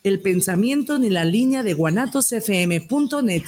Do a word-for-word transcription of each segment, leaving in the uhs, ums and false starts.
el pensamiento ni la línea de guanatos f m punto net.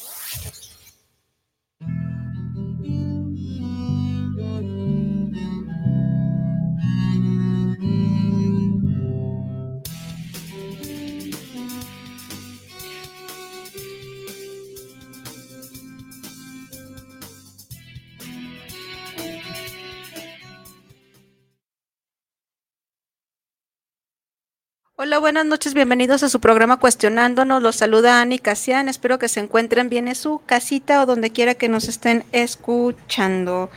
Hola, buenas noches, bienvenidos a su programa Cuestionándonos. Los saluda Ani Casian, espero que se encuentren bien en su casita o donde quiera que nos estén escuchando.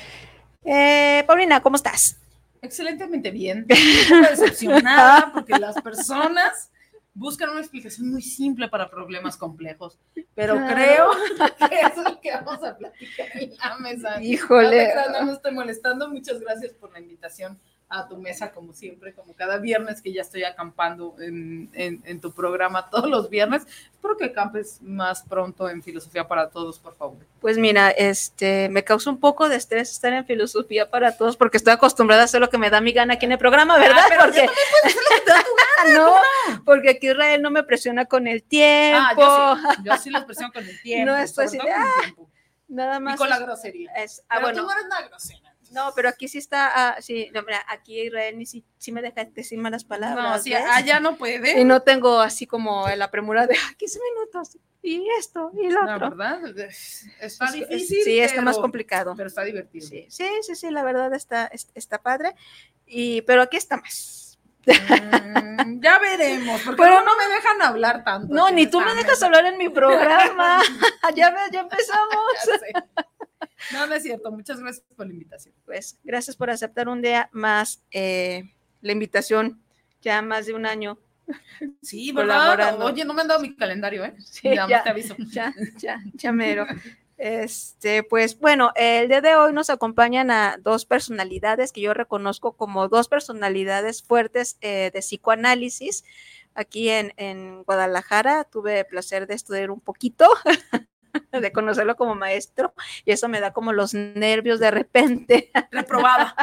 Eh, Paulina, ¿cómo estás? Excelentemente bien, un poco decepcionada porque las personas buscan una explicación muy simple para problemas complejos, pero creo que eso es lo que vamos a platicar en la mesa. Híjole. No, no, no estoy molestando, muchas gracias por la invitación a tu mesa, como siempre, como cada viernes que ya estoy acampando en, en, en tu programa todos los viernes. Espero que acampes más pronto en Filosofía para Todos, por favor. Pues mira, este, me causa un poco de estrés estar en Filosofía para Todos porque estoy acostumbrada a hacer lo que me da mi gana aquí en el programa, ¿verdad? Ah, pero porque yo también puedo hacer lo que te da tu gana, no, porque aquí Israel no me presiona con el tiempo. Ah, yo sí, yo sí los presiono con el tiempo. No estoy así de, ah, nada más. Y con es, la grosería. Es, ah, pero bueno, tú no eres nada grosera. No, pero aquí sí está, ah, sí, no, mira, aquí Israel ni si, sí me deja decir malas palabras. No, sí, allá no puede. Y no tengo así como la premura de quince minutos, y esto, y lo no, otro. ¿verdad? Está difícil, Sí, está pero, más complicado. Pero está divertido. Sí, sí, sí, sí, la verdad está, está padre, y, pero aquí estamos. Mm, ya veremos, porque pero no, no me dejan hablar tanto. No, ni tú me dejas mesa. hablar en mi programa. ya ves, ya empezamos. ya sé. No, no es cierto. Muchas gracias por la invitación. Pues gracias por aceptar un día más eh, la invitación, ya más de un año. Sí, ¿verdad? Oye, no me han dado mi calendario, ¿eh? Sí, ya, ya te aviso. Ya, ya, ya mero. Este, pues bueno, el día de hoy nos acompañan a dos personalidades que yo reconozco como dos personalidades fuertes eh, de psicoanálisis. Aquí en, en Guadalajara tuve el placer de estudiar un poquito. de conocerlo como maestro, y eso me da como los nervios de repente. Reprobada.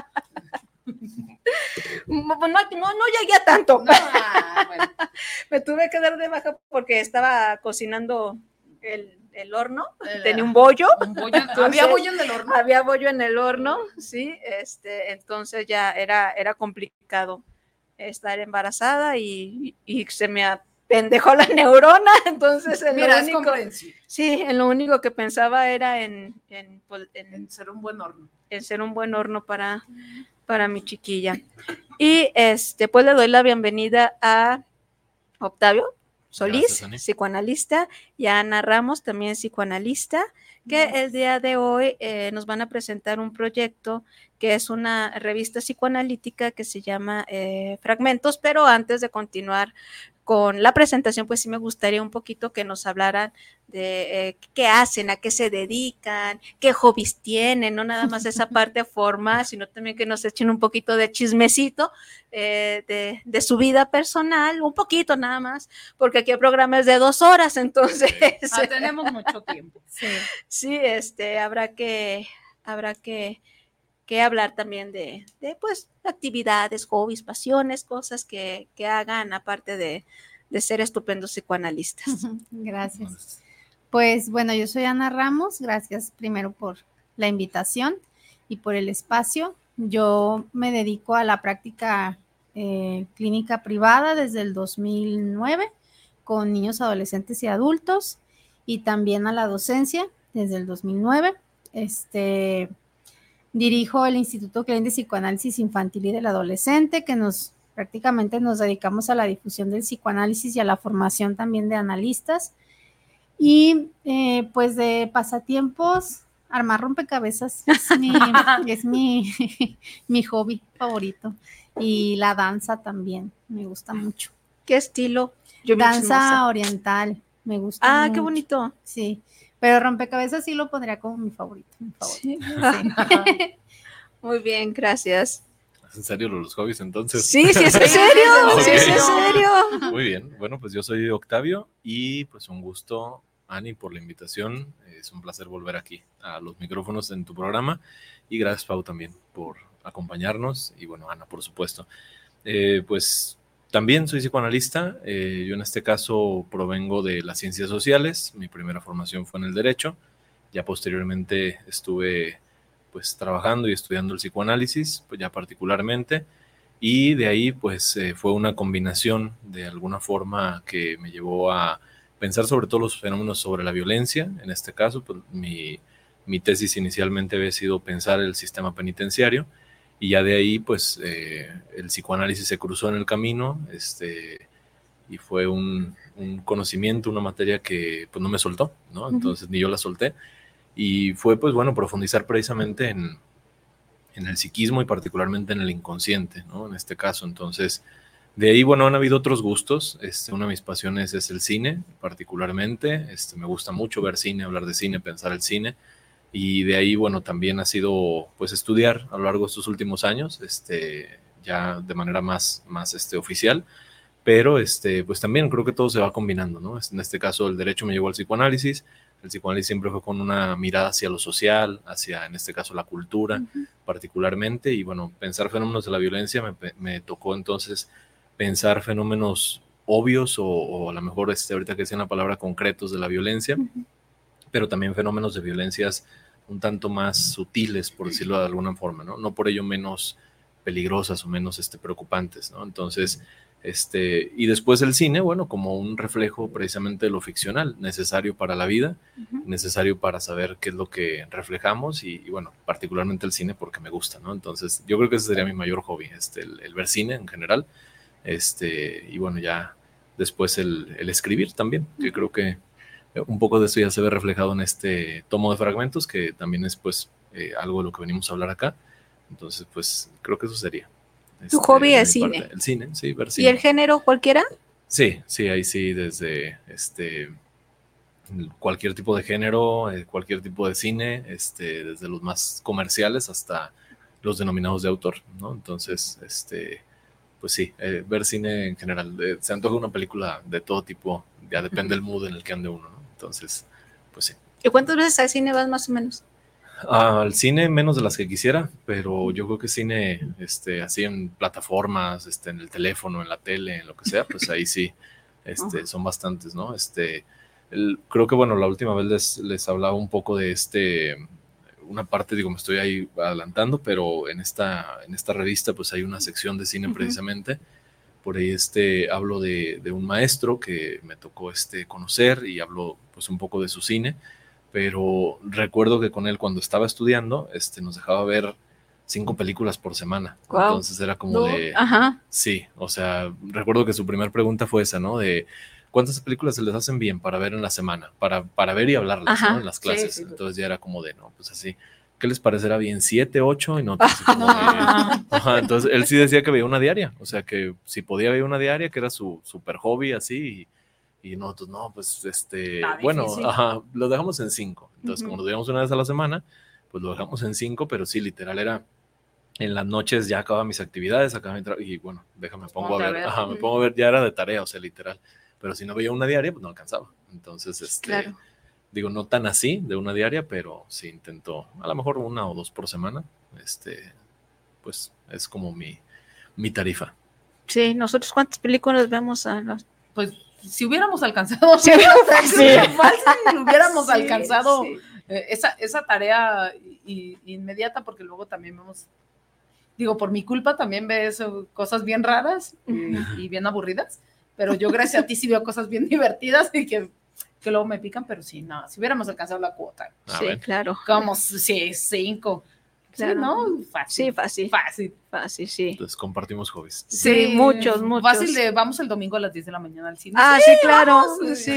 No, no, no llegué a tanto. No, ah, bueno. Me tuve que dar de baja porque estaba cocinando el, el horno, el, tenía un bollo. Un bollo entonces, ¿había bollo en el horno? Había bollo en el horno, sí, este, entonces ya era, era complicado estar embarazada y, y se me pendejó la neurona, entonces en Mira, lo único, es sí, en lo único que pensaba era en, en, en, en ser un buen horno, en ser un buen horno para, para mi chiquilla. Y este, pues le doy la bienvenida a Octavio Solís, Gracias, psicoanalista, y a Ana Ramos, también psicoanalista, que Gracias. el día de hoy eh, nos van a presentar un proyecto que es una revista psicoanalítica que se llama eh, Fragmentos, pero antes de continuar con la presentación, pues sí me gustaría un poquito que nos hablaran de eh, qué hacen, a qué se dedican, qué hobbies tienen, no nada más esa parte formal, sino también que nos echen un poquito de chismecito eh, de, de su vida personal, un poquito nada más, porque aquí el programa es de dos horas, entonces... Ah, tenemos mucho tiempo. Sí, sí, este, habrá que, habrá que... que hablar también de, de pues, actividades, hobbies, pasiones, cosas que, que hagan aparte de, de ser estupendos psicoanalistas. Gracias. Pues bueno, yo soy Ana Ramos, gracias primero por la invitación y por el espacio. Yo me dedico a la práctica eh, clínica privada desde el dos mil nueve con niños, adolescentes y adultos, y también a la docencia desde el dos mil nueve. Este... Dirijo el Instituto Klein de Psicoanálisis Infantil y del Adolescente, que nos prácticamente nos dedicamos a la difusión del psicoanálisis y a la formación también de analistas. Y eh, pues de pasatiempos, armar rompecabezas es mi, es mi, mi hobby favorito. Y la danza también, me gusta mucho. ¿Qué estilo? Yo danza chismosa. Oriental, me gusta Ah, mucho. Qué bonito. Sí. Pero rompecabezas sí lo pondría como mi favorito. Mi favorito. Sí. Sí. Muy bien, gracias. ¿Es en serio los hobbies entonces? Sí, sí, es en serio. Okay. Sí, es en serio. Muy bien. Bueno, pues yo soy Octavio y pues un gusto, Ani, por la invitación. Es un placer volver aquí a los micrófonos en tu programa. Y gracias, Pau, también por acompañarnos. Y bueno, Ana, por supuesto. Eh, pues también soy psicoanalista, eh, yo en este caso provengo de las ciencias sociales, mi primera formación fue en el derecho, ya posteriormente estuve pues trabajando y estudiando el psicoanálisis, pues ya particularmente, y de ahí pues eh, fue una combinación de alguna forma que me llevó a pensar sobre todos los fenómenos sobre la violencia. En este caso, pues mi, mi tesis inicialmente había sido pensar el sistema penitenciario, y ya de ahí pues eh, el psicoanálisis se cruzó en el camino, este, y fue un, un conocimiento, una materia que pues no me soltó, ¿no? Entonces uh-huh. ni yo la solté, y fue pues bueno profundizar precisamente en, en el psiquismo y particularmente en el inconsciente, ¿no? En este caso, entonces de ahí, bueno, han habido otros gustos. Este, una de mis pasiones es el cine, particularmente. Este, me gusta mucho ver cine, hablar de cine, pensar el cine. Y de ahí, bueno, también ha sido, pues, estudiar a lo largo de estos últimos años, este, ya de manera más, más este, oficial. Pero, este, pues, también creo que todo se va combinando, ¿no? En este caso, el derecho me llevó al psicoanálisis. El psicoanálisis siempre fue con una mirada hacia lo social, hacia, en este caso, la cultura, uh-huh. particularmente. Y, bueno, pensar fenómenos de la violencia me, me tocó, entonces, pensar fenómenos obvios o, o a lo mejor este, ahorita que decían la palabra concretos de la violencia, uh-huh. pero también fenómenos de violencias un tanto más sutiles, por decirlo de alguna forma, ¿no? No por ello menos peligrosas o menos este, preocupantes, ¿no? Entonces, este, y después el cine, bueno, como un reflejo precisamente de lo ficcional, necesario para la vida, uh-huh. necesario para saber qué es lo que reflejamos y, y, bueno, particularmente el cine porque me gusta, ¿no? Entonces, yo creo que ese sería mi mayor hobby, este, el, el ver cine en general. Este, y bueno, ya después el, el escribir también, que creo que un poco de eso ya se ve reflejado en este tomo de fragmentos, que también es pues eh, algo de lo que venimos a hablar acá. Entonces, pues creo que eso sería. ¿Tu este, hobby es cine? Parte. El cine, sí, ver cine. ¿Y el género cualquiera? Sí, sí, ahí sí, desde este cualquier tipo de género, eh, cualquier tipo de cine, este, desde los más comerciales hasta los denominados de autor, ¿no? Entonces, este... pues sí, eh, ver cine en general. Eh, se antoja una película de todo tipo, ya depende del mood en el que ande uno, ¿no? Entonces, pues sí. ¿Y cuántas veces al cine vas más o menos? Uh, al cine menos de las que quisiera, pero yo creo que cine este, así en plataformas, este, en el teléfono, en la tele, en lo que sea, pues ahí sí, este, uh-huh. son bastantes, ¿no? Este, el, creo que, bueno, la última vez les, les hablaba un poco de este... una parte, digo, me estoy ahí adelantando, pero en esta, en esta revista pues hay una sección de cine uh-huh. precisamente, por ahí este, hablo de, de un maestro que me tocó este, conocer y hablo pues un poco de su cine, pero recuerdo que con él cuando estaba estudiando este, nos dejaba ver cinco películas por semana, wow. Entonces era como no. de... Ajá. Sí, o sea, recuerdo que su primera pregunta fue esa, ¿no? De... ¿cuántas películas se les hacen bien para ver en la semana? Para, para ver y hablarlas, ¿no? En las clases. Sí, sí. Entonces ya era como de, no, pues así, ¿qué les parecerá bien? ¿Siete, ocho? Y no, pues así como de, ajá, entonces él sí decía que veía una diaria, o sea que si podía ver una diaria, que era su super hobby así, y, y nosotros, no, pues este, está bueno, difícil. Ajá, lo dejamos en cinco. Entonces, uh-huh. como lo veíamos una vez a la semana, pues lo dejamos en cinco, pero sí, literal era... en las noches ya acababa mis actividades, acababa mi trabajo, y bueno, déjame, pongo a ver, ver. Ajá, me pongo a ver, ya era de tarea, o sea, literal. Pero si no veía una diaria, pues no alcanzaba. Entonces, este, claro. digo, no tan así de una diaria, pero sí intento, a lo mejor una o dos por semana. Este, pues es como mi, mi tarifa. Sí, nosotros ¿cuántas películas vemos a los? Pues si hubiéramos alcanzado, si hubiéramos, sí. si hubiéramos sí, alcanzado sí. Eh, esa, esa tarea y, y inmediata, porque luego también vemos, digo, por mi culpa también ves cosas bien raras y, y bien aburridas. Pero yo gracias a ti sí veo cosas bien divertidas y que, que luego me pican, pero sí, no, si hubiéramos alcanzado la cuota. Sí, claro. Como sí, cinco. Claro. Sí, ¿no? Fácil. Sí, fácil. Fácil. Fácil, sí. Entonces compartimos hobbies. Sí, sí, muchos, muchos. Fácil de, vamos el domingo a las diez de la mañana al cine. Ah, sí, sí claro. Vamos, sí.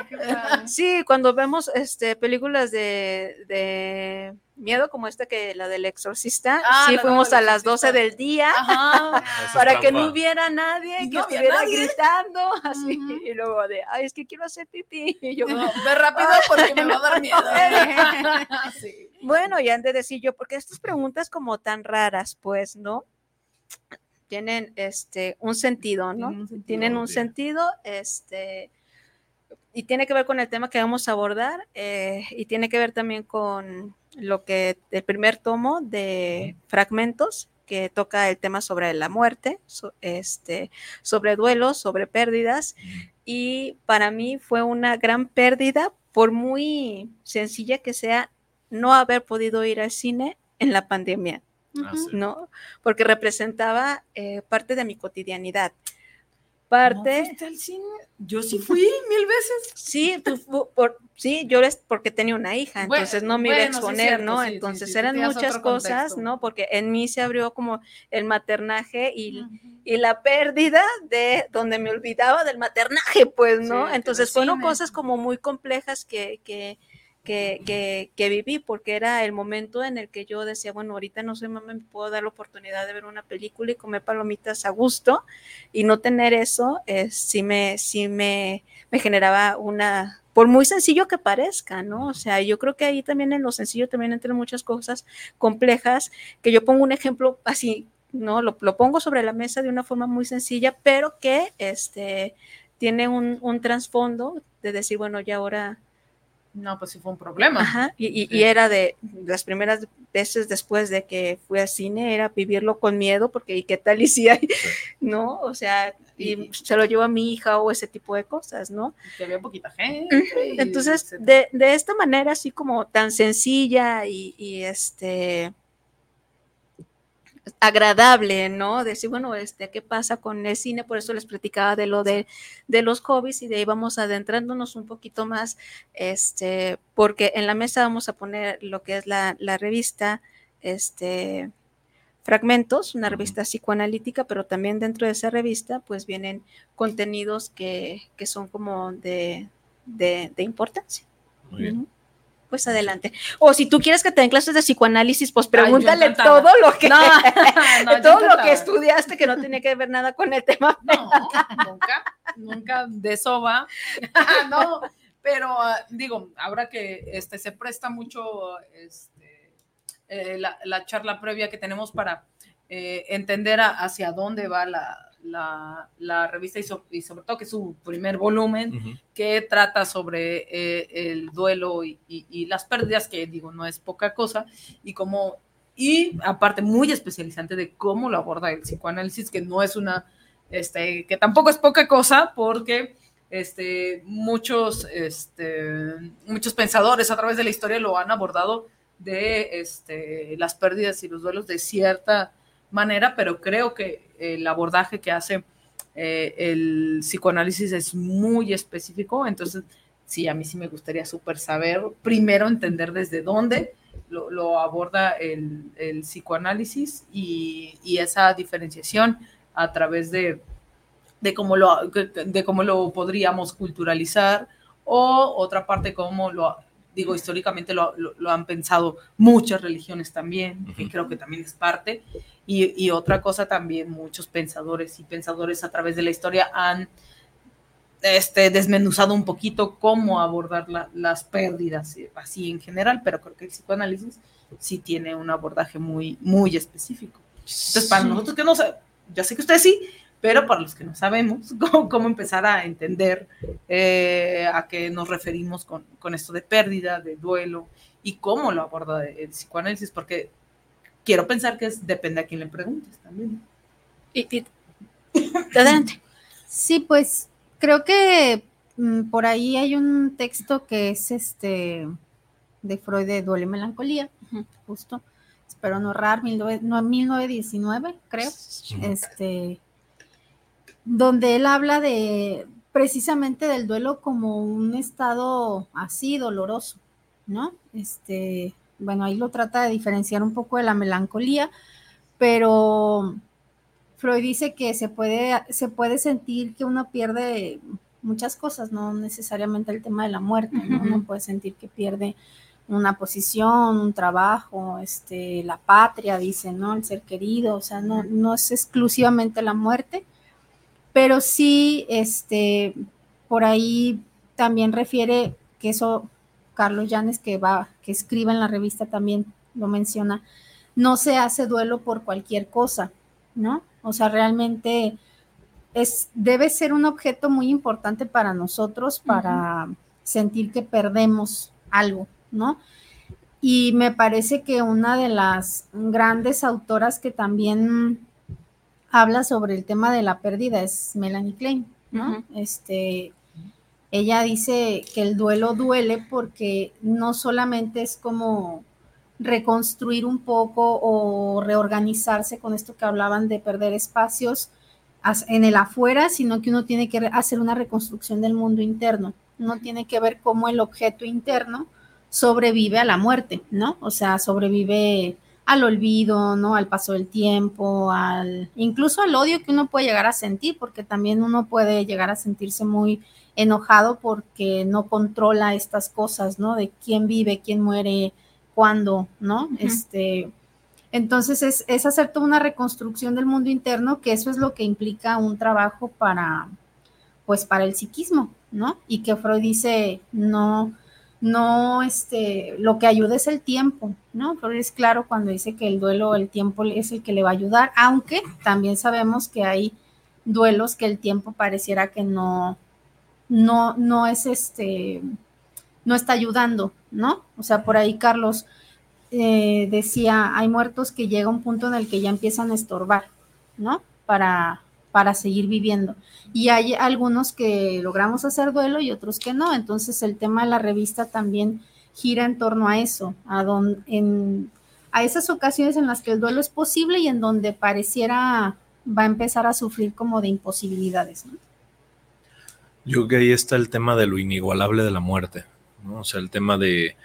Ay, sí, cuando vemos este películas de, de miedo como esta que la del Exorcista, ah, sí fuimos a las doce del día. Ajá. para que no hubiera nadie que no estuviera nadie. gritando así uh-huh. y luego de, ay, es que quiero hacer pipí y yo, no, ve rápido porque me va a dar miedo. sí. Bueno, y han de decir yo, porque estas preguntas como tan raras, pues, ¿no? Tienen este un sentido, ¿no? Tienen un sentido, Tienen un sentido este, y tiene que ver con el tema que vamos a abordar, eh, y tiene que ver también con lo que, el primer tomo de fragmentos, que toca el tema sobre la muerte, so, este, sobre duelos, sobre pérdidas, y para mí fue una gran pérdida, por muy sencilla que sea, no haber podido ir al cine en la pandemia, Ah, sí. ¿no? Porque representaba eh, parte de mi cotidianidad. Parte. ¿No fuiste al cine? Yo sí fui mil veces. Sí, tú, por, sí, yo les, porque tenía una hija, Bueno, entonces no me bueno, iba a sí, exponer, cierto, ¿no? sí, sí, Entonces sí, tú eran tenías muchas otro cosas, contexto. ¿no? Porque en mí se abrió como el maternaje y, Ujú. y la pérdida de donde me olvidaba del maternaje, pues, ¿no? Sí, Entonces del fueron cine. cosas como muy complejas que, que, que, que, que viví, porque era el momento en el que yo decía, bueno, ahorita no sé, mamá, me puedo dar la oportunidad de ver una película y comer palomitas a gusto, y no tener eso, eh, sí me, sí me, me generaba una, por muy sencillo que parezca, ¿no? O sea, yo creo que ahí también en lo sencillo también entran muchas cosas complejas, que yo pongo un ejemplo así, ¿no? Lo, lo pongo sobre la mesa de una forma muy sencilla, pero que este, tiene un, un trasfondo de decir, bueno, ya ahora... No, pues sí fue un problema. Ajá, y, y, Sí. y era de las primeras veces después de que fui al cine, era vivirlo con miedo, porque ¿y qué tal y si hay? Sí. ¿No? O sea, y, Y- se lo llevo a mi hija o ese tipo de cosas, ¿no? Que había poquita gente. y Entonces, etcétera. de, de esta manera así como tan sencilla y, y este agradable, ¿no? Decir, bueno, este, ¿qué pasa con el cine? Por eso les platicaba de lo de, de los hobbies, y de ahí vamos adentrándonos un poquito más, este, porque en la mesa vamos a poner lo que es la, la revista, este, Fragmentos, una revista psicoanalítica, pero también dentro de esa revista pues vienen contenidos que, que son como de, de, de importancia. Muy bien. Uh-huh. Pues adelante. O si tú quieres que te den clases de psicoanálisis, pues pregúntale Ay, todo lo que no, no, todo lo encantada. que estudiaste que no tiene que ver nada con el tema. No, nunca, nunca de eso va. No, pero uh, digo, ahora que este se presta mucho este, eh, la, la charla previa que tenemos para eh, entender a, hacia dónde va la, la, la revista y, so, y sobre todo que es su primer volumen, uh-huh, que trata sobre eh, el duelo y, y, y las pérdidas, que digo, no es poca cosa, y como, y aparte muy especializante de cómo lo aborda el psicoanálisis, que no es una, este, que tampoco es poca cosa, porque este, muchos, este, muchos pensadores a través de la historia lo han abordado de este, las pérdidas y los duelos de cierta manera, pero creo que el abordaje que hace eh, el psicoanálisis es muy específico, entonces sí, a mí sí me gustaría súper saber, primero entender desde dónde lo, lo aborda el, el psicoanálisis y, y esa diferenciación a través de, de, cómo lo, de cómo lo podríamos culturalizar, o otra parte cómo lo... digo, históricamente lo, lo, lo han pensado muchas religiones también, uh-huh, que creo que también es parte, y, y otra cosa también, muchos pensadores y pensadores a través de la historia han este, desmenuzado un poquito cómo abordar la, las pérdidas, así en general, pero creo que el psicoanálisis sí tiene un abordaje muy, muy específico. Entonces, para nosotros que no sabemos, ya sé que ustedes sí, pero para los que no sabemos cómo, cómo empezar a entender eh, a qué nos referimos con, con esto de pérdida, de duelo, y cómo lo aborda el psicoanálisis, porque quiero pensar que es, depende a quién le preguntes también. Y, y, adelante. Sí, pues creo que mm, por ahí hay un texto que es este de Freud, de Duelo y Melancolía, uh-huh, justo, espero no errar, mil novecientos diecinueve, creo, uh-huh, este... donde él habla de precisamente del duelo como un estado así doloroso, ¿no? Este, bueno, ahí lo trata de diferenciar un poco de la melancolía, pero Freud dice que se puede, se puede sentir que uno pierde muchas cosas, no necesariamente el tema de la muerte, ¿no? Uno puede sentir que pierde una posición, un trabajo, este, la patria, dice, ¿no? El ser querido, o sea, no, no es exclusivamente la muerte, pero sí, este, por ahí también refiere que eso, Carlos Llanes, que va, que escribe en la revista también lo menciona, no se hace duelo por cualquier cosa, ¿no? O sea, realmente es, debe ser un objeto muy importante para nosotros para uh-huh, sentir que perdemos algo, ¿no? Y me parece que una de las grandes autoras que también habla sobre el tema de la pérdida es Melanie Klein, ¿no? Uh-huh. Este, ella dice que el duelo duele porque no solamente es como reconstruir un poco o reorganizarse con esto que hablaban de perder espacios en el afuera, sino que uno tiene que hacer una reconstrucción del mundo interno. Uno tiene que ver cómo el objeto interno sobrevive a la muerte, ¿no? O sea, sobrevive al olvido, ¿no? Al paso del tiempo, al incluso al odio que uno puede llegar a sentir, porque también uno puede llegar a sentirse muy enojado porque no controla estas cosas, ¿no? De quién vive, quién muere, cuándo, ¿no? Uh-huh. Este, entonces es, es hacer toda una reconstrucción del mundo interno, que eso es lo que implica un trabajo para, pues, para el psiquismo, ¿no? Y que Freud dice, no, no, este, lo que ayuda es el tiempo, ¿no? Freud es claro cuando dice que el duelo, el tiempo es el que le va a ayudar, aunque también sabemos que hay duelos que el tiempo pareciera que no, no, no es este, no está ayudando, ¿no? O sea, por ahí Carlos eh, decía, hay muertos que llega un punto en el que ya empiezan a estorbar, ¿no? Para, para seguir viviendo. Y hay algunos que logramos hacer duelo y otros que no. Entonces el tema de la revista también gira en torno a eso, a, don, en, a esas ocasiones en las que el duelo es posible y en donde pareciera va a empezar a sufrir como de imposibilidades, ¿no? Yo creo que ahí está el tema de lo inigualable de la muerte, ¿no? O sea, el tema de,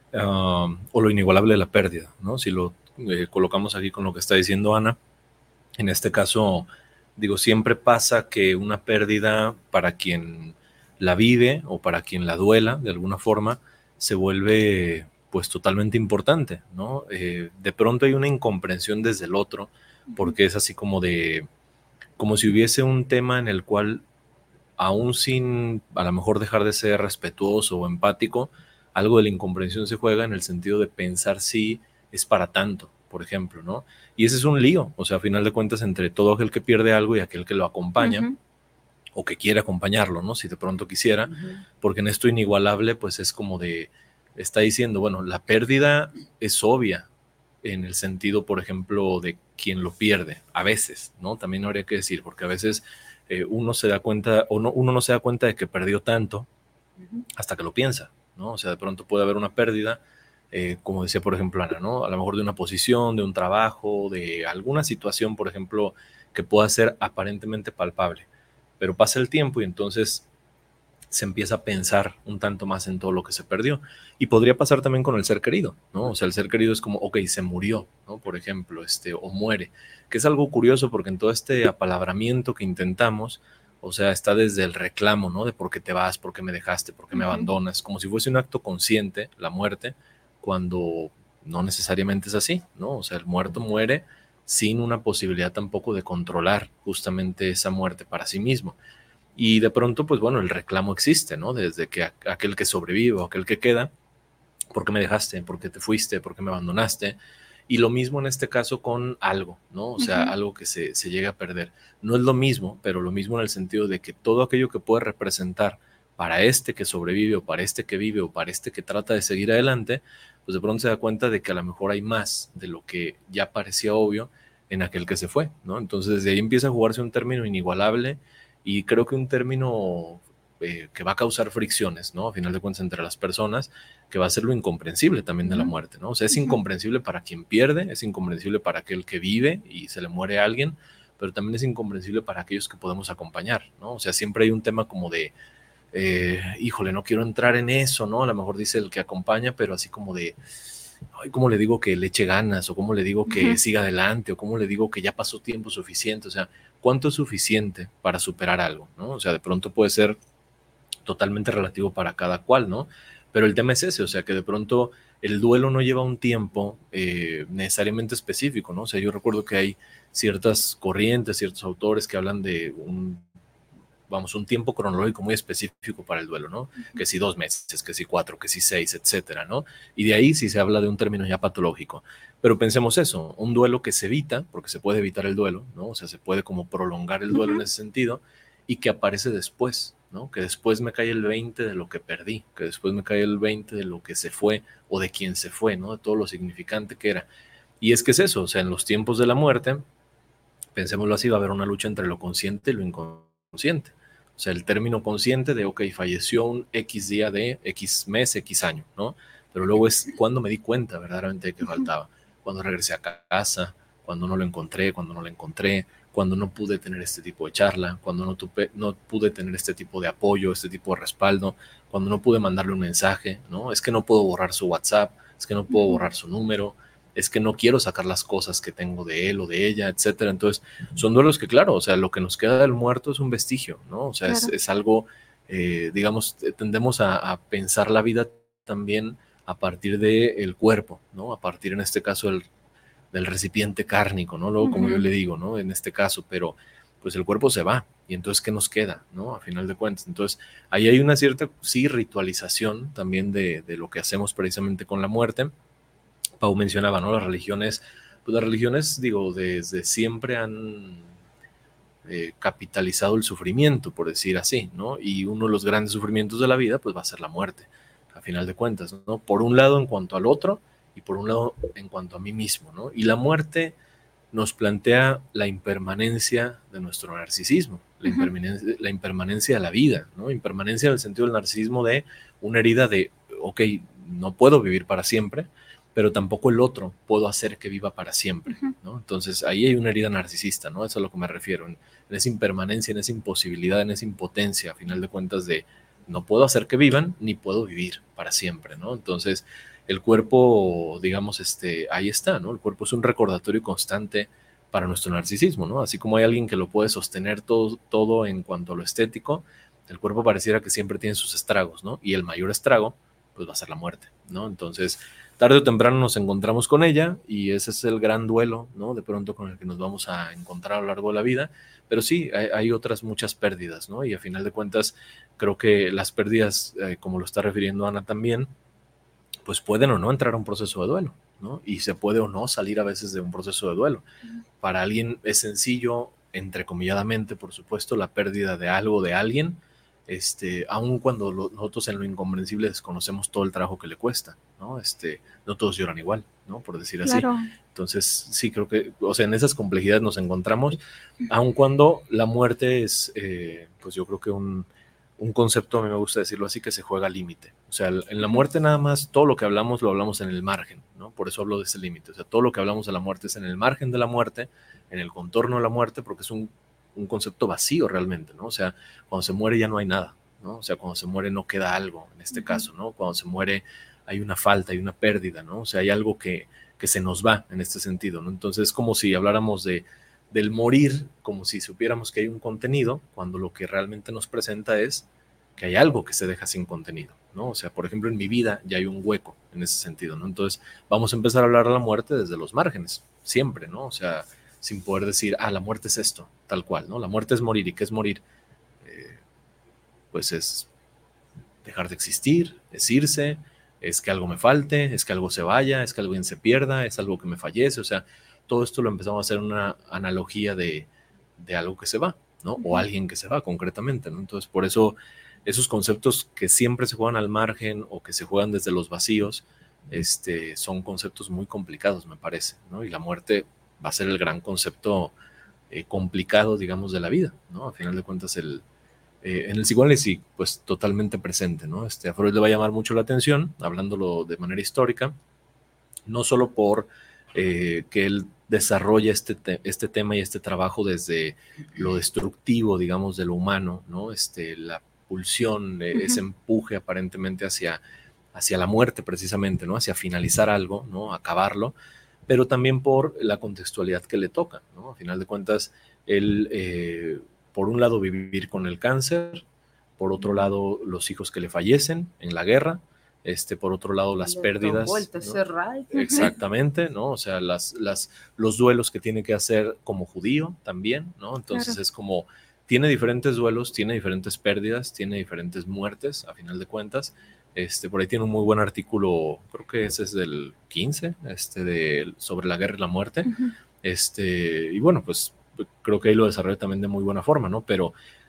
uh, o lo inigualable de la pérdida, ¿no? Si lo eh, colocamos aquí con lo que está diciendo Ana, en este caso, digo, siempre pasa que una pérdida para quien la vive o para quien la duela de alguna forma se vuelve pues totalmente importante, ¿no? Eh, de pronto hay una incomprensión desde el otro, porque es así como de, como si hubiese un tema en el cual aún sin a lo mejor dejar de ser respetuoso o empático, algo de la incomprensión se juega en el sentido de pensar si es para tanto, por ejemplo, ¿no? Y ese es un lío, o sea, a final de cuentas, entre todo aquel que pierde algo y aquel que lo acompaña, uh-huh. o que quiere acompañarlo, ¿no? Si de pronto quisiera, uh-huh. porque en esto inigualable, pues es como de, está diciendo, bueno, la pérdida es obvia en el sentido, por ejemplo, de quien lo pierde, a veces, ¿no? También habría que decir, porque a veces Eh, uno se da cuenta, o no, uno no se da cuenta de que perdió tanto uh-huh. hasta que lo piensa, ¿no? O sea, de pronto puede haber una pérdida, eh, como decía, por ejemplo, Ana, ¿no? A lo mejor de una posición, de un trabajo, de alguna situación, por ejemplo, que pueda ser aparentemente palpable, pero pasa el tiempo y entonces se empieza a pensar un tanto más en todo lo que se perdió. Y podría pasar también con el ser querido, ¿no? O sea, el ser querido es como, ok, se murió, ¿no? Por ejemplo, este, o muere, que es algo curioso porque en todo este apalabramiento que intentamos, o sea, está desde el reclamo, ¿no? De por qué te vas, por qué me dejaste, por qué me uh-huh. abandonas, como si fuese un acto consciente, la muerte, cuando no necesariamente es así, ¿no? O sea, el muerto muere sin una posibilidad tampoco de controlar justamente esa muerte para sí mismo. Y de pronto, pues bueno, el reclamo existe, ¿no? Desde que a, aquel que sobrevive o aquel que queda, ¿por qué me dejaste? ¿Por qué te fuiste? ¿Por qué me abandonaste? Y lo mismo en este caso con algo, ¿no? O sea, uh-huh. algo que se, se llega a perder. No es lo mismo, pero lo mismo en el sentido de que todo aquello que puede representar para este que sobrevive o para este que vive o para este que trata de seguir adelante, pues de pronto se da cuenta de que a lo mejor hay más de lo que ya parecía obvio en aquel que se fue, ¿no? Entonces desde ahí empieza a jugarse un término inigualable y creo que un término eh, que va a causar fricciones, ¿no? A final de cuentas entre las personas, que va a ser lo incomprensible también de la muerte, ¿no? O sea, es incomprensible para quien pierde, es incomprensible para aquel que vive y se le muere a alguien, pero también es incomprensible para aquellos que podemos acompañar, ¿no? O sea, siempre hay un tema como de, eh, híjole, no quiero entrar en eso, ¿no? A lo mejor dice el que acompaña, pero así como de, ay, ¿cómo le digo que le eche ganas? O ¿cómo le digo que uh-huh. siga adelante? O ¿cómo le digo que ya pasó tiempo suficiente? O sea, ¿cuánto es suficiente para superar algo, ¿no? O sea, de pronto puede ser totalmente relativo para cada cual, ¿no? Pero el tema es ese, o sea, que de pronto el duelo no lleva un tiempo eh, necesariamente específico, ¿no? O sea, yo recuerdo que hay ciertas corrientes, ciertos autores que hablan de un, vamos, un tiempo cronológico muy específico para el duelo, ¿no? Uh-huh. Que si dos meses, que si cuatro, que si seis, etcétera, ¿no? Y de ahí sí se habla de un término ya patológico. Pero pensemos eso, un duelo que se evita, porque se puede evitar el duelo, ¿no? O sea, se puede como prolongar el duelo uh-huh. en ese sentido, y que aparece después, ¿no? Que después me cae el veinte de lo que perdí, que después me cae el veinte de lo que se fue o de quién se fue, ¿no? De todo lo significante que era. Y es que es eso, o sea, en los tiempos de la muerte, pensémoslo así, va a haber una lucha entre lo consciente y lo inconsciente. O sea, el término consciente de, ok, falleció un X día de X mes, X año, ¿no? Pero luego es cuando me di cuenta verdaderamente de que faltaba, cuando regresé a casa, cuando no lo encontré, cuando no lo encontré, cuando no pude tener este tipo de charla, cuando no, tupe, no pude tener este tipo de apoyo, este tipo de respaldo, cuando no pude mandarle un mensaje, ¿no? Es que no puedo borrar su WhatsApp, es que no puedo borrar su número, es que no quiero sacar las cosas que tengo de él o de ella, etcétera. Entonces, son duelos que, claro, o sea, lo que nos queda del muerto es un vestigio, ¿no? O sea, claro. es, es algo, eh, digamos, tendemos a, a pensar la vida también a partir del cuerpo, ¿no? A partir, en este caso, del, del recipiente cárnico, ¿no? Luego, como uh-huh. yo le digo, ¿no? En este caso, pero pues el cuerpo se va, y entonces, ¿qué nos queda, ¿no? A final de cuentas. Entonces, ahí hay una cierta, sí, ritualización también de, de lo que hacemos precisamente con la muerte. Pau mencionaba, ¿no? Las religiones, pues las religiones, digo, desde siempre han eh, capitalizado el sufrimiento, por decir así, ¿no? Y uno de los grandes sufrimientos de la vida, pues va a ser la muerte, a final de cuentas, ¿no? Por un lado en cuanto al otro, y por un lado en cuanto a mí mismo, ¿no? Y la muerte nos plantea la impermanencia de nuestro narcisismo, la, uh-huh. impermanencia, la impermanencia de la vida, ¿no? Impermanencia en el sentido del narcisismo de una herida de, ok, no puedo vivir para siempre, pero tampoco el otro puedo hacer que viva para siempre, ¿no? Entonces ahí hay una herida narcisista, ¿no? Eso es a lo que me refiero, en, en esa impermanencia, en esa imposibilidad, en esa impotencia, a final de cuentas, de no puedo hacer que vivan, ni puedo vivir para siempre, ¿no? Entonces el cuerpo, digamos, este, ahí está, ¿no? El cuerpo es un recordatorio constante para nuestro narcisismo, ¿no? Así como hay alguien que lo puede sostener todo, todo en cuanto a lo estético, el cuerpo pareciera que siempre tiene sus estragos, ¿no? Y el mayor estrago, pues va a ser la muerte, ¿no? Entonces, tarde o temprano nos encontramos con ella y ese es el gran duelo, ¿no? De pronto con el que nos vamos a encontrar a lo largo de la vida, pero sí, hay, hay otras muchas pérdidas, ¿no? Y a final de cuentas, creo que las pérdidas, eh, como lo está refiriendo Ana también, pues pueden o no entrar a un proceso de duelo, ¿no? Y se puede o no salir a veces de un proceso de duelo. Para alguien es sencillo, entrecomilladamente, por supuesto, la pérdida de algo, de alguien, Este, aun cuando lo, nosotros en lo incomprensible desconocemos todo el trabajo que le cuesta, ¿no? Este, no todos lloran igual, ¿no? Por decir así. Claro. Entonces, sí, creo que, o sea, en esas complejidades nos encontramos, aun cuando la muerte es, eh, pues yo creo que un, un concepto, a mí me gusta decirlo así, que se juega al límite. O sea, en la muerte nada más, todo lo que hablamos, lo hablamos en el margen, ¿no? Por eso hablo de ese límite. O sea, todo lo que hablamos de la muerte es en el margen de la muerte, en el contorno de la muerte, porque es un un concepto vacío realmente, ¿no? O sea, cuando se muere ya no hay nada, ¿no? O sea, cuando se muere no queda algo, en este uh-huh. caso, ¿no? Cuando se muere hay una falta, hay una pérdida, ¿no? O sea, hay algo que, que se nos va en este sentido, ¿no? Entonces es como si habláramos de, del morir, como si supiéramos que hay un contenido, cuando lo que realmente nos presenta es que hay algo que se deja sin contenido, ¿no? O sea, por ejemplo, en mi vida ya hay un hueco en ese sentido, ¿no? Entonces vamos a empezar a hablar de la muerte desde los márgenes, siempre, ¿no? O sea, sin poder decir, ah, la muerte es esto, tal cual, ¿no? La muerte es morir. ¿Y qué es morir? Eh, pues es dejar de existir, es irse, es que algo me falte, es que algo se vaya, es que alguien se pierda, es algo que me fallece, o sea, todo esto lo empezamos a hacer una analogía de, de algo que se va, ¿no? O alguien que se va concretamente, ¿no? Entonces, por eso esos conceptos que siempre se juegan al margen o que se juegan desde los vacíos, este, son conceptos muy complicados, me parece, ¿no? Y la muerte va a ser el gran concepto eh, complicado, digamos, de la vida, ¿no? A final de cuentas, el, eh, en el psicoanálisis, pues, totalmente presente, ¿no? Este, a Freud le va a llamar mucho la atención, hablándolo de manera histórica, no solo por eh, que él desarrolla este, te este tema y este trabajo desde lo destructivo, digamos, de lo humano, ¿no? Este, la pulsión, eh, uh-huh. ese empuje aparentemente hacia, hacia la muerte, precisamente, ¿no? Hacia finalizar algo, ¿no? Acabarlo, pero también por la contextualidad que le toca, ¿no? A final de cuentas, él, eh, por un lado, vivir con el cáncer, por otro lado, los hijos que le fallecen en la guerra, este, por otro lado, las le pérdidas. ¿No? Exactamente, ¿no? O sea, las, las, los duelos que tiene que hacer como judío también, ¿no? Entonces claro. es como, tiene diferentes duelos, tiene diferentes pérdidas, tiene diferentes muertes, a final de cuentas. Este, por ahí tiene un muy buen artículo, creo que ese es del quince, este, de, sobre la guerra y la muerte. Uh-huh. Este, y bueno, pues creo que ahí lo desarrollé también de muy buena forma, ¿no? Pero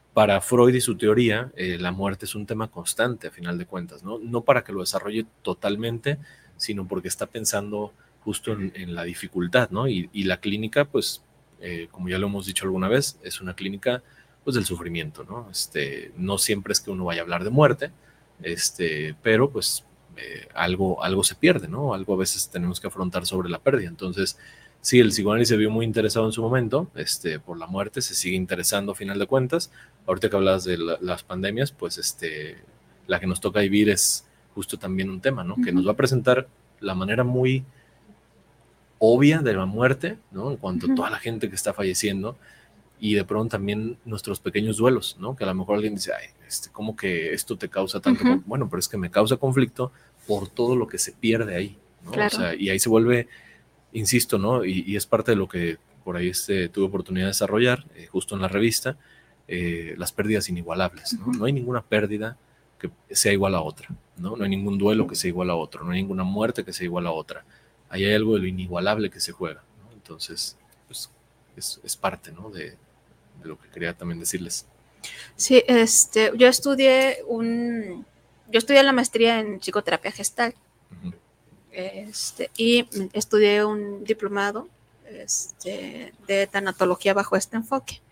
para Freud y su teoría, eh, la muerte es un tema constante a final de cuentas, ¿no? No para que lo desarrolle totalmente, sino porque está pensando justo en, en la dificultad, ¿no? Y, y la clínica, pues, eh, como ya lo hemos dicho alguna vez, es una clínica, pues, del sufrimiento, ¿no? Este, no siempre es que uno vaya a hablar de muerte, este, pero, pues, eh, algo, algo se pierde, ¿no? Algo a veces tenemos que afrontar sobre la pérdida. Entonces, sí, el psicoanálisis se vio muy interesado en su momento, este, por la muerte, se sigue interesando a final de cuentas. Ahorita que hablas de la, las pandemias, pues, este, la que nos toca vivir es justo también un tema, ¿no? Uh-huh. Que nos va a presentar la manera muy obvia de la muerte, ¿no? En cuanto uh-huh. a toda la gente que está falleciendo, y de pronto también nuestros pequeños duelos, ¿no? Que a lo mejor alguien dice, ay, este, ¿cómo que esto te causa tanto? Uh-huh. Bueno, pero es que me causa conflicto por todo lo que se pierde ahí, ¿no? Claro. O sea, y ahí se vuelve, insisto, ¿no? Y, y es parte de lo que por ahí este, tuve oportunidad de desarrollar, eh, justo en la revista, eh, las pérdidas inigualables, ¿no? Uh-huh. No hay ninguna pérdida que sea igual a otra, ¿no? No hay ningún duelo que sea igual a otro, no hay ninguna muerte que sea igual a otra. Ahí hay algo de lo inigualable que se juega, ¿no? Entonces, pues, es, es parte, ¿no? De, de lo que quería también decirles. Sí, este, yo estudié un, yo estudié la maestría en psicoterapia gestal, uh-huh. este, y estudié un diplomado este, de tanatología bajo este enfoque.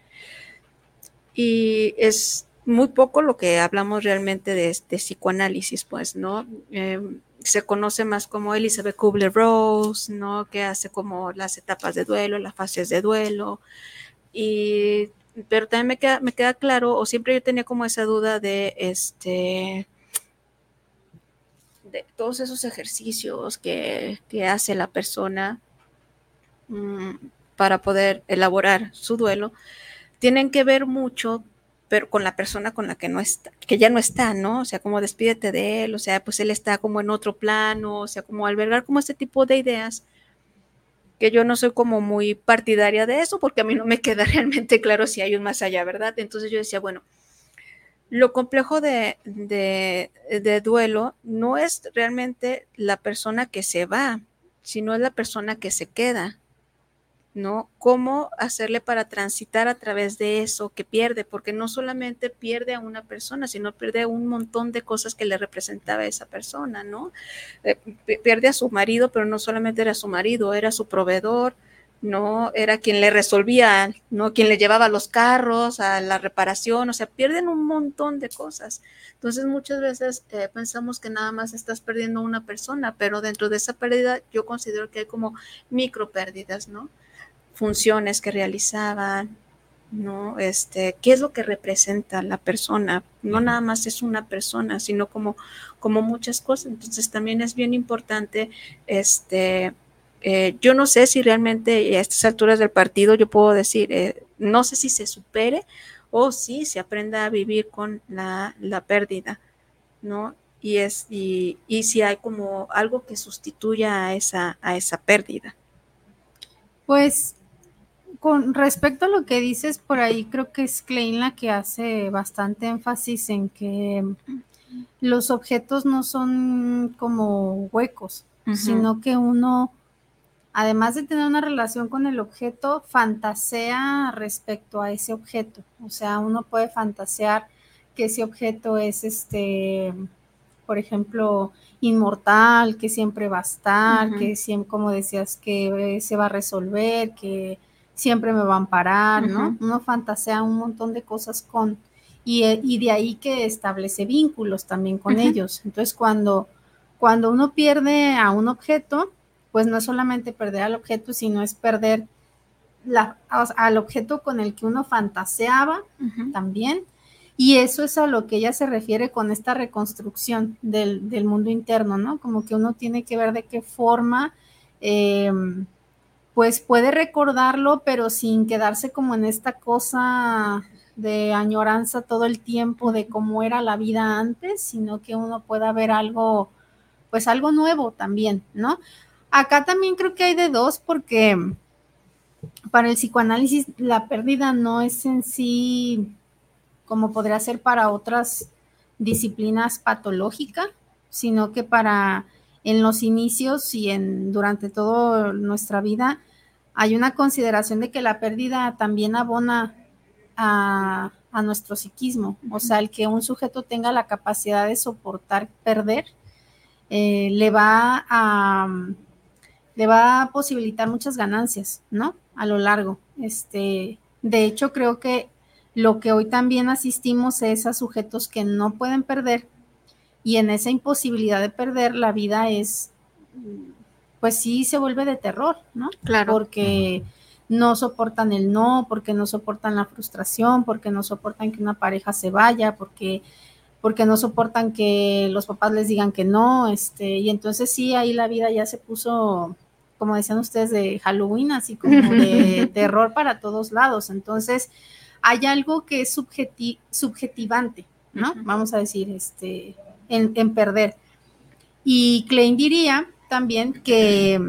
Y es muy poco lo que hablamos realmente de, de psicoanálisis, pues, ¿no? Eh, se conoce más como Elizabeth Kubler-Ross, ¿no? Que hace como las etapas de duelo, las fases de duelo, y, pero también me queda, me queda claro, o siempre yo tenía como esa duda de, este, de todos esos ejercicios que, que hace la persona mmm, para poder elaborar su duelo, tienen que ver mucho pero con la persona con la que no está, que ya no está, ¿no? O sea, como despídete de él, o sea, pues él está como en otro plano, o sea, como albergar como este tipo de ideas, que yo no soy como muy partidaria de eso, porque a mí no me queda realmente claro si hay un más allá, ¿verdad? Entonces yo decía, bueno, lo complejo de, de, de duelo no es realmente la persona que se va, sino es la persona que se queda, ¿no? ¿Cómo hacerle para transitar a través de eso que pierde? Porque no solamente pierde a una persona, sino pierde un montón de cosas que le representaba a esa persona, ¿no? Eh, pierde a su marido, pero no solamente era su marido, era su proveedor, ¿no? Era quien le resolvía, ¿no? Quien le llevaba los carros a la reparación, o sea, pierden un montón de cosas. Entonces, muchas veces eh, pensamos que nada más estás perdiendo a una persona, pero dentro de esa pérdida yo considero que hay como micro pérdidas, ¿no? Funciones que realizaban, ¿no? Este, ¿qué es lo que representa la persona? No nada más es una persona, sino como, como muchas cosas. Entonces también es bien importante, este, eh, yo no sé si realmente a estas alturas del partido yo puedo decir, eh, no sé si se supere o si se aprenda a vivir con la, la pérdida, ¿no? Y, es, y, y si hay como algo que sustituya a esa, a esa pérdida. Pues con respecto a lo que dices por ahí, creo que es Klein la que hace bastante énfasis en que los objetos no son como huecos, uh-huh. sino que uno, además de tener una relación con el objeto, fantasea respecto a ese objeto. O sea, uno puede fantasear que ese objeto es, este, por ejemplo, inmortal, que siempre va a estar, uh-huh. que siempre, como decías, que se va a resolver, que siempre me va a amparar, ¿no? Uh-huh. Uno fantasea un montón de cosas con, y, y de ahí que establece vínculos también con uh-huh. ellos. Entonces, cuando, cuando uno pierde a un objeto, pues no es solamente perder al objeto, sino es perder la, al objeto con el que uno fantaseaba uh-huh. también. Y eso es a lo que ella se refiere con esta reconstrucción del, del mundo interno, ¿no? Como que uno tiene que ver de qué forma eh, pues puede recordarlo, pero sin quedarse como en esta cosa de añoranza todo el tiempo de cómo era la vida antes, sino que uno pueda ver algo, pues algo nuevo también, ¿no? Acá también creo que hay de dos, porque para el psicoanálisis la pérdida no es en sí como podría ser para otras disciplinas patológicas, sino que para en los inicios y en durante toda nuestra vida hay una consideración de que la pérdida también abona a, a nuestro psiquismo. O sea, el que un sujeto tenga la capacidad de soportar perder, eh, le va a le va a posibilitar muchas ganancias, ¿no? A lo largo. Este, de hecho, creo que lo que hoy también asistimos es a sujetos que no pueden perder, y en esa imposibilidad de perder, la vida es, pues sí, se vuelve de terror, ¿no? Claro. Porque no soportan el no, porque no soportan la frustración, porque no soportan que una pareja se vaya, porque, porque no soportan que los papás les digan que no, este, y entonces sí, ahí la vida ya se puso, como decían ustedes, de Halloween, así como de terror para todos lados. Entonces, hay algo que es subjeti- subjetivante, ¿no? Uh-huh. Vamos a decir, este, en, en perder. Y Klein diría también que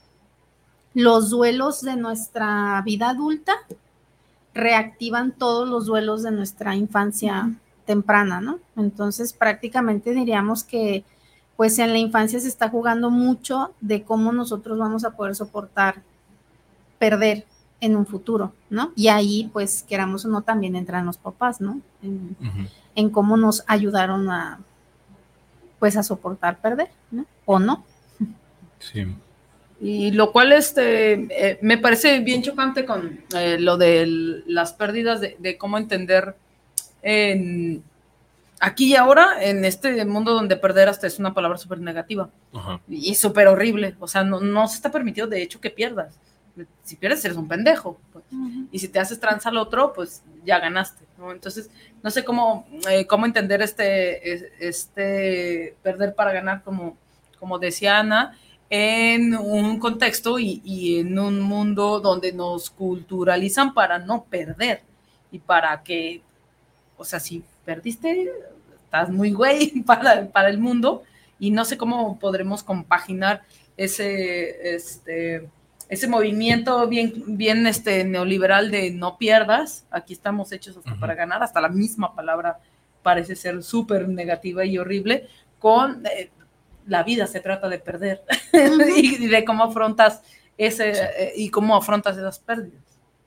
los duelos de nuestra vida adulta reactivan todos los duelos de nuestra infancia uh-huh. temprana, ¿no? Entonces, prácticamente diríamos que pues en la infancia se está jugando mucho de cómo nosotros vamos a poder soportar perder en un futuro, ¿no? Y ahí, pues, queramos o no, también entran los papás, ¿no? En, uh-huh. en cómo nos ayudaron a, pues, a soportar perder, ¿no? O no. Sí. Y lo cual este, eh, me parece bien chocante con eh, lo de el, las pérdidas, de, de cómo entender en... Aquí y ahora, en este mundo donde perder hasta es una palabra súper negativa uh-huh. y súper horrible, o sea, no, no se está permitido de hecho que pierdas. Si pierdes eres un pendejo, pues. Uh-huh. Y si te haces trans al otro, pues ya ganaste, ¿no? Entonces, no sé cómo, eh, cómo entender este, este perder para ganar, como, como decía Ana, en un contexto y, y en un mundo donde nos culturalizan para no perder y para que, o sea, si perdiste, estás muy güey para, para el mundo, y no sé cómo podremos compaginar ese, este, ese movimiento bien, bien este, neoliberal de no pierdas, aquí estamos hechos hasta uh-huh. para ganar, hasta la misma palabra parece ser súper negativa y horrible, con eh, la vida se trata de perder uh-huh. y de cómo afrontas ese sí. eh, y cómo afrontas esas pérdidas.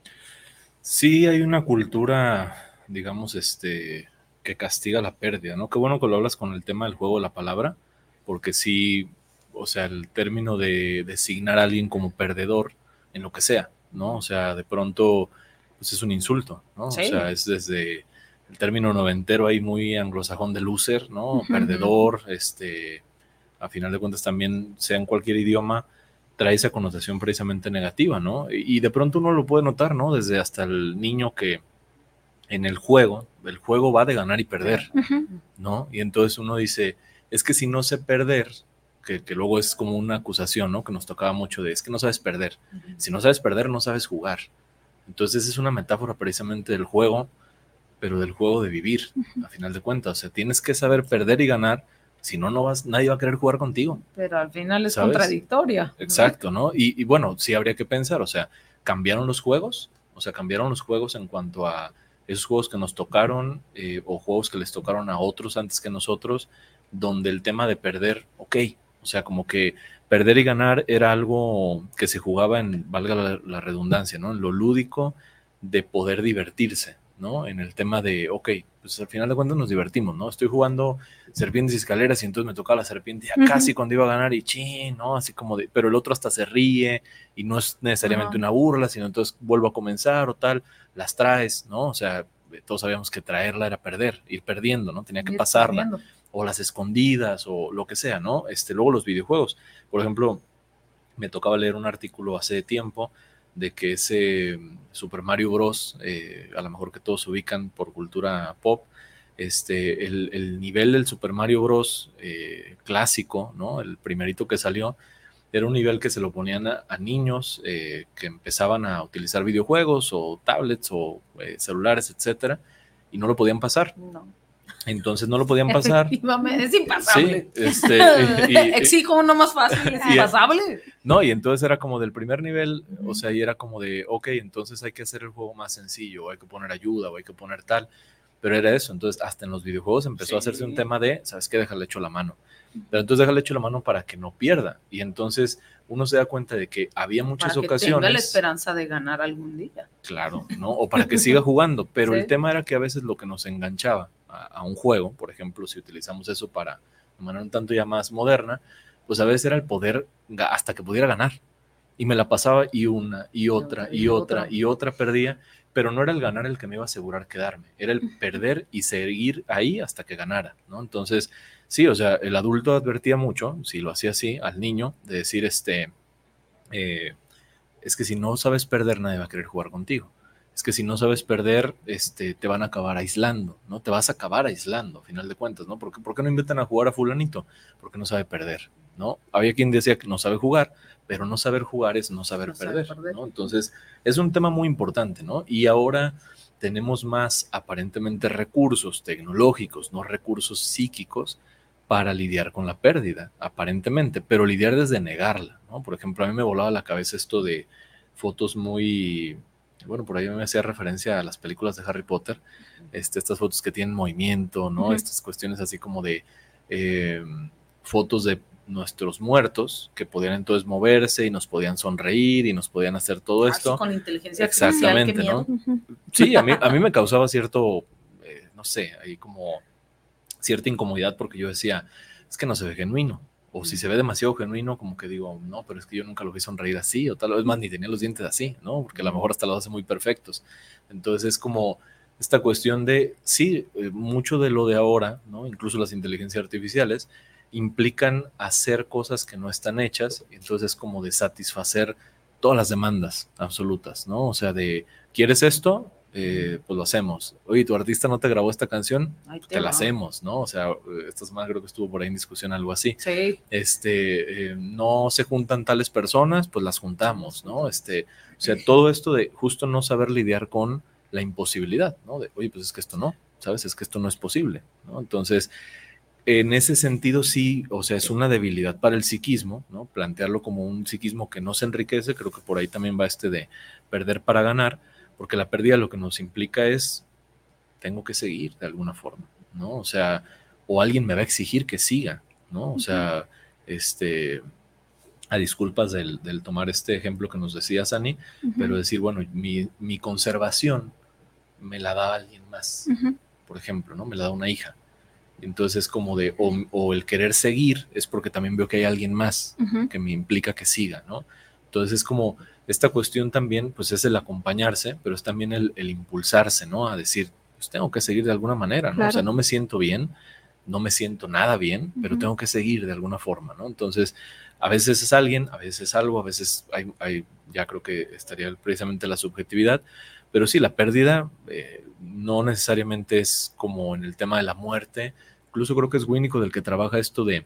Sí, hay una cultura, digamos, este, que castiga la pérdida, ¿no? Qué bueno que lo hablas con el tema del juego de la palabra, porque sí, o sea, el término de designar a alguien como perdedor en lo que sea, ¿no? O sea, de pronto, pues es un insulto, ¿no? Sí. O sea, es desde el término noventero ahí muy anglosajón de loser, ¿no? Uh-huh. Perdedor, este, a final de cuentas también, sea en cualquier idioma, trae esa connotación precisamente negativa, ¿no? Y, y de pronto uno lo puede notar, ¿no? Desde hasta el niño que en el juego, el juego va de ganar y perder, uh-huh. ¿no? Y entonces uno dice, es que si no sé perder, que, que luego es como una acusación, ¿no? Que nos tocaba mucho de, es que no sabes perder. Uh-huh. Si no sabes perder, no sabes jugar. Entonces es una metáfora precisamente del juego, pero del juego de vivir, uh-huh. a final de cuentas. O sea, tienes que saber perder y ganar, si no, no vas, nadie va a querer jugar contigo. Pero al final es ¿sabes? Contradictoria. Exacto, ¿no? Y, y bueno, sí habría que pensar, o sea, ¿cambiaron los juegos? O sea, ¿cambiaron los juegos en cuanto a esos juegos que nos tocaron eh, o juegos que les tocaron a otros antes que nosotros, donde el tema de perder, ok, o sea, como que perder y ganar era algo que se jugaba en, valga la, la redundancia, ¿no? En lo lúdico de poder divertirse, ¿no? En el tema de, ok, pues al final de cuentas nos divertimos, ¿no? Estoy jugando serpientes y escaleras y entonces me tocaba la serpiente ya uh-huh. casi cuando iba a ganar y chin, ¿no? Así como de, pero el otro hasta se ríe y no es necesariamente uh-huh. una burla, sino entonces vuelvo a comenzar o tal, las traes, ¿no? O sea, todos sabíamos que traerla era perder, ir perdiendo, ¿no? Tenía que ir pasarla, perdiendo. O las escondidas o lo que sea, ¿no? Este, luego los videojuegos, por ejemplo, me tocaba leer un artículo hace tiempo de que ese Super Mario Bros, eh, a lo mejor que todos se ubican por cultura pop, este, el, el nivel del Super Mario Bros eh, clásico, ¿no? El primerito que salió, era un nivel que se lo ponían a, a niños eh, que empezaban a utilizar videojuegos o tablets o eh, celulares, etcétera, y no lo podían pasar. No. Entonces no lo podían pasar. Efectivamente, es impasable. Sí, este, y, y, exijo uno más fácil, es impasable. No, y entonces era como del primer nivel, uh-huh. o sea, y era como de, ok, entonces hay que hacer el juego más sencillo, o hay que poner ayuda, o hay que poner tal, pero era eso. Entonces hasta en los videojuegos empezó sí. a hacerse un tema de, ¿sabes qué? Déjale hecho la mano. pero entonces déjale echo la mano para que no pierda. Y entonces uno se da cuenta de que había muchas para que ocasiones. tenga la esperanza de ganar algún día. Claro, ¿no? O para que siga jugando, pero Sí. el tema era que a veces lo que nos enganchaba a, a un juego, por ejemplo, si utilizamos eso para de manera un tanto ya más moderna, pues a veces era el poder hasta que pudiera ganar. Y me la pasaba y una, y otra, y otra, y otra perdía, pero no era el ganar el que me iba a asegurar quedarme, era el perder y seguir ahí hasta que ganara, ¿no? Entonces, sí, o sea, el adulto advertía mucho, si lo hacía así, al niño, de decir, este, eh, es que si no sabes perder, nadie va a querer jugar contigo. Es que si no sabes perder, este, te van a acabar aislando, ¿no? Te vas a acabar aislando, a final de cuentas, ¿no? ¿Por qué, ¿Por qué no invitan a jugar a fulanito? Porque no sabe perder, ¿no? Había quien decía que no sabe jugar, pero no saber jugar es no saber, no perder, saber perder, ¿no? Entonces, es un tema muy importante, ¿no? Y ahora tenemos más, aparentemente, recursos tecnológicos, no recursos psíquicos, para lidiar con la pérdida, aparentemente, pero lidiar desde negarla, ¿no? Por ejemplo, a mí me volaba la cabeza esto de fotos muy... Bueno, por ahí me hacía referencia a las películas de Harry Potter, este, estas fotos que tienen movimiento, ¿no? Uh-huh. Estas cuestiones así como de eh, fotos de nuestros muertos que podían entonces moverse y nos podían sonreír y nos podían hacer todo ah, esto. Sí, con inteligencia exactamente, artificial, ¿no? Uh-huh. Sí, a mí, a mí me causaba cierto, eh, no sé, ahí como cierta incomodidad porque yo decía, es que no se ve genuino. O si se ve demasiado genuino, como que digo, no, pero es que yo nunca lo vi sonreír así, o tal vez más ni tenía los dientes así, ¿no? Porque a lo mejor hasta los hace muy perfectos. Entonces es como esta cuestión de, sí, mucho de lo de ahora, ¿no? Incluso las inteligencias artificiales implican hacer cosas que no están hechas, entonces es como de satisfacer todas las demandas absolutas, ¿no? O sea, de, ¿quieres esto? Eh, pues lo hacemos. Oye, ¿tu artista no te grabó esta canción? Ay, te, te la hacemos, ¿no? O sea, esta semana creo que estuvo por ahí en discusión algo así. Sí. Este, eh, no se juntan tales personas, pues las juntamos, ¿no? Este, o sea, todo esto de justo no saber lidiar con la imposibilidad, ¿no? De, oye, pues es que esto no, ¿sabes? Es que esto no es posible, ¿no? Entonces, en ese sentido sí, o sea, es una debilidad para el psiquismo, ¿no? Plantearlo como un psiquismo que no se enriquece, creo que por ahí también va este de perder para ganar, porque la pérdida lo que nos implica es, tengo que seguir de alguna forma, ¿no? O sea, o alguien me va a exigir que siga, ¿no? O sea, uh-huh. este, a disculpas del, del tomar este ejemplo que nos decía Sani, uh-huh. pero decir, bueno, mi, mi conservación me la da alguien más, uh-huh. por ejemplo, ¿no? Me la da una hija. Entonces es como de, o, o el querer seguir es porque también veo que hay alguien más uh-huh. que me implica que siga, ¿no? Entonces es como, esta cuestión también, pues es el acompañarse, pero es también el, el impulsarse, ¿no? A decir, pues tengo que seguir de alguna manera, ¿no? Claro. O sea, no me siento bien, no me siento nada bien, uh-huh. pero tengo que seguir de alguna forma, ¿no? Entonces, a veces es alguien, a veces es algo, a veces hay, hay ya creo que estaría precisamente la subjetividad, pero sí, la pérdida eh, no necesariamente es como en el tema de la muerte, incluso creo que es Winnicott del que trabaja esto de,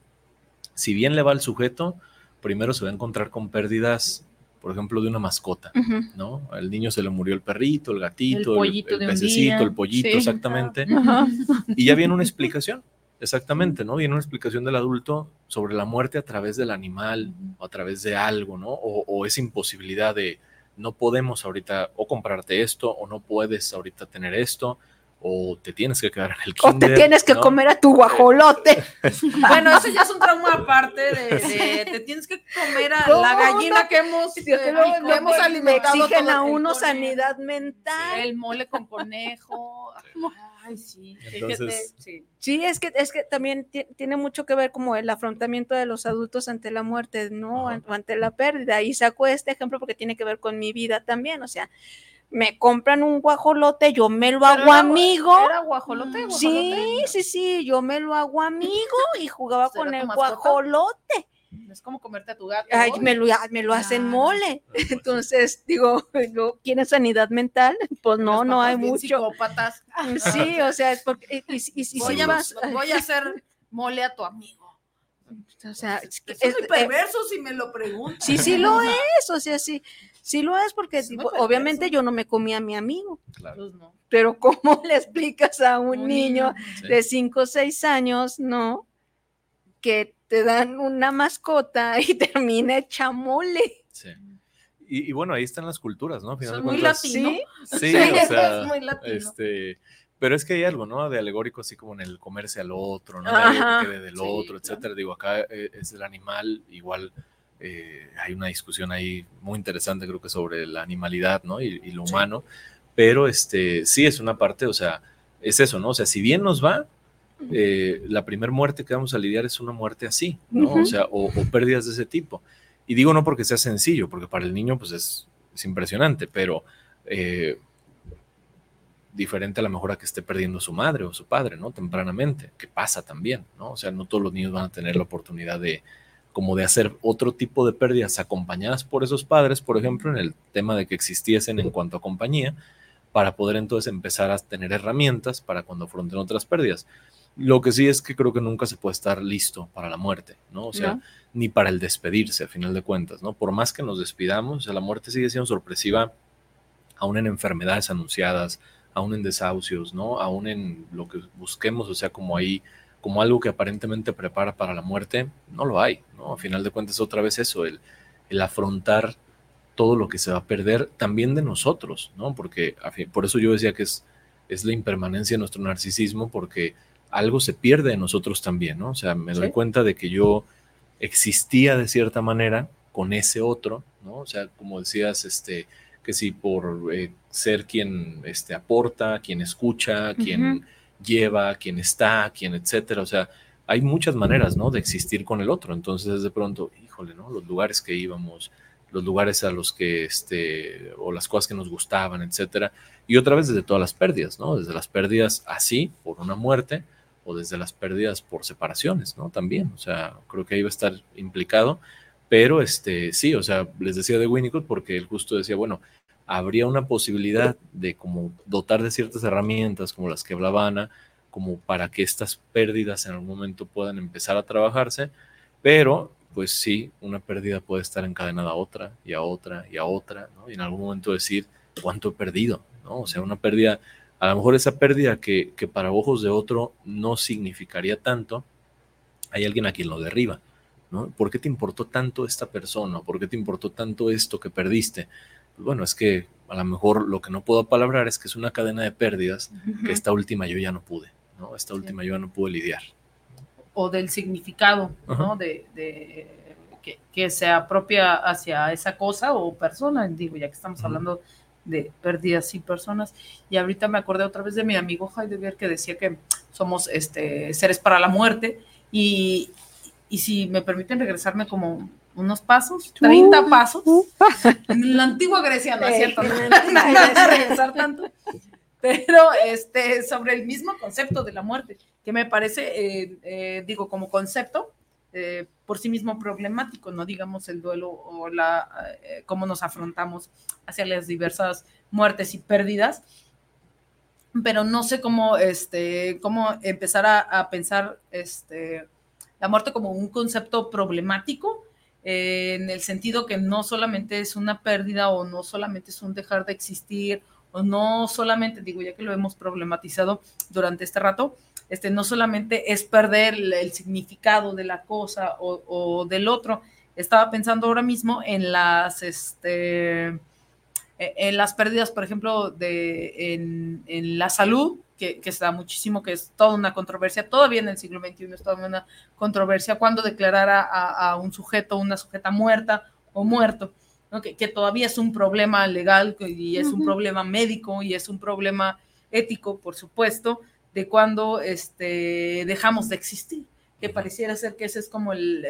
si bien le va al sujeto, primero se va a encontrar con pérdidas, por ejemplo, de una mascota, uh-huh. ¿no? Al niño se le murió el perrito, el gatito, el, el, el pececito, el pollito, sí. exactamente. Uh-huh. Y ya viene una explicación, exactamente, ¿no? Viene una explicación del adulto sobre la muerte a través del animal uh-huh. o a través de algo, ¿no? O, o esa imposibilidad de no podemos ahorita o comprarte esto o no puedes ahorita tener esto. O te tienes que quedar en el kinder. O te tienes que ¿no? comer a tu guajolote. Bueno, eso ya es un trauma aparte de, de te tienes que comer a ¿Cómo? La gallina que hemos, eh, que hemos alimentado. Le exigen a uno sanidad mental. El mole con conejo. Ay, sí. Entonces, sí. Sí, es que, es que también t- tiene mucho que ver como el afrontamiento de los adultos ante la muerte, ¿no? Ajá. O ante la pérdida. Y saco este ejemplo porque tiene que ver con mi vida también, o sea, me compran un guajolote, yo me lo Pero hago era, amigo. ¿Era guajolote, guajolote? Sí, sí, sí, yo me lo hago amigo y jugaba con el guajolote. Es como comerte a tu gato. Ay, me lo, me lo hacen mole. Entonces, digo, ¿quién sanidad mental? Pues no, no hay mucho. Psicópatas. Sí, o sea, es porque... Y, y, y, voy, si a, vas, voy a hacer mole a tu amigo. O sea, es, es, es muy perverso eh, si me lo preguntas. Sí, sí lo es, o sea, sí. Sí lo es porque es digo, obviamente yo no me comí a mi amigo, claro. Pero ¿cómo le explicas a un, un niño sí. de cinco o seis años, no, que te dan una mascota y termina hecha mole? Sí. Y, y bueno, ahí están las culturas, ¿no? Al final Son de muy cuentas, latino. Sí, sí, o sea, es muy latino. Este, Pero es que hay algo, ¿no? De alegórico, así como en el comerse al otro, ¿no? De Ajá. algo que quede del Sí, otro, claro. etcétera. Digo, acá eh, es el animal, igual eh, hay una discusión ahí muy interesante, creo que sobre la animalidad, ¿no? Y, y lo Sí. humano. Pero este, sí es una parte, o sea, es eso, ¿no? O sea, si bien nos va, eh, la primera muerte que vamos a lidiar es una muerte así, ¿no? Ujú. O sea, o, o pérdidas de ese tipo. Y digo no porque sea sencillo, porque para el niño, pues es, es impresionante, pero... Eh, diferente a la mejor a que esté perdiendo su madre o su padre, ¿no? Tempranamente, que pasa también, ¿no? O sea, no todos los niños van a tener la oportunidad de como de hacer otro tipo de pérdidas acompañadas por esos padres, por ejemplo, en el tema de que existiesen en cuanto a compañía, para poder entonces empezar a tener herramientas para cuando afronten otras pérdidas. Lo que sí es que creo que nunca se puede estar listo para la muerte, ¿no? O sea, No. ni para el despedirse, a final de cuentas, ¿no? Por más que nos despidamos, o sea, la muerte sigue siendo sorpresiva, aún en enfermedades anunciadas, aún en desahucios, ¿no? Aún en lo que busquemos, o sea, como ahí, como algo que aparentemente prepara para la muerte, no lo hay, ¿no? A final de cuentas, otra vez eso, el, el afrontar todo lo que se va a perder también de nosotros, ¿no? Porque a fin, por eso yo decía que es, es la impermanencia de nuestro narcisismo, porque algo se pierde de nosotros también, ¿no? O sea, me doy Sí. cuenta de que yo existía de cierta manera con ese otro, ¿no? O sea, como decías, este, que si por eh, ser quien este, aporta, quien escucha, quien Ujú. lleva, quien está, quien etcétera, o sea, hay muchas maneras, ¿no? De existir con el otro, entonces de pronto, híjole, ¿no? Los lugares que íbamos, los lugares a los que, este, o las cosas que nos gustaban, etcétera, y otra vez desde todas las pérdidas, ¿no? Desde las pérdidas así, por una muerte, o desde las pérdidas por separaciones, ¿no? También, o sea, creo que ahí va a estar implicado, pero este, sí, o sea, les decía de Winnicott porque él justo decía, bueno, habría una posibilidad de como dotar de ciertas herramientas como las que hablaba Ana, como para que estas pérdidas en algún momento puedan empezar a trabajarse, pero pues sí, una pérdida puede estar encadenada a otra y a otra y a otra, ¿no? Y en algún momento decir, ¿cuánto he perdido? ¿No? O sea, una pérdida, a lo mejor esa pérdida que, que para ojos de otro no significaría tanto, hay alguien a quien lo derriba, ¿no? ¿Por qué te importó tanto esta persona? ¿Por qué te importó tanto esto que perdiste? Pues bueno, es que a lo mejor lo que no puedo palabrar es que es una cadena de pérdidas Ujú. que esta última yo ya no pude, ¿no? Esta Sí. última yo ya no pude lidiar. O del significado, Ajá. ¿no? De, de que, que se apropia hacia esa cosa o persona, digo, ya que estamos Ujú. hablando de pérdidas y personas. Y ahorita me acordé otra vez de mi amigo Heidegger que decía que somos este, seres para la muerte. Y, y si me permiten regresarme como unos pasos, treinta pasos, en la antigua Grecia, no es cierto, no, no regresar tanto, pero este, sobre el mismo concepto de la muerte, que me parece, eh, eh, digo, como concepto, eh, por sí mismo problemático, no digamos el duelo o la eh, cómo nos afrontamos hacia las diversas muertes y pérdidas, pero no sé cómo, este, cómo empezar a, a pensar este, la muerte como un concepto problemático, eh, en el sentido que no solamente es una pérdida o no solamente es un dejar de existir, o no solamente, digo, ya que lo hemos problematizado durante este rato, este, no solamente es perder el, el significado de la cosa o, o del otro. Estaba pensando ahora mismo en las, este, en las pérdidas, por ejemplo, de, en, en la salud, que, que se da muchísimo, que es toda una controversia, todavía en el siglo veintiuno es toda una controversia cuando declarar a, a, a un sujeto, una sujeta muerta o muerto, ¿no? que, que todavía es un problema legal y es uh-huh. un problema médico y es un problema ético, por supuesto, de cuando este, dejamos de existir, que pareciera ser que ese es como el,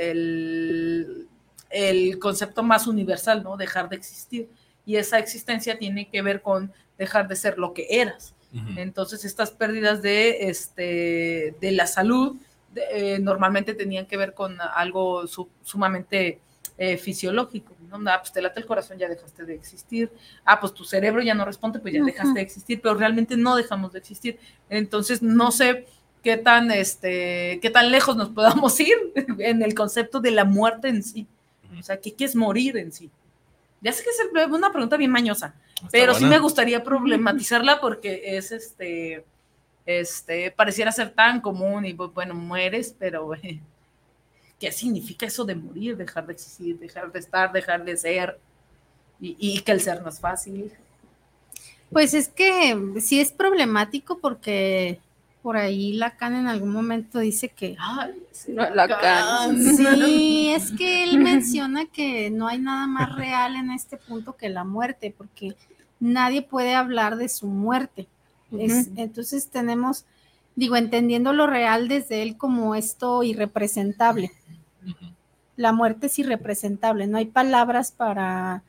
el, el concepto más universal, ¿no? Dejar de existir. Y esa existencia tiene que ver con dejar de ser lo que eras. Uh-huh. Entonces, estas pérdidas de, este, de la salud de, eh, normalmente tenían que ver con algo su, sumamente eh, fisiológico, ¿no? Ah, pues te late el corazón, ya dejaste de existir. Ah, pues tu cerebro ya no responde, pues ya uh-huh. dejaste de existir, pero realmente no dejamos de existir. Entonces, no sé qué tan, este, qué tan lejos nos podamos ir en el concepto de la muerte en sí. Uh-huh. O sea, ¿qué, qué es morir en sí? Ya sé que es una pregunta bien mañosa, Está pero buena. Sí me gustaría problematizarla porque es este, este, pareciera ser tan común y bueno, mueres, pero eh, ¿qué significa eso de morir? Dejar de existir, dejar de estar, dejar de ser, y, y que el ser no es fácil. Pues es que sí es problemático porque por ahí Lacan en algún momento dice que... Ay, No, Lacan. Sí, es que él menciona que no hay nada más real en este punto que la muerte, porque nadie puede hablar de su muerte. Es, Ujú. entonces tenemos, digo, entendiendo lo real desde él como esto irrepresentable. Ujú. La muerte es irrepresentable, no hay palabras para,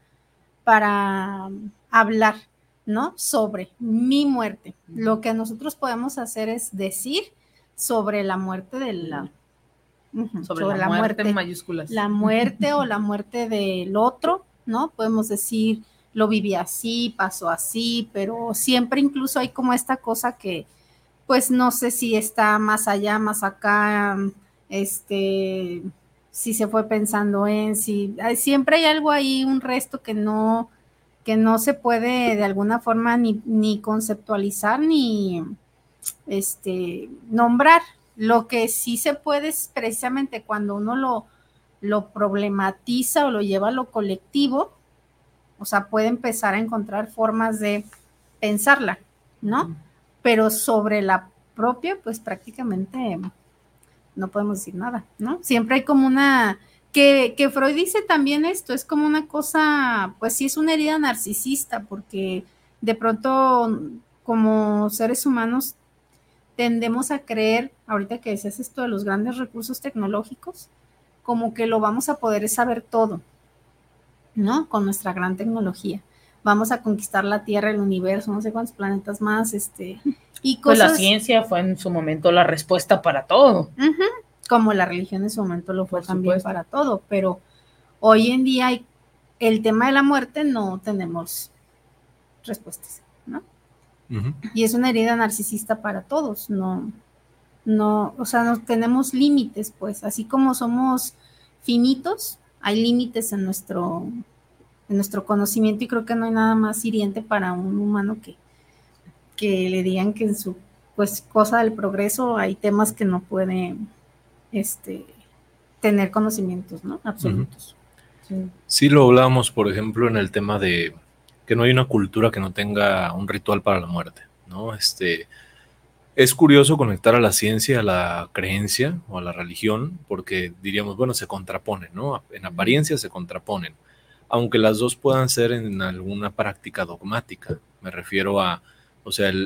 para hablar, ¿no? Sobre mi muerte. Lo que nosotros podemos hacer es decir sobre la muerte de la... Ujú, Sobre, sobre la, la muerte, muerte en mayúsculas. La muerte o la muerte del otro, ¿no? Podemos decir, lo viví así, pasó así, pero siempre incluso hay como esta cosa que, pues no sé si está más allá, más acá, este, si se fue pensando en, si siempre hay algo ahí, un resto que no, que no se puede de alguna forma ni, ni conceptualizar ni este, nombrar. Lo que sí se puede es precisamente cuando uno lo, lo problematiza o lo lleva a lo colectivo, o sea, puede empezar a encontrar formas de pensarla, ¿no? Pero sobre la propia, pues prácticamente no podemos decir nada, ¿no? Siempre hay como una, que, que Freud dice también esto, es como una cosa, pues sí es una herida narcisista, porque de pronto como seres humanos tendemos a creer, ahorita que decías esto de los grandes recursos tecnológicos, como que lo vamos a poder saber todo, ¿no? Con nuestra gran tecnología. Vamos a conquistar la Tierra, el universo, no sé cuántos planetas más, este, y cosas... Pues la ciencia fue en su momento la respuesta para todo. Uh-huh. Como la religión en su momento lo fue Por también supuesto. Para todo, pero hoy en día hay, el tema de la muerte no tenemos respuestas, ¿no? Uh-huh. Y es una herida narcisista para todos, no, no, o sea, no tenemos límites, pues, así como somos finitos, hay límites en nuestro, en nuestro conocimiento y creo que no hay nada más hiriente para un humano que, que le digan que en su, pues, cosa del progreso hay temas que no puede, este, tener conocimientos, ¿no? Absolutos. Uh-huh. Sí. Sí, lo hablábamos, por ejemplo, en el tema de que no hay una cultura que no tenga un ritual para la muerte, ¿no? Este, es curioso conectar a la ciencia, a la creencia o a la religión, porque diríamos, bueno, se contraponen, ¿no? En apariencia se contraponen, aunque las dos puedan ser en alguna práctica dogmática. Me refiero a, o sea, el,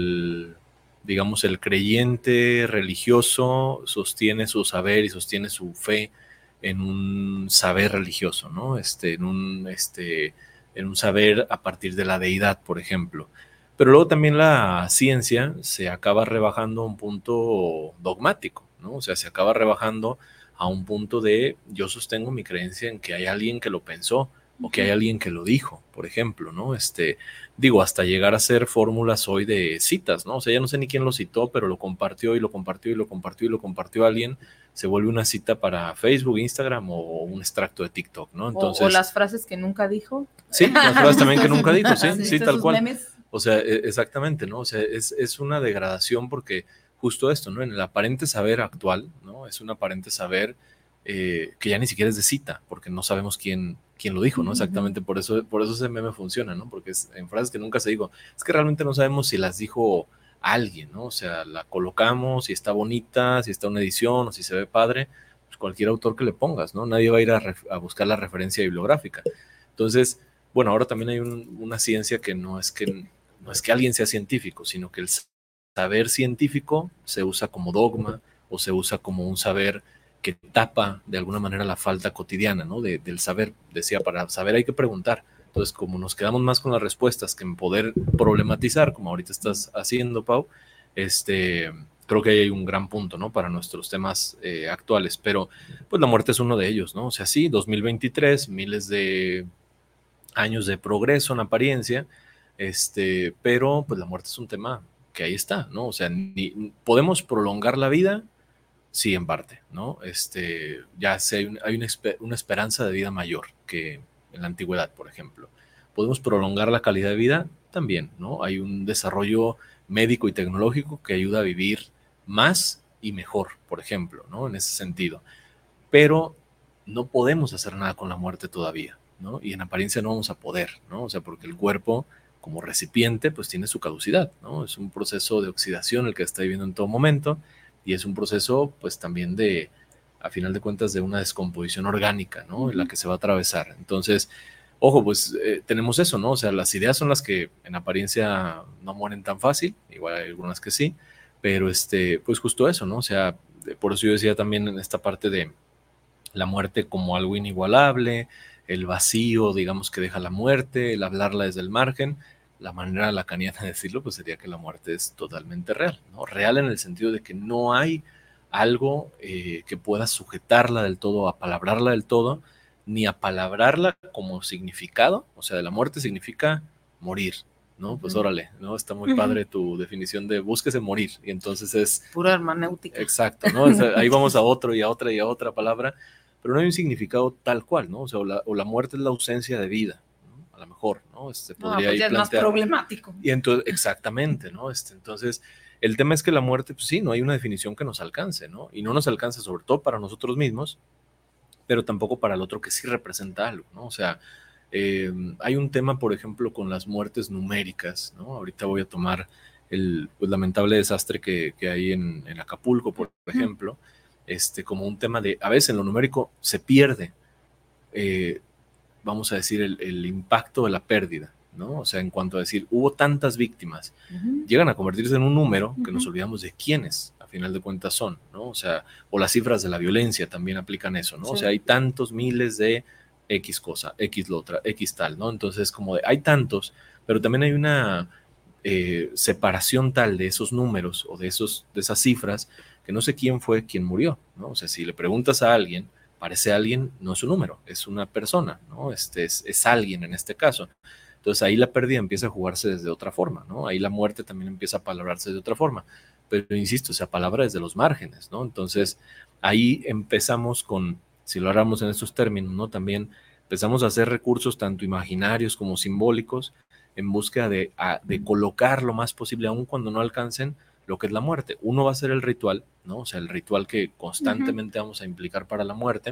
el digamos, el creyente religioso sostiene su saber y sostiene su fe en un saber religioso, ¿no? Este, en un, este, en un saber a partir de la deidad, por ejemplo. Pero luego también la ciencia se acaba rebajando a un punto dogmático, ¿no? O sea, se acaba rebajando a un punto de yo sostengo mi creencia en que hay alguien que lo pensó o que hay alguien que lo dijo, por ejemplo, ¿no? Este, digo, hasta llegar a hacer fórmulas hoy de citas, ¿no? O sea, ya no sé ni quién lo citó, pero lo compartió y lo compartió y lo compartió y lo compartió alguien, se vuelve una cita para Facebook, Instagram o un extracto de TikTok, ¿no? Entonces, o, o las frases que nunca dijo. Sí, las frases también que nunca dijo, sí, sí, sí tal cual. Memes? O sea, exactamente, ¿no? O sea, es, es una degradación porque justo esto, ¿no? En el aparente saber actual, ¿no? Es un aparente saber eh, que ya ni siquiera es de cita, porque no sabemos quién, quién lo dijo, ¿no? Exactamente, por eso, por eso ese meme funciona, ¿no? Porque es en frases que nunca se dijo. Es que realmente no sabemos si las dijo alguien, ¿no? O sea, la colocamos, si está bonita, si está una edición o si se ve padre, pues cualquier autor que le pongas, ¿no? Nadie va a ir a, ref- a buscar la referencia bibliográfica. Entonces, bueno, ahora también hay un, una ciencia que no es que no es que alguien sea científico, sino que el saber científico se usa como dogma o se usa como un saber que tapa de alguna manera la falta cotidiana, ¿no? De, del saber. Decía, para saber hay que preguntar. Entonces, como nos quedamos más con las respuestas que en poder problematizar, como ahorita estás haciendo, Pau, este, creo que ahí hay un gran punto, ¿no? Para nuestros temas eh, actuales. Pero, pues la muerte es uno de ellos, ¿no? O sea, sí, dos mil veintitrés, miles de años de progreso en apariencia, este, pero pues la muerte es un tema que ahí está, ¿no? O sea, ni, podemos prolongar la vida, sí, en parte, ¿no? Este, ya sé, hay, un, hay una, una esperanza de vida mayor que en la antigüedad, por ejemplo. Podemos prolongar la calidad de vida también, ¿no? Hay un desarrollo médico y tecnológico que ayuda a vivir más y mejor, por ejemplo, ¿no? En ese sentido. Pero no podemos hacer nada con la muerte todavía, ¿no? Y en apariencia no vamos a poder, ¿no? O sea, porque el cuerpo como recipiente, pues tiene su caducidad, ¿no? Es un proceso de oxidación el que está viviendo en todo momento y es un proceso, pues también de, a final de cuentas, de una descomposición orgánica, ¿no? Uh-huh. En la que se va a atravesar. Entonces, ojo, pues eh, tenemos eso, ¿no? O sea, las ideas son las que en apariencia no mueren tan fácil, igual hay algunas que sí, pero este, pues justo eso, ¿no? O sea, por eso yo decía también en esta parte de la muerte como algo inigualable, el vacío, digamos, que deja la muerte, el hablarla desde el margen, la manera lacaniana de decirlo, pues sería que la muerte es totalmente real, ¿no? Real en el sentido de que no hay algo eh, que pueda sujetarla del todo, apalabrarla del todo, ni apalabrarla como significado, o sea, de la muerte significa morir, ¿no? Pues uh-huh. órale, ¿no? Está muy uh-huh. padre tu definición de búsquese morir, y entonces es... pura hermenéutica. Exacto, ¿no? O sea, ahí vamos a otro y a otra y a otra palabra, pero no hay un significado tal cual, ¿no? O sea, o la, o la muerte es la ausencia de vida, ¿no? A lo mejor, ¿no? Este, podría no, pues ya ir plantear... es más problemático. Y entonces, exactamente, ¿no? Este, entonces, el tema es que la muerte, pues sí, no hay una definición que nos alcance, ¿no? Y no nos alcanza sobre todo para nosotros mismos, pero tampoco para el otro que sí representa algo, ¿no? O sea, eh, hay un tema, por ejemplo, con las muertes numéricas, ¿no? Ahorita voy a tomar el pues, lamentable desastre que, que hay en, en Acapulco, por ejemplo, este, como un tema de, a veces en lo numérico se pierde, eh, vamos a decir, el, el impacto de la pérdida, ¿no? O sea, en cuanto a decir, hubo tantas víctimas, uh-huh. llegan a convertirse en un número que uh-huh. nos olvidamos de quiénes, a final de cuentas son, ¿no? O sea, o las cifras de la violencia también aplican eso, ¿no? Sí. O sea, hay tantos miles de X cosa, X lo otra, X tal, ¿no? Entonces, como de, hay tantos, pero también hay una eh, separación tal de esos números o de, esos, de esas cifras que no sé quién fue quien murió, ¿no? O sea, si le preguntas a alguien, parece alguien, no es un número, es una persona, ¿no? Este es, es alguien en este caso. Entonces ahí la pérdida empieza a jugarse desde otra forma, ¿no? Ahí la muerte también empieza a palabrarse de otra forma. Pero insisto, se palabra desde los márgenes, ¿no? Entonces ahí empezamos con, si lo hablamos en estos términos, ¿no? También empezamos a hacer recursos tanto imaginarios como simbólicos en búsqueda de, a, de colocar lo más posible, aun cuando no alcancen lo que es la muerte. Uno va a ser el ritual, ¿no? O sea, el ritual que constantemente uh-huh. vamos a implicar para la muerte,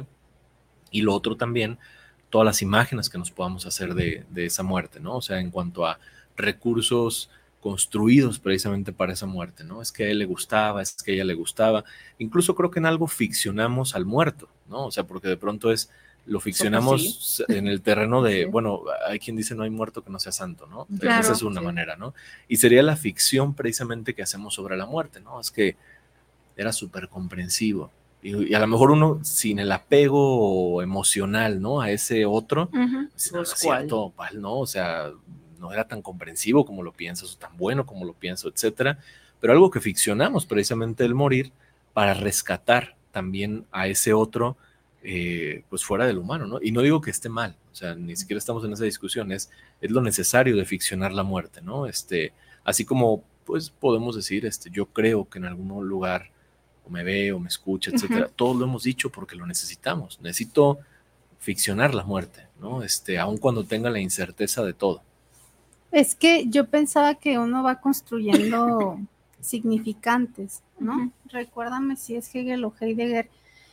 y lo otro también, todas las imágenes que nos podamos hacer de, de esa muerte, ¿no? O sea, en cuanto a recursos construidos precisamente para esa muerte, ¿no? Es que a él le gustaba, es que a ella le gustaba. Incluso creo que en algo ficcionamos al muerto, ¿no? O sea, porque de pronto es, lo ficcionamos sí. en el terreno de, sí. bueno, hay quien dice no hay muerto que no sea santo, ¿no? Claro, esa es una sí. manera, ¿no? Y sería la ficción precisamente que hacemos sobre la muerte, ¿no? Es que era súper comprensivo. Y, y a lo mejor uno, sin el apego emocional, ¿no? A ese otro, uh-huh. pues, no, no es cierto, ¿cuál, no? O sea, no era tan comprensivo como lo piensas, o tan bueno como lo pienso, etcétera. Pero algo que ficcionamos precisamente el morir para rescatar también a ese otro, eh, pues fuera del humano, ¿no? Y no digo que esté mal, o sea, ni siquiera estamos en esa discusión, es, es lo necesario de ficcionar la muerte, ¿no? Este, así como, pues podemos decir, este, yo creo que en algún lugar o me ve o me escucha, etcétera. Uh-huh. Todos lo hemos dicho porque lo necesitamos. Necesito ficcionar la muerte, ¿no? Este, aun cuando tenga la incerteza de todo. Es que yo pensaba que uno va construyendo significantes, ¿no? Uh-huh. Recuérdame si es Hegel o Heidegger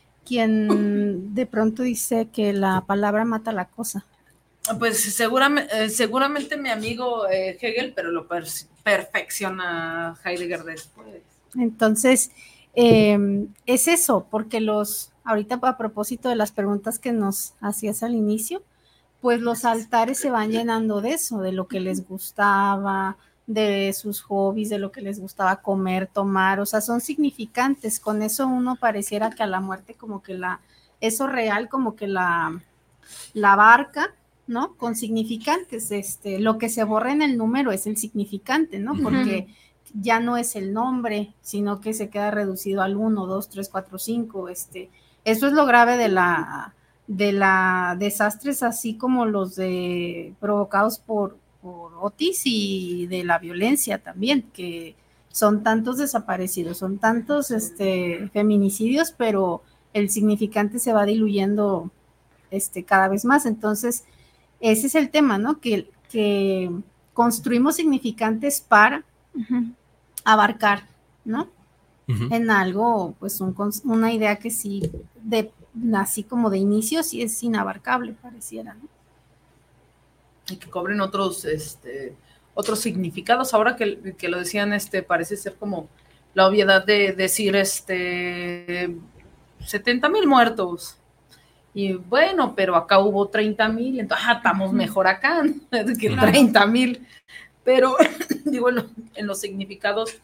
quien de pronto dice que la palabra mata la cosa. Pues seguramente, seguramente mi amigo eh, Hegel, pero lo per- perfecciona Heidegger después. Entonces, eh, es eso, porque los, ahorita a propósito de las preguntas que nos hacías al inicio, pues los altares se van llenando de eso, de lo que les gustaba, de sus hobbies, de lo que les gustaba comer, tomar, o sea, son significantes. Con eso uno pareciera que a la muerte como que la, eso real como que la, la abarca, ¿no? Con significantes, este, lo que se borra en el número es el significante, ¿no? Porque uh-huh. ya no es el nombre, sino que se queda reducido al uno, dos, tres, cuatro, cinco, este, eso es lo grave de la, de la desastres así como los de provocados por, por Otis y de la violencia también, que son tantos desaparecidos, son tantos este, feminicidios, pero el significante se va diluyendo este, cada vez más. Entonces, ese es el tema, ¿no? Que, que construimos significantes para uh-huh. abarcar, ¿no? Uh-huh. En algo, pues un, una idea que sí, de, así como de inicio, sí es inabarcable, pareciera, ¿no? Y que cobren otros, este, otros significados. Ahora que, que lo decían, este, parece ser como la obviedad de decir, este, setenta mil muertos. Y bueno, pero acá hubo treinta mil, entonces, ah, estamos mejor acá, ¿no? que treinta mil. Pero, digo, en, lo, en los significados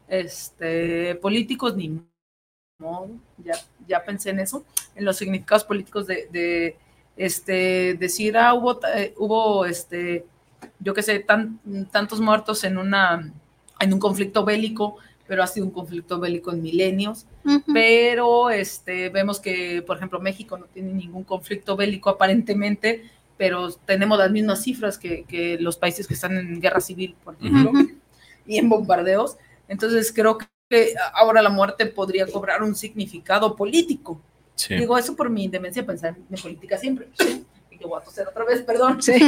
este, políticos, ni modo, ya, ya pensé en eso, en los significados políticos de, de este, decir, ah, hubo, eh, hubo este, yo qué sé, tan, tantos muertos en, una, en un conflicto bélico, pero ha sido un conflicto bélico en milenios, uh-huh. pero este, vemos que, por ejemplo, México no tiene ningún conflicto bélico aparentemente, pero tenemos las mismas cifras que, que los países que están en guerra civil, por ejemplo, uh-huh. y en bombardeos. Entonces creo que ahora la muerte podría cobrar un significado político. Sí. Digo eso por mi demencia de pensar en política siempre. Sí. Y que voy a toser otra vez, perdón. Sí.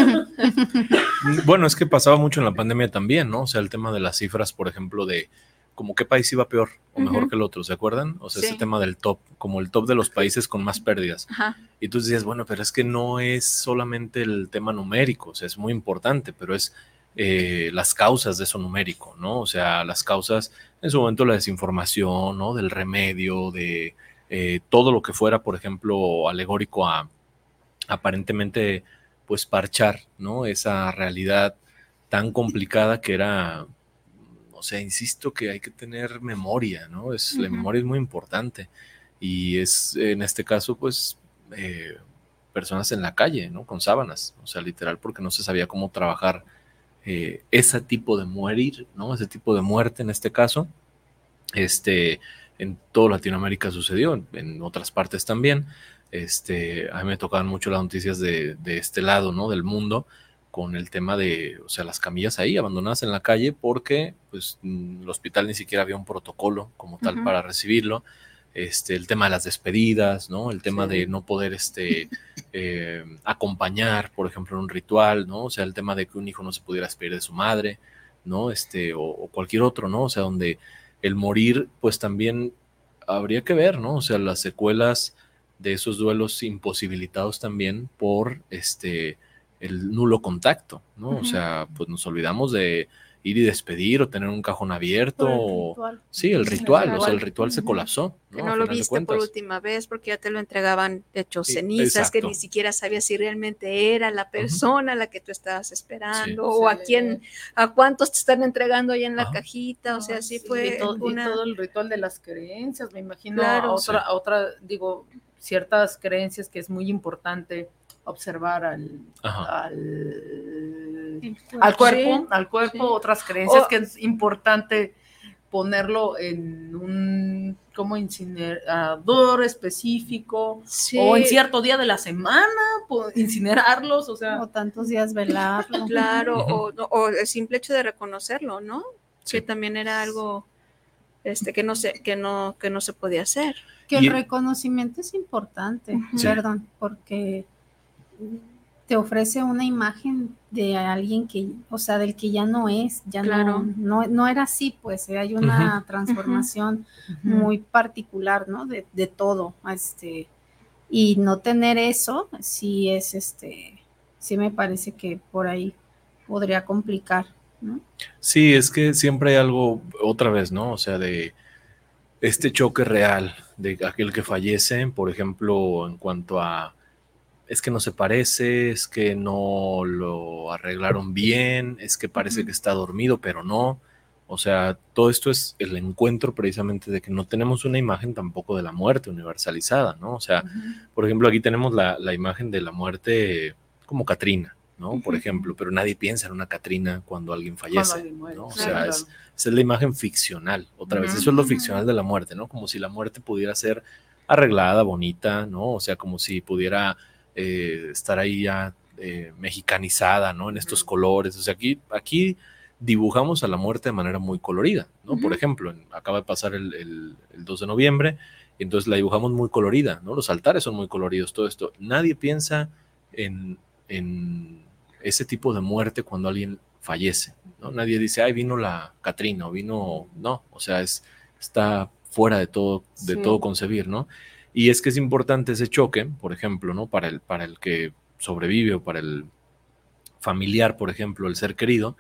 Bueno, es que pasaba mucho en la pandemia también, ¿no? O sea, el tema de las cifras, por ejemplo, de como qué país iba peor o mejor uh-huh. que el otro, ¿se acuerdan? O sea, sí. ese tema del top, como el top de los países con más pérdidas. Uh-huh. Y tú decías, bueno, pero es que no es solamente el tema numérico, o sea, es muy importante, pero es eh, las causas de eso numérico, ¿no? O sea, las causas, en su momento la desinformación, ¿no? Del remedio, de eh, todo lo que fuera, por ejemplo, alegórico a aparentemente, pues, parchar, ¿no? Esa realidad tan complicada que era... O sea, insisto que hay que tener memoria, ¿no? Es, uh-huh. La memoria es muy importante y es, en este caso, pues, eh, personas en la calle, ¿no? Con sábanas, o sea, literal, porque no se sabía cómo trabajar eh, ese tipo de morir, ¿no? Ese tipo de muerte, en este caso, este, en toda Latinoamérica sucedió, en, en otras partes también. Este, a mí me tocaban mucho las noticias de, de este lado, ¿no? Del mundo, con el tema de, o sea, las camillas ahí abandonadas en la calle porque pues el hospital ni siquiera había un protocolo como tal uh-huh. para recibirlo, este, el tema de las despedidas, ¿no? El tema sí. de no poder este, eh, acompañar, por ejemplo, en un ritual, ¿no? O sea, el tema de que un hijo no se pudiera despedir de su madre, ¿no? Este, o, o cualquier otro, ¿no? O sea, donde el morir, pues también habría que ver, ¿no? O sea, las secuelas de esos duelos imposibilitados también por, este, el nulo contacto, ¿no? Uh-huh. O sea, pues nos olvidamos de ir y despedir o tener un cajón abierto. O... Sí, el ritual, el ritual, o sea, el ritual uh-huh. se colapsó, ¿no? Que no lo viste por última vez porque ya te lo entregaban hecho cenizas, exacto. que ni siquiera sabías si realmente era la persona uh-huh. a la que tú estabas esperando sí. o sí. a quién, a cuántos te están entregando ahí en la uh-huh. cajita, o sea, sí, sí fue y todo, una... y todo el ritual de las creencias, me imagino, claro, a otra, sí. a otra, digo, ciertas creencias que es muy importante observar al, al, al cuerpo, sí, al cuerpo, sí. otras creencias oh. que es importante ponerlo en un como incinerador específico sí. o en cierto día de la semana incinerarlos, o sea, o tantos días velarlo, claro, uh-huh. o, o el simple hecho de reconocerlo, ¿no? Sí. Que también era algo este que no se que no que no se podía hacer. Que el y... reconocimiento es importante, uh-huh. perdón, porque te ofrece una imagen de alguien que, o sea, del que ya no es, ya claro. no, no, no era así, pues hay una uh-huh. transformación uh-huh. muy particular, ¿no? De, de todo, este, y no tener eso, sí es, este, sí me parece que por ahí podría complicar, ¿no? Sí, es que siempre hay algo, otra vez, ¿no? O sea, de este choque real de aquel que fallece, por ejemplo, en cuanto a es que no se parece, es que no lo arreglaron bien, es que parece uh-huh. que está dormido, pero no. O sea, todo esto es el encuentro precisamente de que no tenemos una imagen tampoco de la muerte universalizada, ¿no? O sea, uh-huh. por ejemplo, aquí tenemos la, la imagen de la muerte como Catrina, ¿no? Uh-huh. Por ejemplo, pero nadie piensa en una Catrina cuando alguien fallece, cuando alguien muere, ¿no? O sea, claro. es, esa es la imagen ficcional, otra uh-huh. vez, eso es lo ficcional de la muerte, ¿no? Como si la muerte pudiera ser arreglada, bonita, ¿no? O sea, como si pudiera... Eh, estar ahí ya eh, mexicanizada, ¿no? En estos uh-huh. colores, o sea, aquí, aquí dibujamos a la muerte de manera muy colorida, ¿no? Uh-huh. Por ejemplo, en, acaba de pasar el, el, el dos de noviembre, y entonces la dibujamos muy colorida, ¿no? Los altares son muy coloridos, todo esto. Nadie piensa en, en ese tipo de muerte cuando alguien fallece, ¿no? Nadie dice, ay, vino la Catrina, o vino, no, o sea, es, está fuera de todo, de sí. todo concebir, ¿no? Y es que es importante ese choque, por ejemplo, ¿no? Para el, para el que sobrevive o para el familiar, por ejemplo, el ser querido,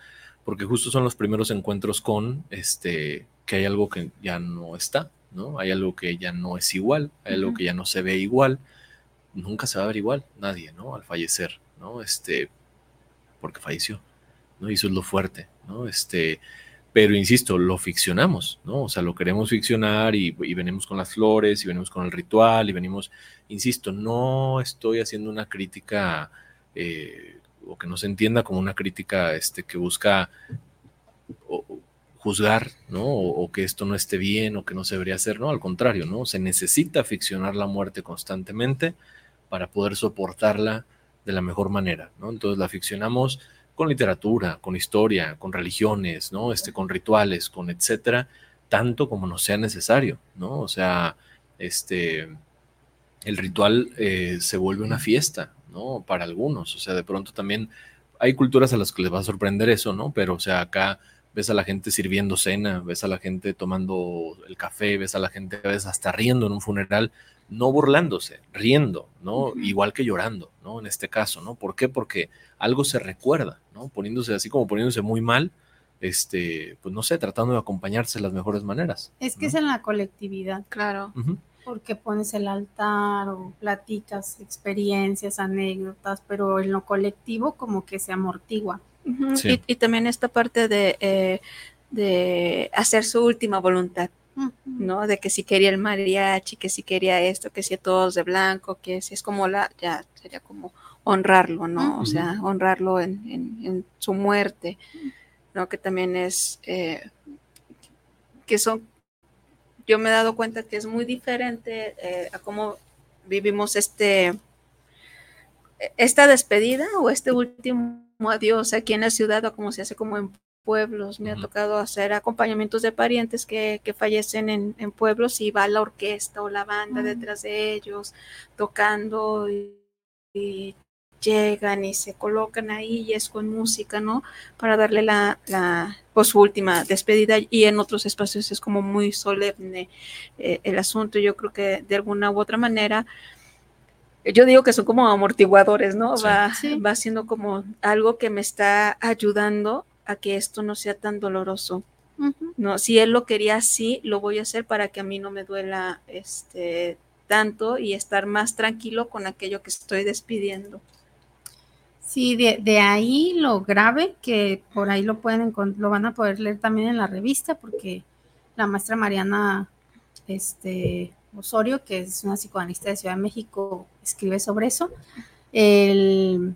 porque justo son los primeros encuentros con este, que hay algo que ya no está, ¿no? Hay algo que ya no es igual, hay algo que ya no se ve igual, nunca se va a ver igual, nadie, ¿no? Al fallecer, ¿no? Este, porque falleció, ¿no? Y eso es lo fuerte, ¿no? Este, pero insisto, lo ficcionamos, ¿no? O sea, lo queremos ficcionar y, y venimos con las flores, y venimos con el ritual, y venimos, insisto, no estoy haciendo una crítica, eh, o que no se entienda como una crítica este, que busca o, juzgar, ¿no? O, o que esto no esté bien, o que no se debería hacer, no, al contrario, ¿no? Se necesita ficcionar la muerte constantemente para poder soportarla de la mejor manera, ¿no? Entonces la ficcionamos con literatura, con historia, con religiones, ¿no? Este, con rituales, con etcétera, tanto como nos sea necesario, ¿no? O sea, este, el ritual eh, se vuelve una fiesta, ¿no? Para algunos, o sea, de pronto también hay culturas a las que les va a sorprender eso, ¿no? Pero, o sea, acá ves a la gente sirviendo cena, ves a la gente tomando el café, ves a la gente a veces hasta riendo en un funeral, no burlándose, riendo, ¿no? Uh-huh. Igual que llorando, ¿no? En este caso, ¿no? ¿Por qué? Porque algo se recuerda, ¿no? Poniéndose así como poniéndose muy mal, este, pues no sé, tratando de acompañarse de las mejores maneras. Es que ¿no? es en la colectividad. Claro. Uh-huh. Porque pones el altar o platicas experiencias, anécdotas, pero en lo colectivo como que se amortigua. Uh-huh. Sí. Y, y también esta parte de, eh, de hacer su última voluntad. ¿No? De que si quería el mariachi, que si quería esto, que si todos de blanco, que si es como la, ya sería como honrarlo, ¿no? Uh-huh. O sea, honrarlo en, en, en su muerte, ¿no? Que también es, eh, que son, yo me he dado cuenta que es muy diferente eh, a cómo vivimos este, esta despedida o este último adiós aquí en la ciudad o como se hace como en pueblos. Me uh-huh. ha tocado hacer acompañamientos de parientes que, que fallecen en, en pueblos y va la orquesta o la banda uh-huh. detrás de ellos tocando y, y llegan y se colocan ahí y es con música, ¿no? Para darle la, la pues, su última despedida, y en otros espacios es como muy solemne eh, el asunto. Yo creo que de alguna u otra manera yo digo que son como amortiguadores, ¿no? Sí. Va, sí. va siendo como algo que me está ayudando a que esto no sea tan doloroso. Uh-huh. No, si él lo quería así, lo voy a hacer para que a mí no me duela este tanto y estar más tranquilo con aquello que estoy despidiendo. Sí, de, de ahí lo grave, que por ahí lo pueden lo van a poder leer también en la revista, porque la maestra Mariana este, Osorio, que es una psicoanalista de Ciudad de México, escribe sobre eso. El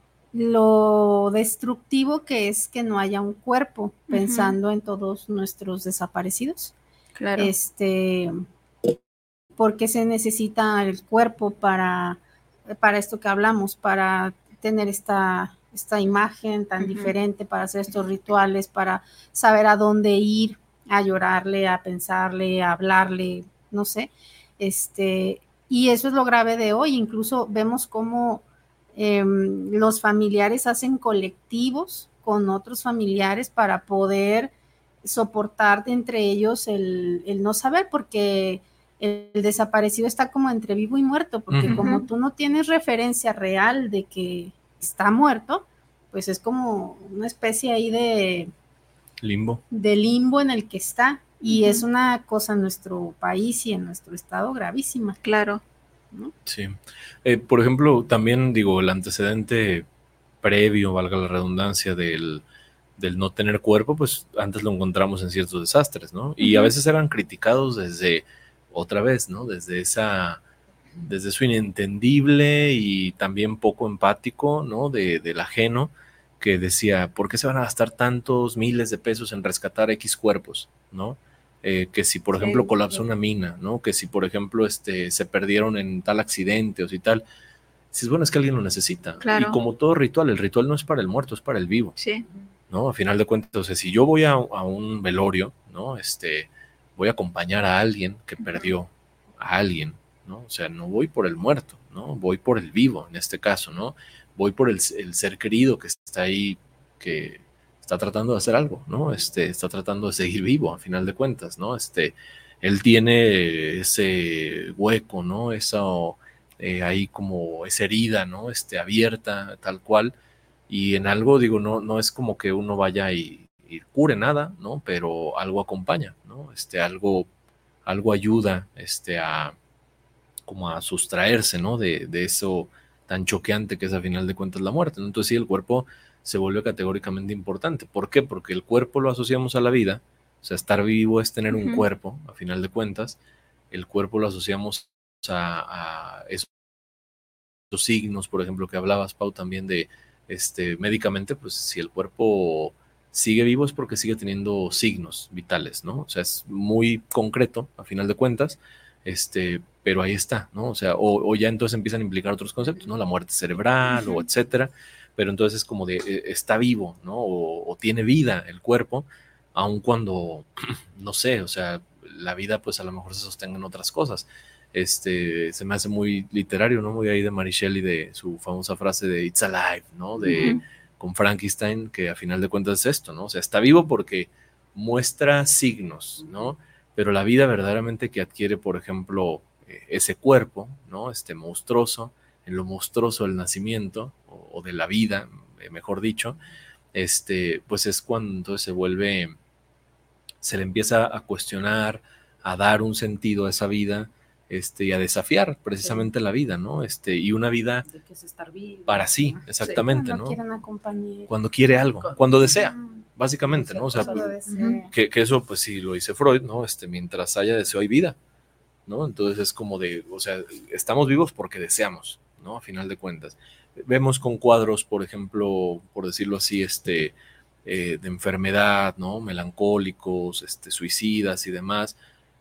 lo destructivo que es que no haya un cuerpo, uh-huh. pensando en todos nuestros desaparecidos. Claro. Este, porque se necesita el cuerpo para, para esto que hablamos, para tener esta, esta imagen tan uh-huh. diferente, para hacer estos rituales, para saber a dónde ir, a llorarle, a pensarle, a hablarle, no sé. Este, y eso es lo grave de hoy. Incluso vemos cómo Eh, los familiares hacen colectivos con otros familiares para poder soportar entre ellos el, el no saber, porque el, el desaparecido está como entre vivo y muerto, porque uh-huh. como tú no tienes referencia real de que está muerto, pues es como una especie ahí de limbo, de limbo en el que está, y uh-huh. es una cosa en nuestro país y en nuestro estado gravísima. Claro. ¿no? Sí. Eh, por ejemplo, también digo, el antecedente previo, valga la redundancia, del, del no tener cuerpo, pues antes lo encontramos en ciertos desastres, ¿no? Y uh-huh. a veces eran criticados desde, otra vez, ¿no? Desde esa, desde su inentendible y también poco empático, ¿no? De, del ajeno, que decía, ¿por qué se van a gastar tantos miles de pesos en rescatar X cuerpos, ¿no? Eh, que si por ejemplo sí, colapsó sí. una mina, ¿no? Que si por ejemplo este, se perdieron en tal accidente o si tal, si es bueno, es que alguien lo necesita. Claro. Y como todo ritual, el ritual no es para el muerto, es para el vivo. Sí. ¿No? A final de cuentas, o sea, si yo voy a, a un velorio, ¿no? Este, voy a acompañar a alguien que perdió a alguien, ¿no? O sea, no voy por el muerto, ¿no? Voy por el vivo, en este caso, ¿no? Voy por el, el ser querido que está ahí, que está tratando de hacer algo, ¿no? Este, está tratando de seguir vivo, a final de cuentas, ¿no? Este, él tiene ese hueco, ¿no? Esa, eh, ahí como esa herida, ¿no? Este, abierta, tal cual, y en algo, digo, no, no es como que uno vaya y, y cure nada, ¿no? Pero algo acompaña, ¿no? Este, algo, algo ayuda este, a, como a sustraerse, ¿no? De, de eso tan choqueante que es a final de cuentas la muerte, ¿no? Entonces sí, el cuerpo se vuelve categóricamente importante. ¿Por qué? Porque el cuerpo lo asociamos a la vida, o sea, estar vivo es tener un Ujú. cuerpo, a final de cuentas, el cuerpo lo asociamos a, a esos signos, por ejemplo, que hablabas, Pau, también de, este, médicamente, pues si el cuerpo sigue vivo es porque sigue teniendo signos vitales, ¿no? O sea, es muy concreto, a final de cuentas, este, pero ahí está, ¿no? O sea, o, o ya entonces empiezan a implicar otros conceptos, ¿no? La muerte cerebral o etcétera, pero entonces es como de, eh, está vivo, ¿no? O, o tiene vida el cuerpo, aun cuando, no sé, o sea, la vida pues a lo mejor se sostenga en otras cosas. Este, se me hace muy literario, ¿no? Muy ahí de Mary Shelley, de su famosa frase de It's Alive, ¿no? De, Ujú. con Frankenstein, que a final de cuentas es esto, ¿no? O sea, está vivo porque muestra signos, ¿no? Pero la vida verdaderamente que adquiere, por ejemplo, eh, ese cuerpo, ¿no? Este monstruoso, en lo monstruoso del nacimiento, o, o de la vida, eh, mejor dicho, este, pues es cuando entonces se vuelve, se le empieza a cuestionar, a dar un sentido a esa vida, este, y a desafiar precisamente la vida, ¿no? Este, y una vida De que es estar vivo. para sí, exactamente, Cuando ¿no? quieren acompañar. Cuando quiere algo, cuando desea, Mm, básicamente, ¿no? O sea, solo deseo. que, que eso, pues sí lo dice Freud, ¿no? Este, mientras haya deseo hay vida, ¿no? Entonces es como de, o sea, estamos vivos porque deseamos, ¿no? A final de cuentas. Vemos con cuadros, por ejemplo, por decirlo así, este, eh, de enfermedad, ¿no? Melancólicos, este, suicidas y demás,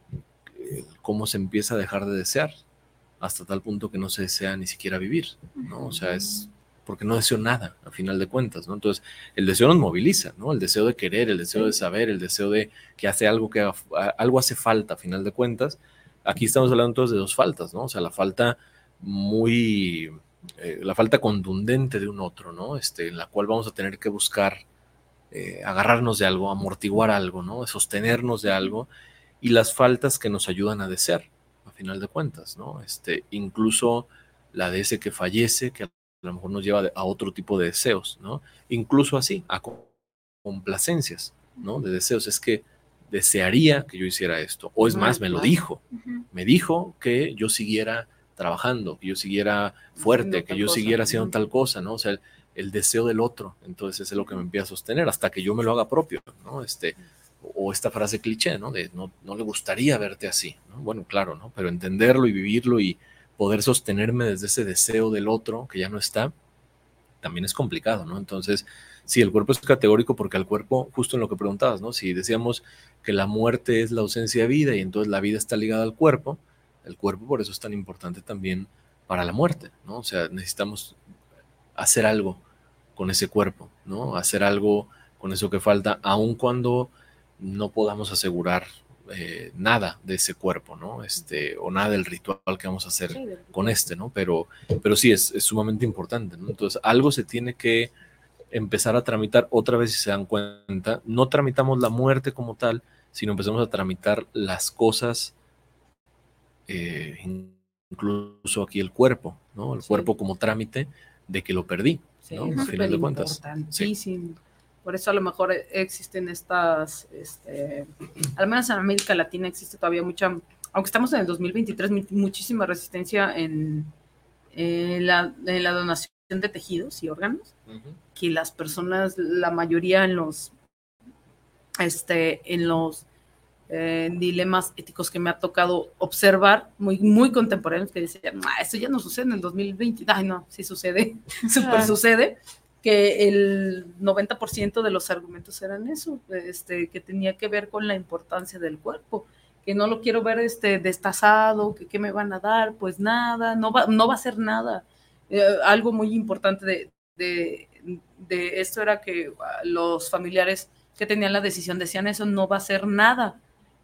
eh, cómo se empieza a dejar de desear, hasta tal punto que no se desea ni siquiera vivir, ¿no? O sea, es porque no deseo nada, a final de cuentas, ¿no? Entonces, el deseo nos moviliza, ¿no? El deseo de querer, el deseo de saber, el deseo de que hace algo, que haga, algo hace falta, a final de cuentas. Aquí estamos hablando entonces de dos faltas, ¿no? O sea, la falta muy, eh, la falta contundente de un otro, ¿no? Este, en la cual vamos a tener que buscar eh, agarrarnos de algo, amortiguar algo, ¿no? Sostenernos de algo, y las faltas que nos ayudan a desear, a final de cuentas, ¿no? Este, incluso la de ese que fallece, que a lo mejor nos lleva a otro tipo de deseos, ¿no? Incluso así, a complacencias, ¿no? De deseos, es que desearía que yo hiciera esto, o es más, me lo dijo, me dijo que yo siguiera trabajando, que yo siguiera fuerte, que yo siguiera haciendo tal cosa, ¿no? O sea, el, el deseo del otro, entonces es lo que me empieza a sostener hasta que yo me lo haga propio, ¿no? Este, o esta frase cliché, ¿no? De no, no le gustaría verte así, ¿no? Bueno, claro, ¿no? Pero entenderlo y vivirlo y poder sostenerme desde ese deseo del otro que ya no está, también es complicado, ¿no? Entonces, sí, el cuerpo es categórico porque al cuerpo, justo en lo que preguntabas, ¿no? Si decíamos que la muerte es la ausencia de vida y entonces la vida está ligada al cuerpo, el cuerpo por eso es tan importante también para la muerte, ¿no? O sea, necesitamos hacer algo con ese cuerpo, ¿no? Hacer algo con eso que falta, aun cuando no podamos asegurar eh, nada de ese cuerpo, ¿no? Este, o nada del ritual que vamos a hacer sí, con este, ¿no? Pero, pero sí, es, es sumamente importante, ¿no? Entonces, algo se tiene que empezar a tramitar otra vez, si se dan cuenta. No tramitamos la muerte como tal, sino empezamos a tramitar las cosas, eh, incluso aquí el cuerpo, ¿no? El sí. cuerpo como trámite de que lo perdí, sí, ¿no? Al final de cuentas. Sí. Por eso a lo mejor existen estas, este, al menos en América Latina existe todavía mucha, aunque estamos en el dos mil veintitrés, muchísima resistencia en, en, la, en la donación de tejidos y órganos, uh-huh. que las personas, la mayoría en los, este, en los eh, dilemas éticos que me ha tocado observar, muy, muy contemporáneos, que decían, ah, esto ya no sucede en el dos mil veinte, ay no, sí sucede, súper sucede, que el noventa por ciento de los argumentos eran eso, este, que tenía que ver con la importancia del cuerpo, que no lo quiero ver este, destazado, que qué me van a dar, pues nada, no va, no va a ser nada. Eh, algo muy importante de, de, de esto era que los familiares que tenían la decisión decían eso, no va a ser nada.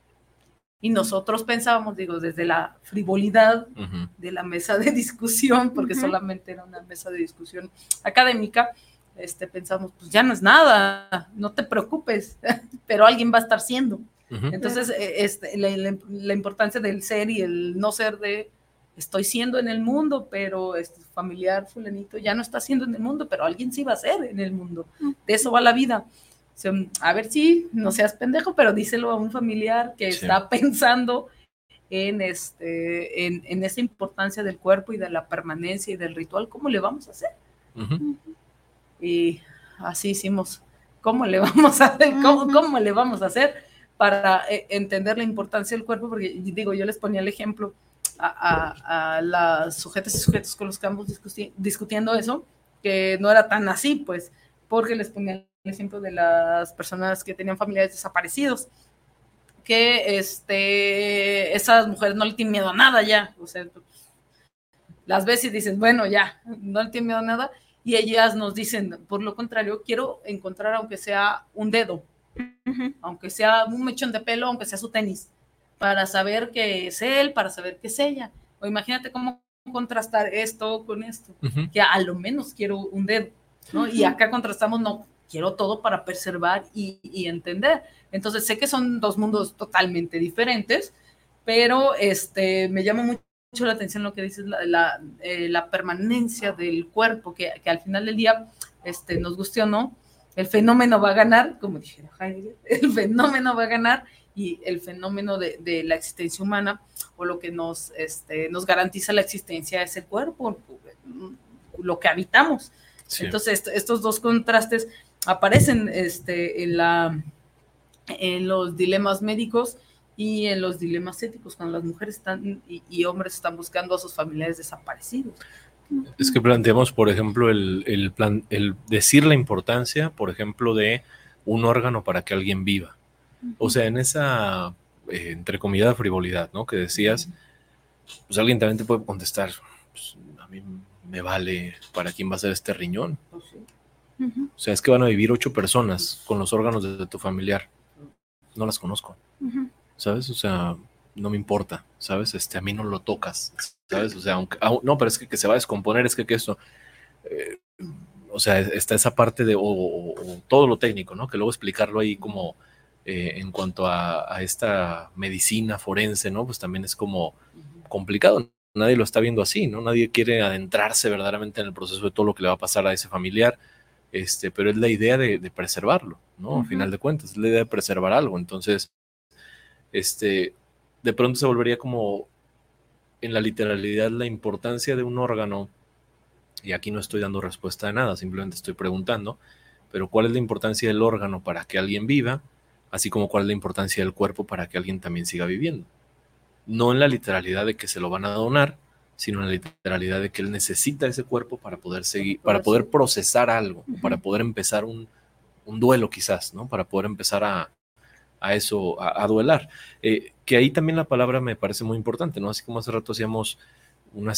Y nosotros pensábamos, digo, desde la frivolidad uh-huh. de la mesa de discusión, porque uh-huh. solamente era una mesa de discusión académica, este, pensamos, pues ya no es nada, no te preocupes, pero alguien va a estar siendo. Uh-huh. Entonces, este, la, la, la importancia del ser y el no ser de estoy siendo en el mundo, pero este familiar fulanito ya no está siendo en el mundo, pero alguien sí va a ser en el mundo. De eso va la vida. O sea, a ver si no seas pendejo, pero díselo a un familiar que sí. está pensando en, este, en, en esa importancia del cuerpo y de la permanencia y del ritual. ¿Cómo le vamos a hacer? Uh-huh. Y así hicimos. ¿Cómo le vamos a hacer? ¿Cómo, uh-huh. ¿Cómo le vamos a hacer para eh, entender la importancia del cuerpo? Porque digo, yo les ponía el ejemplo a, a, a las sujetas y sujetos con los que estamos discuti- discutiendo eso, que no era tan así, pues, porque les ponía el ejemplo de las personas que tenían familiares desaparecidos, que este, esas mujeres no le tienen miedo a nada ya, o sea, las ves y dices, bueno, ya, no le tienen miedo a nada, y ellas nos dicen, por lo contrario, quiero encontrar aunque sea un dedo, uh-huh. aunque sea un mechón de pelo, aunque sea su tenis, para saber qué es él, para saber qué es ella. O imagínate cómo contrastar esto con esto, uh-huh. que a lo menos quiero un dedo, ¿no? Uh-huh. Y acá contrastamos, no, quiero todo para preservar y, y entender. Entonces sé que son dos mundos totalmente diferentes, pero este, me llama mucho la atención lo que dices, la, la, eh, la permanencia del cuerpo, que, que al final del día, este, nos guste o no, el fenómeno va a ganar, como dijera Heidegger, el fenómeno va a ganar, y el fenómeno de, de la existencia humana, o lo que nos, este, nos garantiza la existencia es el cuerpo, lo que habitamos. Sí. Entonces, est- estos dos contrastes aparecen este, en, la, en los dilemas médicos y en los dilemas éticos, cuando las mujeres están y, y hombres están buscando a sus familiares desaparecidos. Es que planteamos, por ejemplo, el, el, plan, el decir la importancia, por ejemplo, de un órgano para que alguien viva. O sea, en esa, eh, entrecomillada frivolidad, ¿no? Que decías, pues alguien también te puede contestar, pues, a mí me vale para quién va a ser este riñón. Uh-huh. O sea, es que van a vivir ocho personas con los órganos de, de tu familiar. No las conozco, uh-huh. ¿sabes? O sea, no me importa, ¿sabes? Este, a mí no lo tocas, ¿sabes? O sea, aunque, aun, no, pero es que, que se va a descomponer, es que, que esto... Eh, o sea, está esa parte de, o, o, o todo lo técnico, ¿no? Que luego explicarlo ahí como... Eh, en cuanto a, a esta medicina forense, ¿no? Pues también es como complicado. Nadie lo está viendo así, ¿no? Nadie quiere adentrarse verdaderamente en el proceso de todo lo que le va a pasar a ese familiar, este, pero es la idea de, de preservarlo, ¿no? Uh-huh. A final de cuentas, es la idea de preservar algo. Entonces, este, de pronto se volvería como en la literalidad la importancia de un órgano, y aquí no estoy dando respuesta de nada, simplemente estoy preguntando, pero ¿cuál es la importancia del órgano para que alguien viva? Así como cuál es la importancia del cuerpo para que alguien también siga viviendo. No en la literalidad de que se lo van a donar, sino en la literalidad de que él necesita ese cuerpo para poder seguir, para poder procesar algo, uh-huh. para poder empezar un, un duelo quizás, ¿no? Para poder empezar a, a eso, a, a duelar. Eh, que ahí también la palabra me parece muy importante, ¿no? Así como hace rato hacíamos una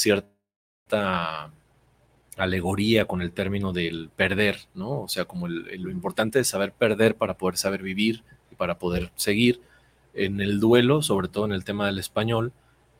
cierta alegoría con el término del perder, ¿no? O sea, como el, el, lo importante es saber perder para poder saber vivir y para poder seguir. En el duelo, sobre todo en el tema del español,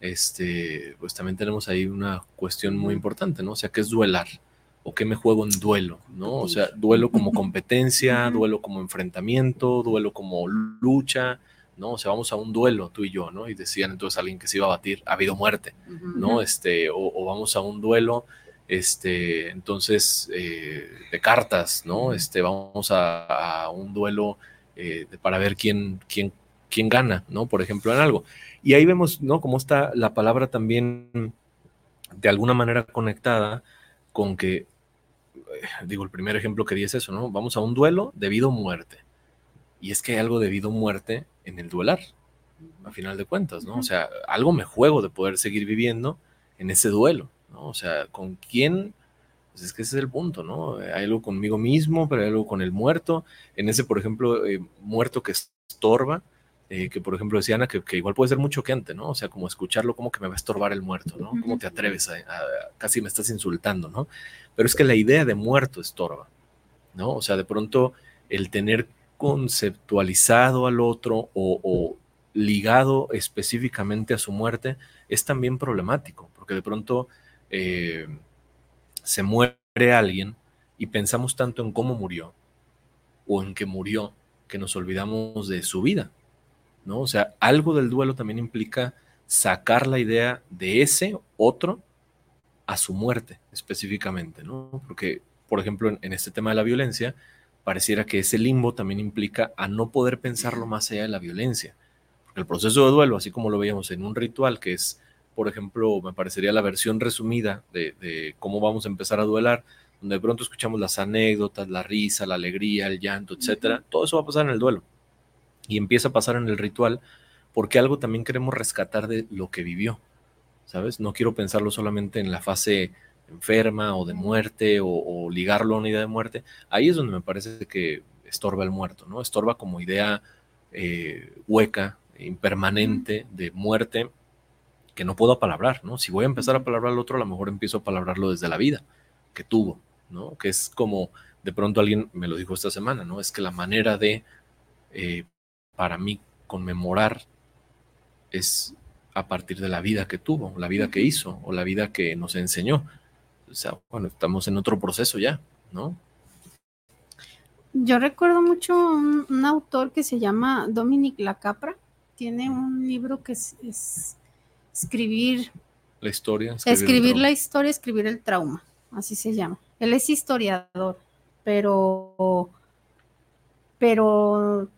este, pues también tenemos ahí una cuestión muy importante, ¿no? O sea, ¿qué es duelar? ¿O qué me juego en duelo? ¿No? O sea, duelo como competencia, duelo como enfrentamiento, duelo como lucha, ¿no? O sea, vamos a un duelo, tú y yo, ¿no? Y decían entonces alguien que se iba a batir, ha habido muerte, ¿no? Este, o, o vamos a un duelo, este, entonces, eh, de cartas, ¿no? Este, vamos a, a un duelo eh, para ver quién, quién, quién gana, ¿no? Por ejemplo, en algo. Y ahí vemos, ¿no? Cómo está la palabra también de alguna manera conectada con que, eh, digo, el primer ejemplo que di es eso, ¿no? Vamos a un duelo de vida o muerte. Y es que hay algo de vida o muerte en el duelar, a final de cuentas, ¿no? O sea, algo me juego de poder seguir viviendo en ese duelo, ¿no? O sea, ¿con quién? Pues es que ese es el punto, ¿no? Hay algo conmigo mismo, pero hay algo con el muerto. En ese, por ejemplo, eh, muerto que estorba, eh, que por ejemplo decía Ana, que, que igual puede ser muy choqueante, ¿no? O sea, como escucharlo, como que me va a estorbar el muerto, ¿no? ¿Cómo te atreves a, a, casi me estás insultando, ¿no? Pero es que la idea de muerto estorba, ¿no? O sea, de pronto el tener conceptualizado al otro o, o ligado específicamente a su muerte es también problemático, porque de pronto eh, se muere alguien y pensamos tanto en cómo murió o en que murió que nos olvidamos de su vida, ¿no? O sea, algo del duelo también implica sacar la idea de ese otro a su muerte específicamente, ¿no? Porque, por ejemplo, en, en este tema de la violencia, pareciera que ese limbo también implica a no poder pensarlo más allá de la violencia. Porque el proceso de duelo, así como lo veíamos en un ritual, que es, por ejemplo, me parecería la versión resumida de, de cómo vamos a empezar a duelar, donde de pronto escuchamos las anécdotas, la risa, la alegría, el llanto, etcétera. Todo eso va a pasar en el duelo. Y empieza a pasar en el ritual porque algo también queremos rescatar de lo que vivió, ¿sabes? No quiero pensarlo solamente en la fase enferma o de muerte o, o ligarlo a una idea de muerte. Ahí es donde me parece que estorba el muerto, ¿no? Estorba como idea eh, hueca, impermanente, de muerte, que no puedo apalabrar, ¿no? Si voy a empezar a palabrar al otro, a lo mejor empiezo a palabrarlo desde la vida que tuvo, ¿no? Que es como, de pronto alguien me lo dijo esta semana, ¿no? Es que la manera de, eh, para mí, conmemorar es a partir de la vida que tuvo, la vida que hizo o la vida que nos enseñó. O sea, bueno, estamos en otro proceso ya, ¿no? Yo recuerdo mucho un, un autor que se llama Dominic Lacapra. Tiene un libro que es, es escribir la historia, escribir, escribir la historia, escribir el trauma, así se llama. Él es historiador, pero pero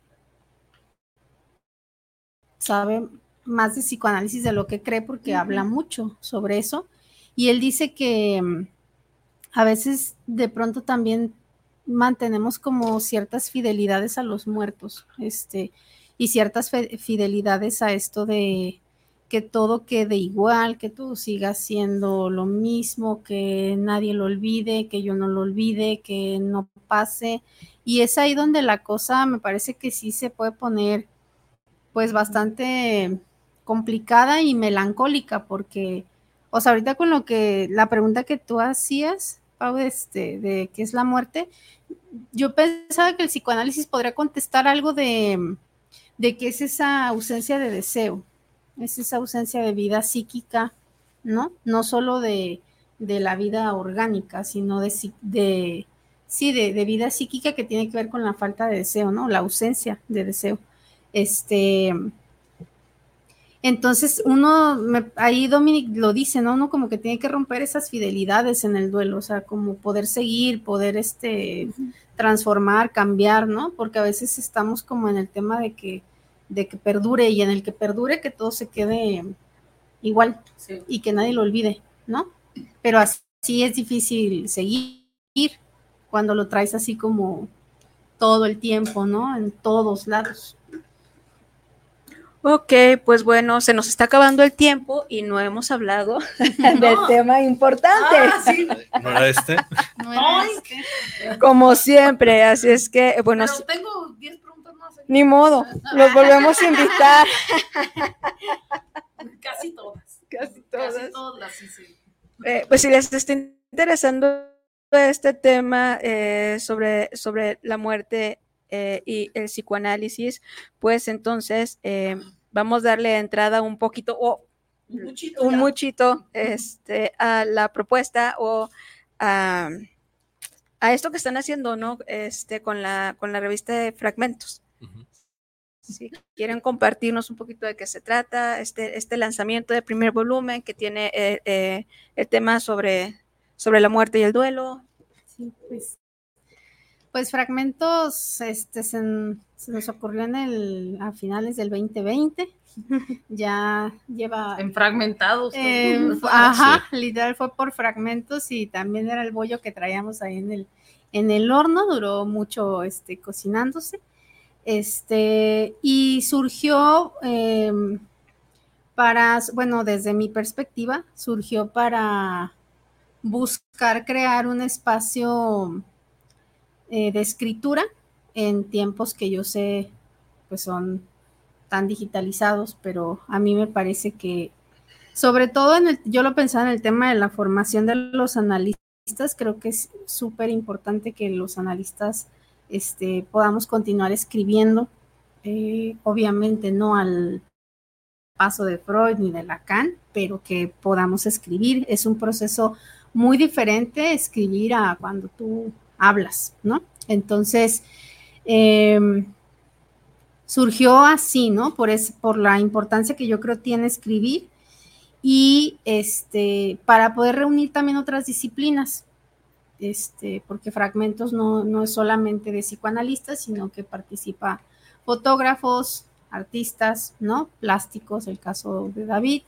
sabe más de psicoanálisis de lo que cree porque uh-huh. habla mucho sobre eso. Y él dice que a veces de pronto también mantenemos como ciertas fidelidades a los muertos, este, y ciertas fe- fidelidades a esto de que todo quede igual, que todo siga siendo lo mismo, que nadie lo olvide, que yo no lo olvide, que no pase. Y es ahí donde la cosa me parece que sí se puede poner pues bastante complicada y melancólica, porque, o sea, ahorita con lo que, la pregunta que tú hacías, Pau, este, de qué es la muerte, yo pensaba que el psicoanálisis podría contestar algo de, de qué es esa ausencia de deseo, es esa ausencia de vida psíquica, ¿no? No solo de, de la vida orgánica, sino de, de sí, de, de vida psíquica que tiene que ver con la falta de deseo, ¿no? La ausencia de deseo. Este, entonces uno, me, ahí Dominic lo dice, ¿no? Uno como que tiene que romper esas fidelidades en el duelo, o sea, como poder seguir, poder este, transformar, cambiar, ¿no? Porque a veces estamos como en el tema de que, de que perdure, y en el que perdure que todo se quede igual, sí, y que nadie lo olvide, ¿no? Pero así es difícil seguir cuando lo traes así como todo el tiempo, ¿no? En todos lados. Ok, pues bueno, se nos está acabando el tiempo y no hemos hablado no. del tema importante. Ah, sí. ¿No era este? No era este. Como siempre, así es que, bueno. Pero tengo diez preguntas más. Aquí. Ni modo, los volvemos a invitar. Casi todas. Casi todas. Casi todas, sí, sí. Eh, pues si les está interesando este tema eh, sobre, sobre la muerte Eh, y el psicoanálisis, pues entonces eh, vamos a darle entrada un poquito o un muchito, un muchito este, a la propuesta o a, a esto que están haciendo, ¿no? Este, con la, con la revista de Fragmentos. Uh-huh. Si quieren compartirnos un poquito de qué se trata, este, este lanzamiento de primer volumen que tiene eh, eh, el tema sobre, sobre la muerte y el duelo. Sí, pues. Pues Fragmentos este, se, se nos ocurrió en el, a finales del veinte veinte, ya lleva... En fragmentados. Eh, ajá, sí. Literal fue por fragmentos y también era el bollo que traíamos ahí en el, en el horno, duró mucho este, cocinándose, este, y surgió eh, para, bueno, desde mi perspectiva, surgió para buscar crear un espacio Eh, de escritura en tiempos que yo sé pues son tan digitalizados, pero a mí me parece que sobre todo en el, yo lo pensaba en el tema de la formación de los analistas, creo que es súper importante que los analistas este, podamos continuar escribiendo, eh, obviamente no al paso de Freud ni de Lacan, pero que podamos escribir. Es un proceso muy diferente escribir a cuando tú hablas, ¿no? Entonces, eh, surgió así, ¿no? Por, es, por la importancia que yo creo tiene escribir y este, para poder reunir también otras disciplinas, este, porque Fragmentos no, no es solamente de psicoanalistas, sino que participa fotógrafos, artistas, ¿no? Plásticos, el caso de David.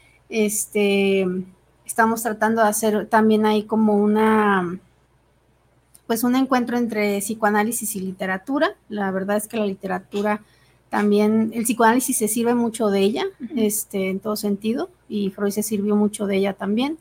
Este, estamos tratando de hacer también ahí como una, pues un encuentro entre psicoanálisis y literatura. La verdad es que la literatura también, el psicoanálisis se sirve mucho de ella, este, en todo sentido, y Freud se sirvió mucho de ella también.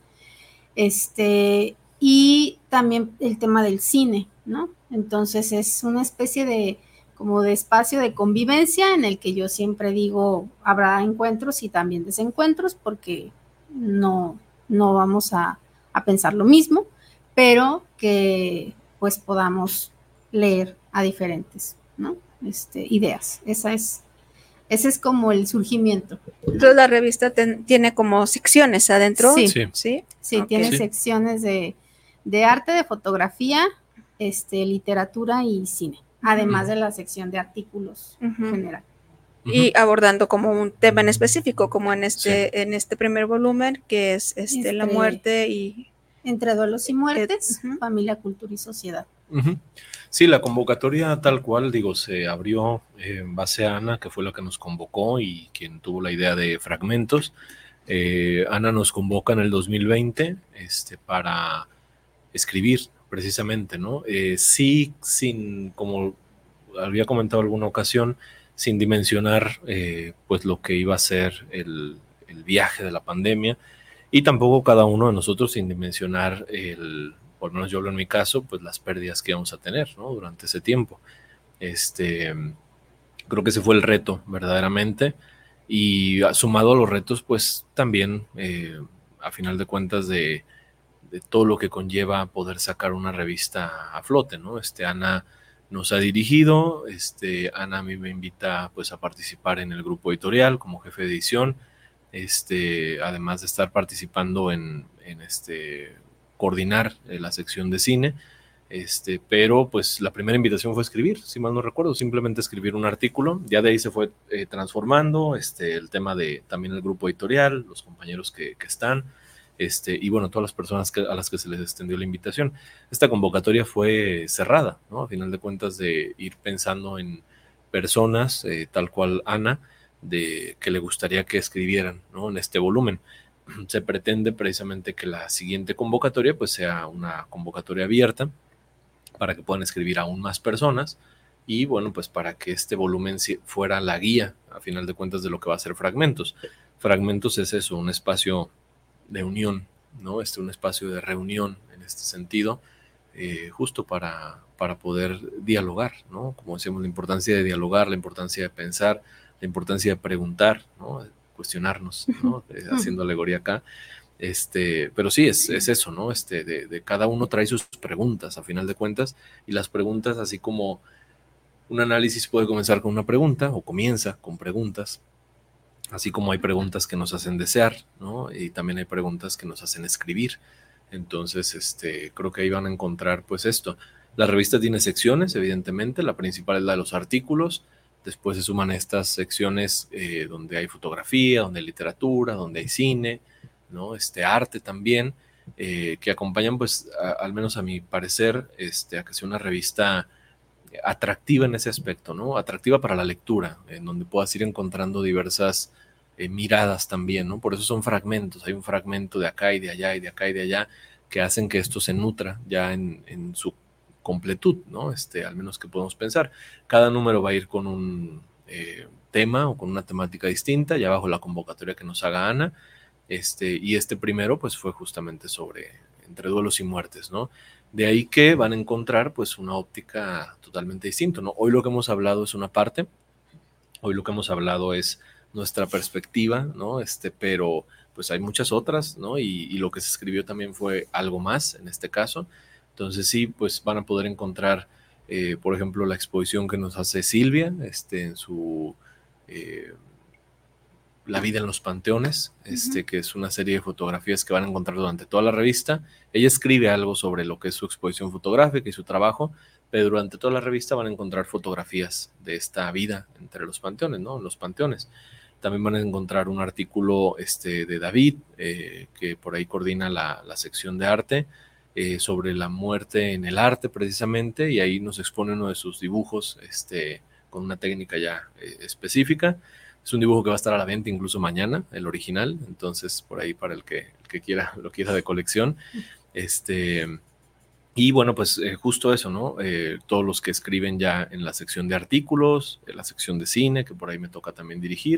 Este, y también el tema del cine, ¿no? Entonces es una especie de como de espacio de convivencia en el que yo siempre digo habrá encuentros y también desencuentros porque no, no vamos a, a pensar lo mismo, pero que pues podamos leer a diferentes, ¿no? Este, ideas. Esa es, ese es como el surgimiento. Entonces la revista ten, tiene como secciones adentro. Sí, sí, sí, sí okay. Tiene sí. secciones de, de arte, de fotografía, este, literatura y cine, además uh-huh. de la sección de artículos uh-huh. general. Y uh-huh. abordando como un tema en específico, como en este, sí. en este primer volumen, que es este, este la muerte y... Entre duelos y muertes, uh-huh. familia, cultura y sociedad. Uh-huh. Sí, la convocatoria tal cual, digo, se abrió en base a Ana, que fue la que nos convocó y quien tuvo la idea de Fragmentos. Eh, Ana nos convoca en el dos mil veinte este, para escribir precisamente, ¿no? Eh, sí, sin, como había comentado alguna ocasión, sin dimensionar eh, pues lo que iba a ser el, el viaje de la pandemia y tampoco cada uno de nosotros sin dimensionar el, por lo menos yo hablo en mi caso, pues las pérdidas que íbamos a tener, ¿no? Durante ese tiempo. Este, creo que ese fue el reto verdaderamente y sumado a los retos, pues también eh, a final de cuentas de de todo lo que conlleva poder sacar una revista a flote, ¿no? Este, Ana nos ha dirigido, este, Ana a mí me invita pues a participar en el grupo editorial como jefe de edición, este, además de estar participando en, en este, coordinar la sección de cine, este, pero pues la primera invitación fue escribir, si mal no recuerdo, simplemente escribir un artículo, ya de ahí se fue eh, transformando, este, el tema de también el grupo editorial, los compañeros que, que están, Este, y bueno, todas las personas que, a las que se les extendió la invitación. Esta convocatoria fue cerrada, ¿no? A final de cuentas de ir pensando en personas, eh, tal cual Ana, de que le gustaría que escribieran, ¿no? En este volumen. Se pretende precisamente que la siguiente convocatoria pues sea una convocatoria abierta para que puedan escribir aún más personas y bueno, pues para que este volumen fuera la guía, a final de cuentas, de lo que va a ser Fragmentos. Fragmentos es eso, un espacio de unión, ¿no? Este, un espacio de reunión en este sentido, eh, justo para, para poder dialogar, ¿no? Como decíamos, la importancia de dialogar, la importancia de pensar, la importancia de preguntar, ¿no? Cuestionarnos, ¿no? Eh, haciendo alegoría acá. Este, pero sí, es, es eso, ¿no? Este, de, de cada uno trae sus preguntas, a final de cuentas, y las preguntas, así como un análisis puede comenzar con una pregunta, o comienza con preguntas, así como hay preguntas que nos hacen desear, ¿no? Y también hay preguntas que nos hacen escribir. Entonces, este, creo que ahí van a encontrar, pues, esto. La revista tiene secciones, evidentemente. La principal es la de los artículos. Después se suman estas secciones eh, donde hay fotografía, donde hay literatura, donde hay cine, ¿no? Este, arte también, eh, que acompañan, pues, a, al menos a mi parecer, este, a que sea una revista atractiva en ese aspecto, ¿no? Atractiva para la lectura, en donde puedas ir encontrando diversas eh, miradas también, ¿no? Por eso son fragmentos, hay un fragmento de acá y de allá y de acá y de allá que hacen que esto se nutra ya en, en su completud, ¿no? Este, al menos que podemos pensar. Cada número va a ir con un eh, tema o con una temática distinta, ya bajo la convocatoria que nos haga Ana, este, y este primero pues fue justamente sobre entre duelos y muertes, ¿no? De ahí que van a encontrar pues una óptica totalmente distinta, ¿no? Hoy lo que hemos hablado es una parte, hoy lo que hemos hablado es nuestra perspectiva, ¿no? Este, pero pues hay muchas otras, ¿no? Y, y lo que se escribió también fue algo más en este caso. Entonces sí, pues van a poder encontrar, eh, por ejemplo, la exposición que nos hace Silvia, este, en su, eh, La vida en los panteones, este, Ujú. que es una serie de fotografías que van a encontrar durante toda la revista. Ella escribe algo sobre lo que es su exposición fotográfica y su trabajo, pero durante toda la revista van a encontrar fotografías de esta vida entre los panteones, ¿no? Los panteones. También van a encontrar un artículo este, de David, eh, que por ahí coordina la, la sección de arte, eh, sobre la muerte en el arte precisamente, y ahí nos expone uno de sus dibujos este, con una técnica ya eh, específica. Es un dibujo que va a estar a la venta incluso mañana, el original, entonces por ahí para el que, el que quiera, lo quiera de colección. Este, y bueno, pues eh, justo eso, ¿no? Eh, todos los que escriben ya en la sección de artículos, en la sección de cine, que por ahí me toca también dirigir.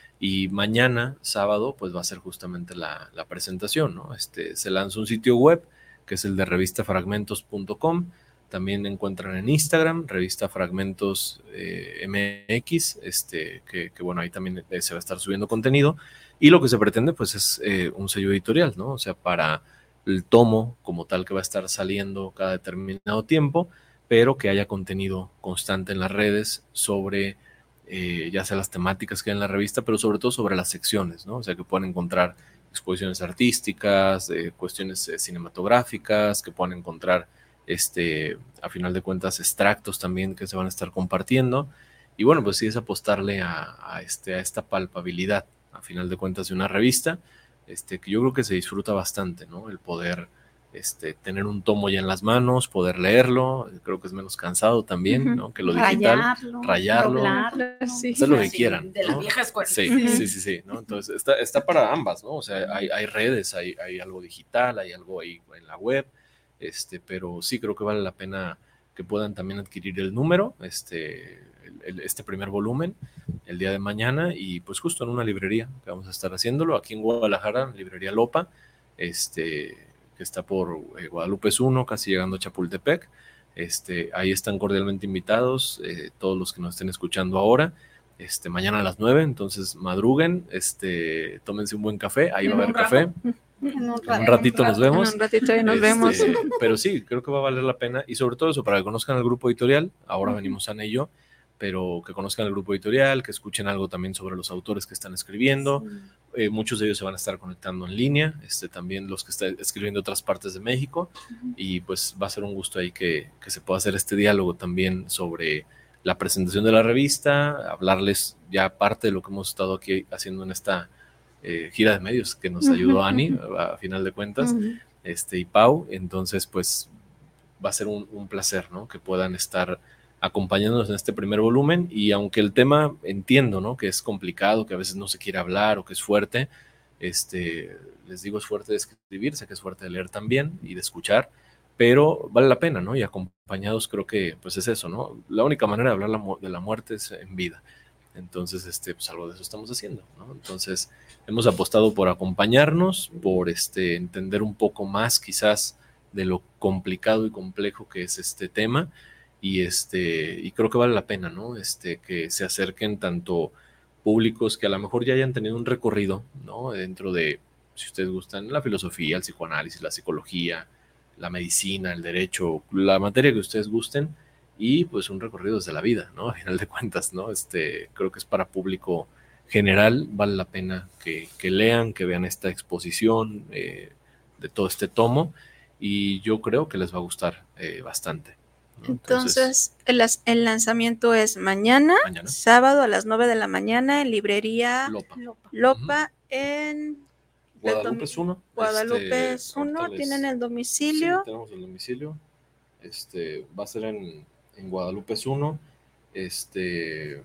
Y mañana, sábado, pues va a ser justamente la, la presentación, ¿no? Este, se lanza un sitio web, que es el de revista fragmentos punto com. También encuentran en Instagram, Revista Fragmentos eh, M X, este, que, que bueno, ahí también eh, se va a estar subiendo contenido. Y lo que se pretende, pues, es eh, un sello editorial, ¿no? O sea, para el tomo como tal que va a estar saliendo cada determinado tiempo, pero que haya contenido constante en las redes sobre, eh, ya sea las temáticas que hay en la revista, pero sobre todo sobre las secciones, ¿no? O sea, que puedan encontrar exposiciones artísticas, eh, cuestiones eh, cinematográficas, que puedan encontrar Este, a final de cuentas, extractos también que se van a estar compartiendo. Y bueno, pues sí es apostarle a, a, este, a esta palpabilidad, a final de cuentas, de una revista, este, que yo creo que se disfruta bastante, ¿no? El poder este, tener un tomo ya en las manos, poder leerlo, creo que es menos cansado también, ¿no? Que lo digital, Rayarlo, rayarlo, doblarlo. Sí. hacer lo que Sí, quieran, de la ¿no? vieja escuela. Sí, Ujú. sí, sí, sí, ¿no? Entonces está, está para ambas, ¿no? O sea, hay, hay redes, hay, hay algo digital, hay algo ahí en la web, este, pero sí creo que vale la pena que puedan también adquirir el número, este, el, el, este primer volumen, el día de mañana, y pues justo en una librería que vamos a estar haciéndolo, aquí en Guadalajara, librería Lopa, este, que está por eh, Guadalupe uno, casi llegando a Chapultepec. Este, ahí están cordialmente invitados eh, todos los que nos estén escuchando ahora. Este, mañana a las nueve, entonces madruguen, este, tómense un buen café, ahí va a haber café. En un, En un ratito nos vemos. En un ratito ahí nos Este, vemos. Pero sí, creo que va a valer la pena. Y sobre todo eso, para que conozcan el grupo editorial. Ahora Ujú. venimos a ello, pero que conozcan el grupo editorial, que escuchen algo también sobre los autores que están escribiendo. Sí. Eh, muchos de ellos se van a estar conectando en línea, este, también los que están escribiendo de otras partes de México. Ujú. Y pues va a ser un gusto ahí que, que se pueda hacer este diálogo también sobre la presentación de la revista, hablarles ya parte de lo que hemos estado aquí haciendo en esta Eh, gira de medios que nos ayudó Ani, a, a final de cuentas, Ujú. este, y Pau. Entonces, pues va a ser un, un placer, ¿no? Que puedan estar acompañándonos en este primer volumen. Y aunque el tema entiendo, ¿no? Que es complicado, que a veces no se quiere hablar o que es fuerte, este, les digo, es fuerte de escribir, sé que es fuerte de leer también y de escuchar, pero vale la pena, ¿no? Y acompañados creo que, pues es eso, ¿no? La única manera de hablar la, de la muerte es en vida. Entonces, este, pues algo de eso estamos haciendo, ¿no? Entonces, hemos apostado por acompañarnos, por este, entender un poco más quizás de lo complicado y complejo que es este tema, y, este, y creo que vale la pena, ¿no? Este, que se acerquen tanto públicos que a lo mejor ya hayan tenido un recorrido, ¿no? Dentro de, si ustedes gustan, la filosofía, el psicoanálisis, la psicología, la medicina, el derecho, la materia que ustedes gusten, y pues un recorrido desde la vida, ¿no? A final de cuentas, ¿no? Este, creo que es para público general, vale la pena que, que lean, que vean esta exposición eh, de todo este tomo, y yo creo que les va a gustar eh, bastante, ¿no? Entonces, el, el lanzamiento es mañana, mañana, sábado a las nueve de la mañana en librería Lopa, Lopa uh-huh. en Guadalupe es uno. Guadalupe es este, uno, tienen el domicilio. Sí, tenemos el domicilio. Este, va a ser en, en Guadalupe es uno. Este,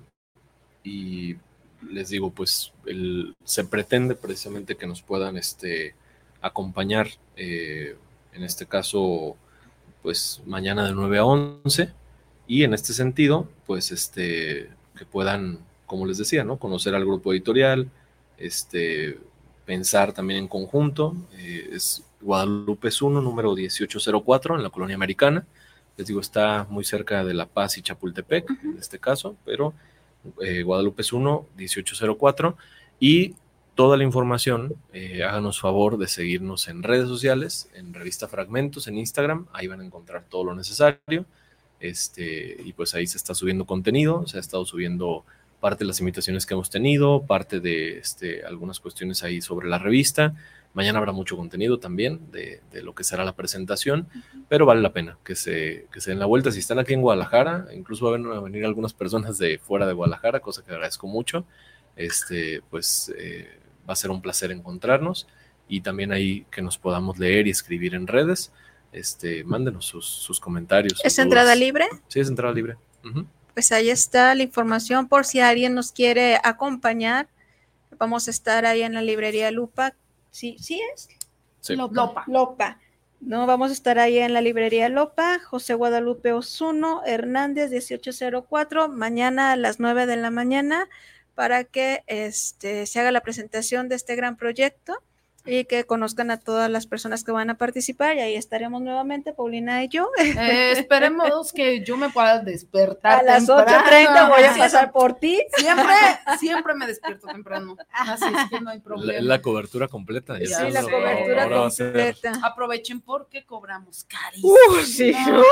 y les digo, pues el, se pretende precisamente que nos puedan este, acompañar, eh, en este caso, pues mañana de nueve a once, y en este sentido, pues este, que puedan, como les decía, ¿no? Conocer al grupo editorial, este, pensar también en conjunto. Eh, es Guadalupe es uno, número dieciocho cero cuatro, en la Colonia Americana. Les digo, está muy cerca de La Paz y Chapultepec, uh-huh. en este caso, pero eh, Guadalupe es uno, dieciocho cero cuatro, y toda la información, eh, háganos favor de seguirnos en redes sociales, en Revista Fragmentos, en Instagram, ahí van a encontrar todo lo necesario, este, y pues ahí se está subiendo contenido, se ha estado subiendo parte de las invitaciones que hemos tenido, parte de este, algunas cuestiones ahí sobre la revista. Mañana habrá mucho contenido también de, de lo que será la presentación, pero vale la pena que se, que se den la vuelta. Si están aquí en Guadalajara, incluso van a venir algunas personas de fuera de Guadalajara, cosa que agradezco mucho. Este, pues eh, va a ser un placer encontrarnos y también ahí que nos podamos leer y escribir en redes. Este, mándenos sus, sus comentarios. ¿Es sus entrada dudas. libre? Sí, es entrada libre. Uh-huh. Pues ahí está la información por si alguien nos quiere acompañar. Vamos a estar ahí en la librería Lupa. ¿Sí, sí es? Sí. Lopa. Lopa. No, vamos a estar ahí en la librería Lopa, José Guadalupe Osuno Hernández, dieciocho cero cuatro, mañana a las nueve de la mañana, para que este, se haga la presentación de este gran proyecto y que conozcan a todas las personas que van a participar, y ahí estaremos nuevamente, Paulina y yo. Eh, esperemos que yo me pueda despertar A las temprano. ocho treinta voy a pasar por ti. Siempre, siempre me despierto temprano. Así es que no hay problema. La, la cobertura completa. Ya Sí, sabes, la ahora- cobertura ahora va a ser- completa. Aprovechen porque cobramos carísimo. Uh, sí.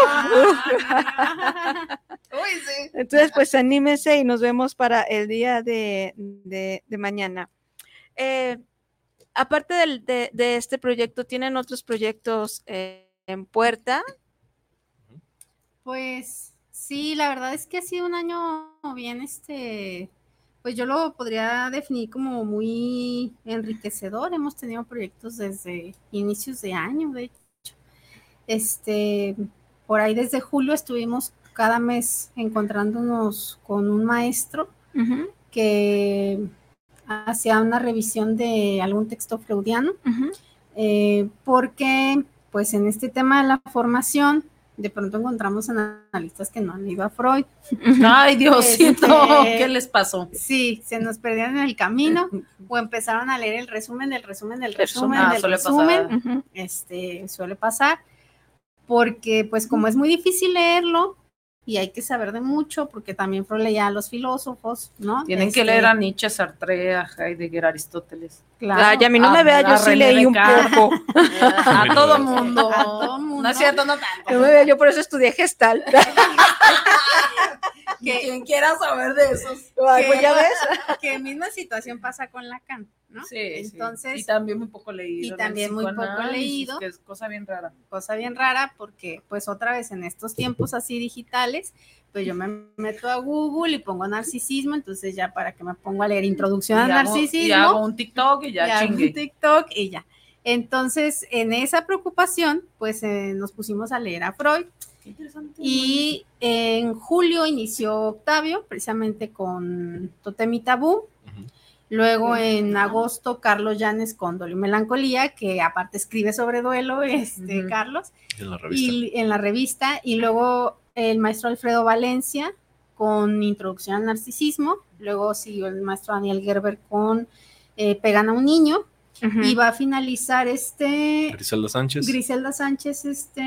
Uy, sí. Entonces, pues anímese y nos vemos para el día de, de, de mañana. Eh, aparte del, de, de este proyecto, ¿tienen otros proyectos eh, en puerta? Pues sí, la verdad es que ha sido un año bien, este, pues yo lo podría definir como muy enriquecedor. Hemos tenido proyectos desde inicios de año, de hecho. Este, por ahí desde julio estuvimos cada mes encontrándonos con un maestro Uh-huh, que hacía una revisión de algún texto freudiano, uh-huh. eh, porque pues en este tema de la formación de pronto encontramos analistas que no han ido a Freud. Ay, Diosito, Este, ¿qué les pasó? Sí, se nos perdieron en el camino o empezaron a leer el resumen del resumen del resumen Ah, del suele resumen. pasar. Uh-huh. Este, suele pasar, porque pues como es muy difícil leerlo y hay que saber de mucho, porque también Freud leía a los filósofos, ¿no? Tienen Este, que leer a Nietzsche, Sartre, a Heidegger, a Aristóteles. claro, Ay, a mí no a- me vea, a yo sí René leí un Descartes. poco. A todo mundo. A todo mundo. No es cierto, no No tanto. me vea, yo por eso estudié Gestalt. Que quien quiera saber de esos. Ay, pues ya ves. que misma situación pasa con Lacan, ¿no? Sí, Entonces, sí. Y también muy poco leído. y en el también muy poco psicoanálisis, leído. Que es cosa bien rara. cosa bien rara, porque pues otra vez en estos tiempos así digitales, pues yo me meto a Google y pongo narcisismo, entonces ya para que me pongo a leer introducción Y al hago, narcisismo, y hago un TikTok y ya y hago un chingue. TikTok y ya. Entonces, en esa preocupación, pues eh, nos pusimos a leer a Freud. Qué interesante. Y en julio inició Octavio, precisamente con Totem y Tabú. Ujú. Luego en agosto, Carlos Llanes con Dolor y Melancolía, que aparte escribe sobre duelo, este Ujú. Carlos, En la revista. y en la revista. Y luego el maestro Alfredo Valencia con Introducción al Narcisismo. Luego siguió el maestro Daniel Gerber con eh, Pegan a un niño. Uh-huh. Y va a finalizar este Griselda Sánchez. Griselda Sánchez,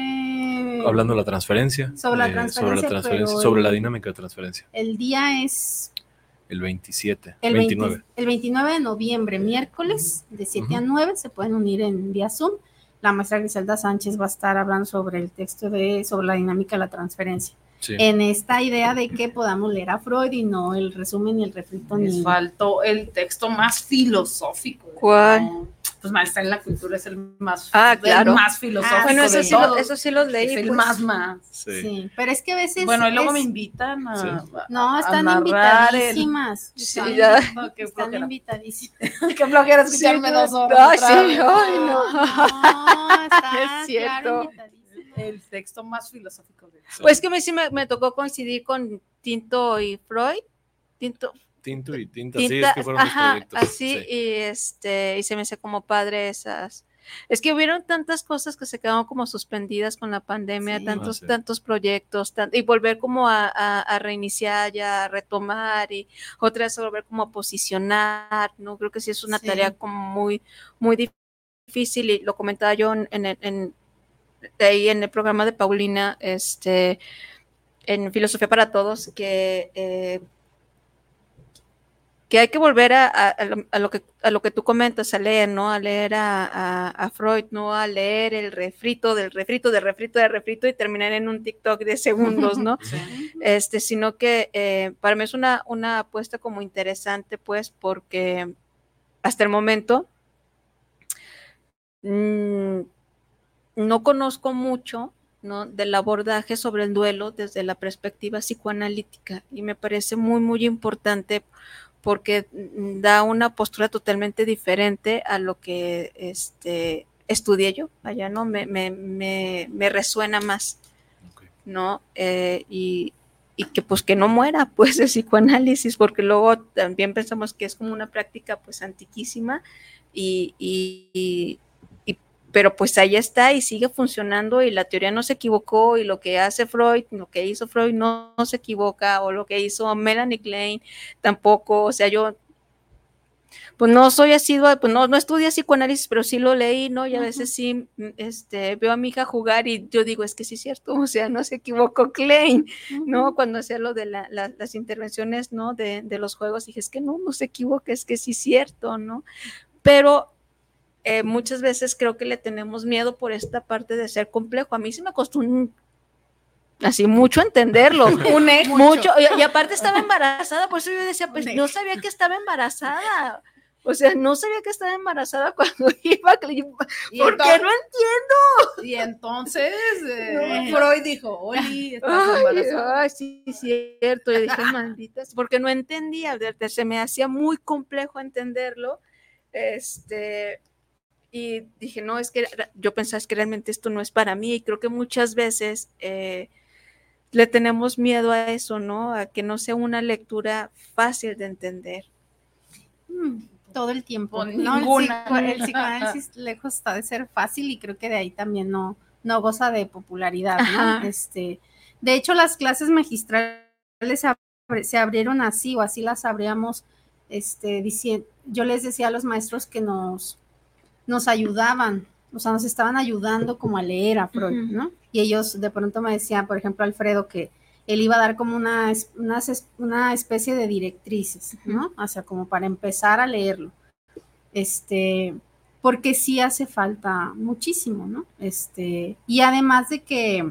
este Hablando de la transferencia. Sobre la eh, transferencia, sobre la transferencia, pero sobre el- la dinámica de transferencia. el día es El veintisiete. el, veinte veintinueve. el veintinueve de noviembre, miércoles, de siete a Ujú. nueve, se pueden unir en vía Zoom. La maestra Griselda Sánchez va a estar hablando sobre el texto de, sobre la dinámica de la transferencia. Sí. En esta idea de que podamos leer a Freud y no el resumen ni el refrito Les ni... faltó el texto más filosófico. ¿Cuál? No, pues Maestra en la Cultura es el más, Ah, claro. el más filosófico. Ah, Bueno, de eso sí, todos. lo, eso sí los leí. es el pues. más más. Sí. Sí, pero es que a veces... Bueno, y luego es- me invitan a, Sí. a- No, a están narrar el- invitadísimas. Sí, Están, ya. No, qué están flojera. invitadísimas. Qué flojera escucharme Sí, dos no. horas. Ay, otra sí, vez. ay, no. No, están, Es cierto. claro, invitadísimas. El texto más filosófico de Sí. Pues que a mí sí me, me tocó coincidir con Tinto y Freud. Tinto, Tinto y tinta, sí, tinta, es que fueron dos ajá, proyectos. así, Sí. y este, y se me hace como padre esas. Es que hubieron tantas cosas que se quedaron como suspendidas con la pandemia, Sí. tantos, Ah, sí. tantos proyectos, tan- y volver como a, a- a reiniciar ya, a retomar, y otra vez volver como a posicionar, ¿no? Creo que sí es una Sí. tarea como muy, muy difícil, y lo comentaba yo en, en, en- de ahí en el programa de Paulina, este, en Filosofía para Todos, que eh, que hay que volver a, a, a, lo que, a lo que tú comentas, a leer, ¿no? A leer a, a, a Freud, ¿no? A leer el refrito del refrito, del refrito, del refrito y terminar en un TikTok de segundos, ¿no? Sí. Este, sino que eh, para mí es una, una apuesta como interesante, pues, porque hasta el momento mmm, no conozco mucho, ¿no? Del abordaje sobre el duelo desde la perspectiva psicoanalítica y me parece muy, muy importante porque da una postura totalmente diferente a lo que este, estudié yo allá, ¿no? Me, me, me, me resuena más, okay. ¿No? Eh, y, y que pues que no muera, pues, el psicoanálisis, porque luego también pensamos que es como una práctica, pues, antiquísima y, y, y pero pues ahí está y sigue funcionando y la teoría no se equivocó y lo que hace Freud, lo que hizo Freud no, no se equivoca o lo que hizo Melanie Klein tampoco, o sea, yo pues no soy asidua, pues no, no estudié psicoanálisis, pero sí lo leí, ¿no? Y a veces sí este, veo a mi hija jugar y yo digo, es que sí es cierto, o sea, no se equivocó Klein, ¿no? Uh-huh. Cuando hacía lo de la, la, las intervenciones, ¿no? De, de los juegos, dije, es que no, no se equivoca, es que sí es cierto, ¿no? Pero Eh, muchas veces creo que le tenemos miedo por esta parte de ser complejo. A mí sí me costó un, así mucho entenderlo, un mucho, mucho. Y, y aparte estaba embarazada, por eso yo decía, pues no sabía que estaba embarazada. O sea, no sabía que estaba embarazada cuando iba, ¿por qué no entiendo? Y entonces eh, no, Freud dijo, Oli, estás embarazada. Ay, sí, cierto. Yo dije, malditas, porque no entendía, se me hacía muy complejo entenderlo. Este... Y dije, no, es que yo pensaba es que realmente esto no es para mí y creo que muchas veces eh, le tenemos miedo a eso, ¿no? A que no sea una lectura fácil de entender. Mm, todo el tiempo. No, el, psico, el psicoanálisis lejos está de ser fácil y creo que de ahí también no, no goza de popularidad, ¿no? Este, de hecho, las clases magistrales se, abri- se abrieron así o así las abríamos, este, diciendo, yo les decía a los maestros que nos nos ayudaban, o sea, nos estaban ayudando como a leer a Freud, ¿no? Y ellos de pronto me decían, por ejemplo, Alfredo, que él iba a dar como una, una, una especie de directrices, ¿no? O sea, como para empezar a leerlo. Este, porque sí hace falta muchísimo, ¿no? Este, y además de que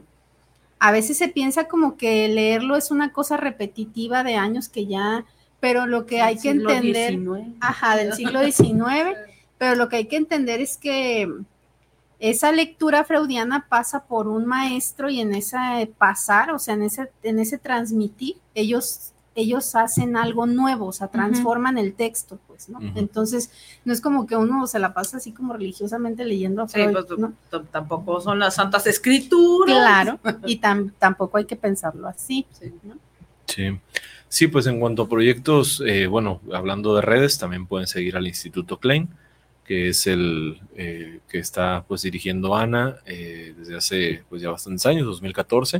a veces se piensa como que leerlo es una cosa repetitiva de años que ya, pero lo que hay que entender, diecinueve. Ajá, del siglo diecinueve, pero lo que hay que entender es que esa lectura freudiana pasa por un maestro y en ese pasar, o sea, en ese, en ese transmitir, ellos, ellos hacen algo nuevo, o sea, transforman uh-huh. el texto, pues, ¿no? Uh-huh. Entonces, no es como que uno se la pasa así como religiosamente leyendo a Freud, sí, pues, ¿no? t- tampoco son las santas escrituras. Claro, y tam- tampoco hay que pensarlo así, sí. ¿no? Sí. Sí, pues en cuanto a proyectos, eh, bueno, hablando de redes, también pueden seguir al Instituto Klein, que es el eh, que está pues dirigiendo Ana eh, desde hace pues ya bastantes años, dos mil catorce.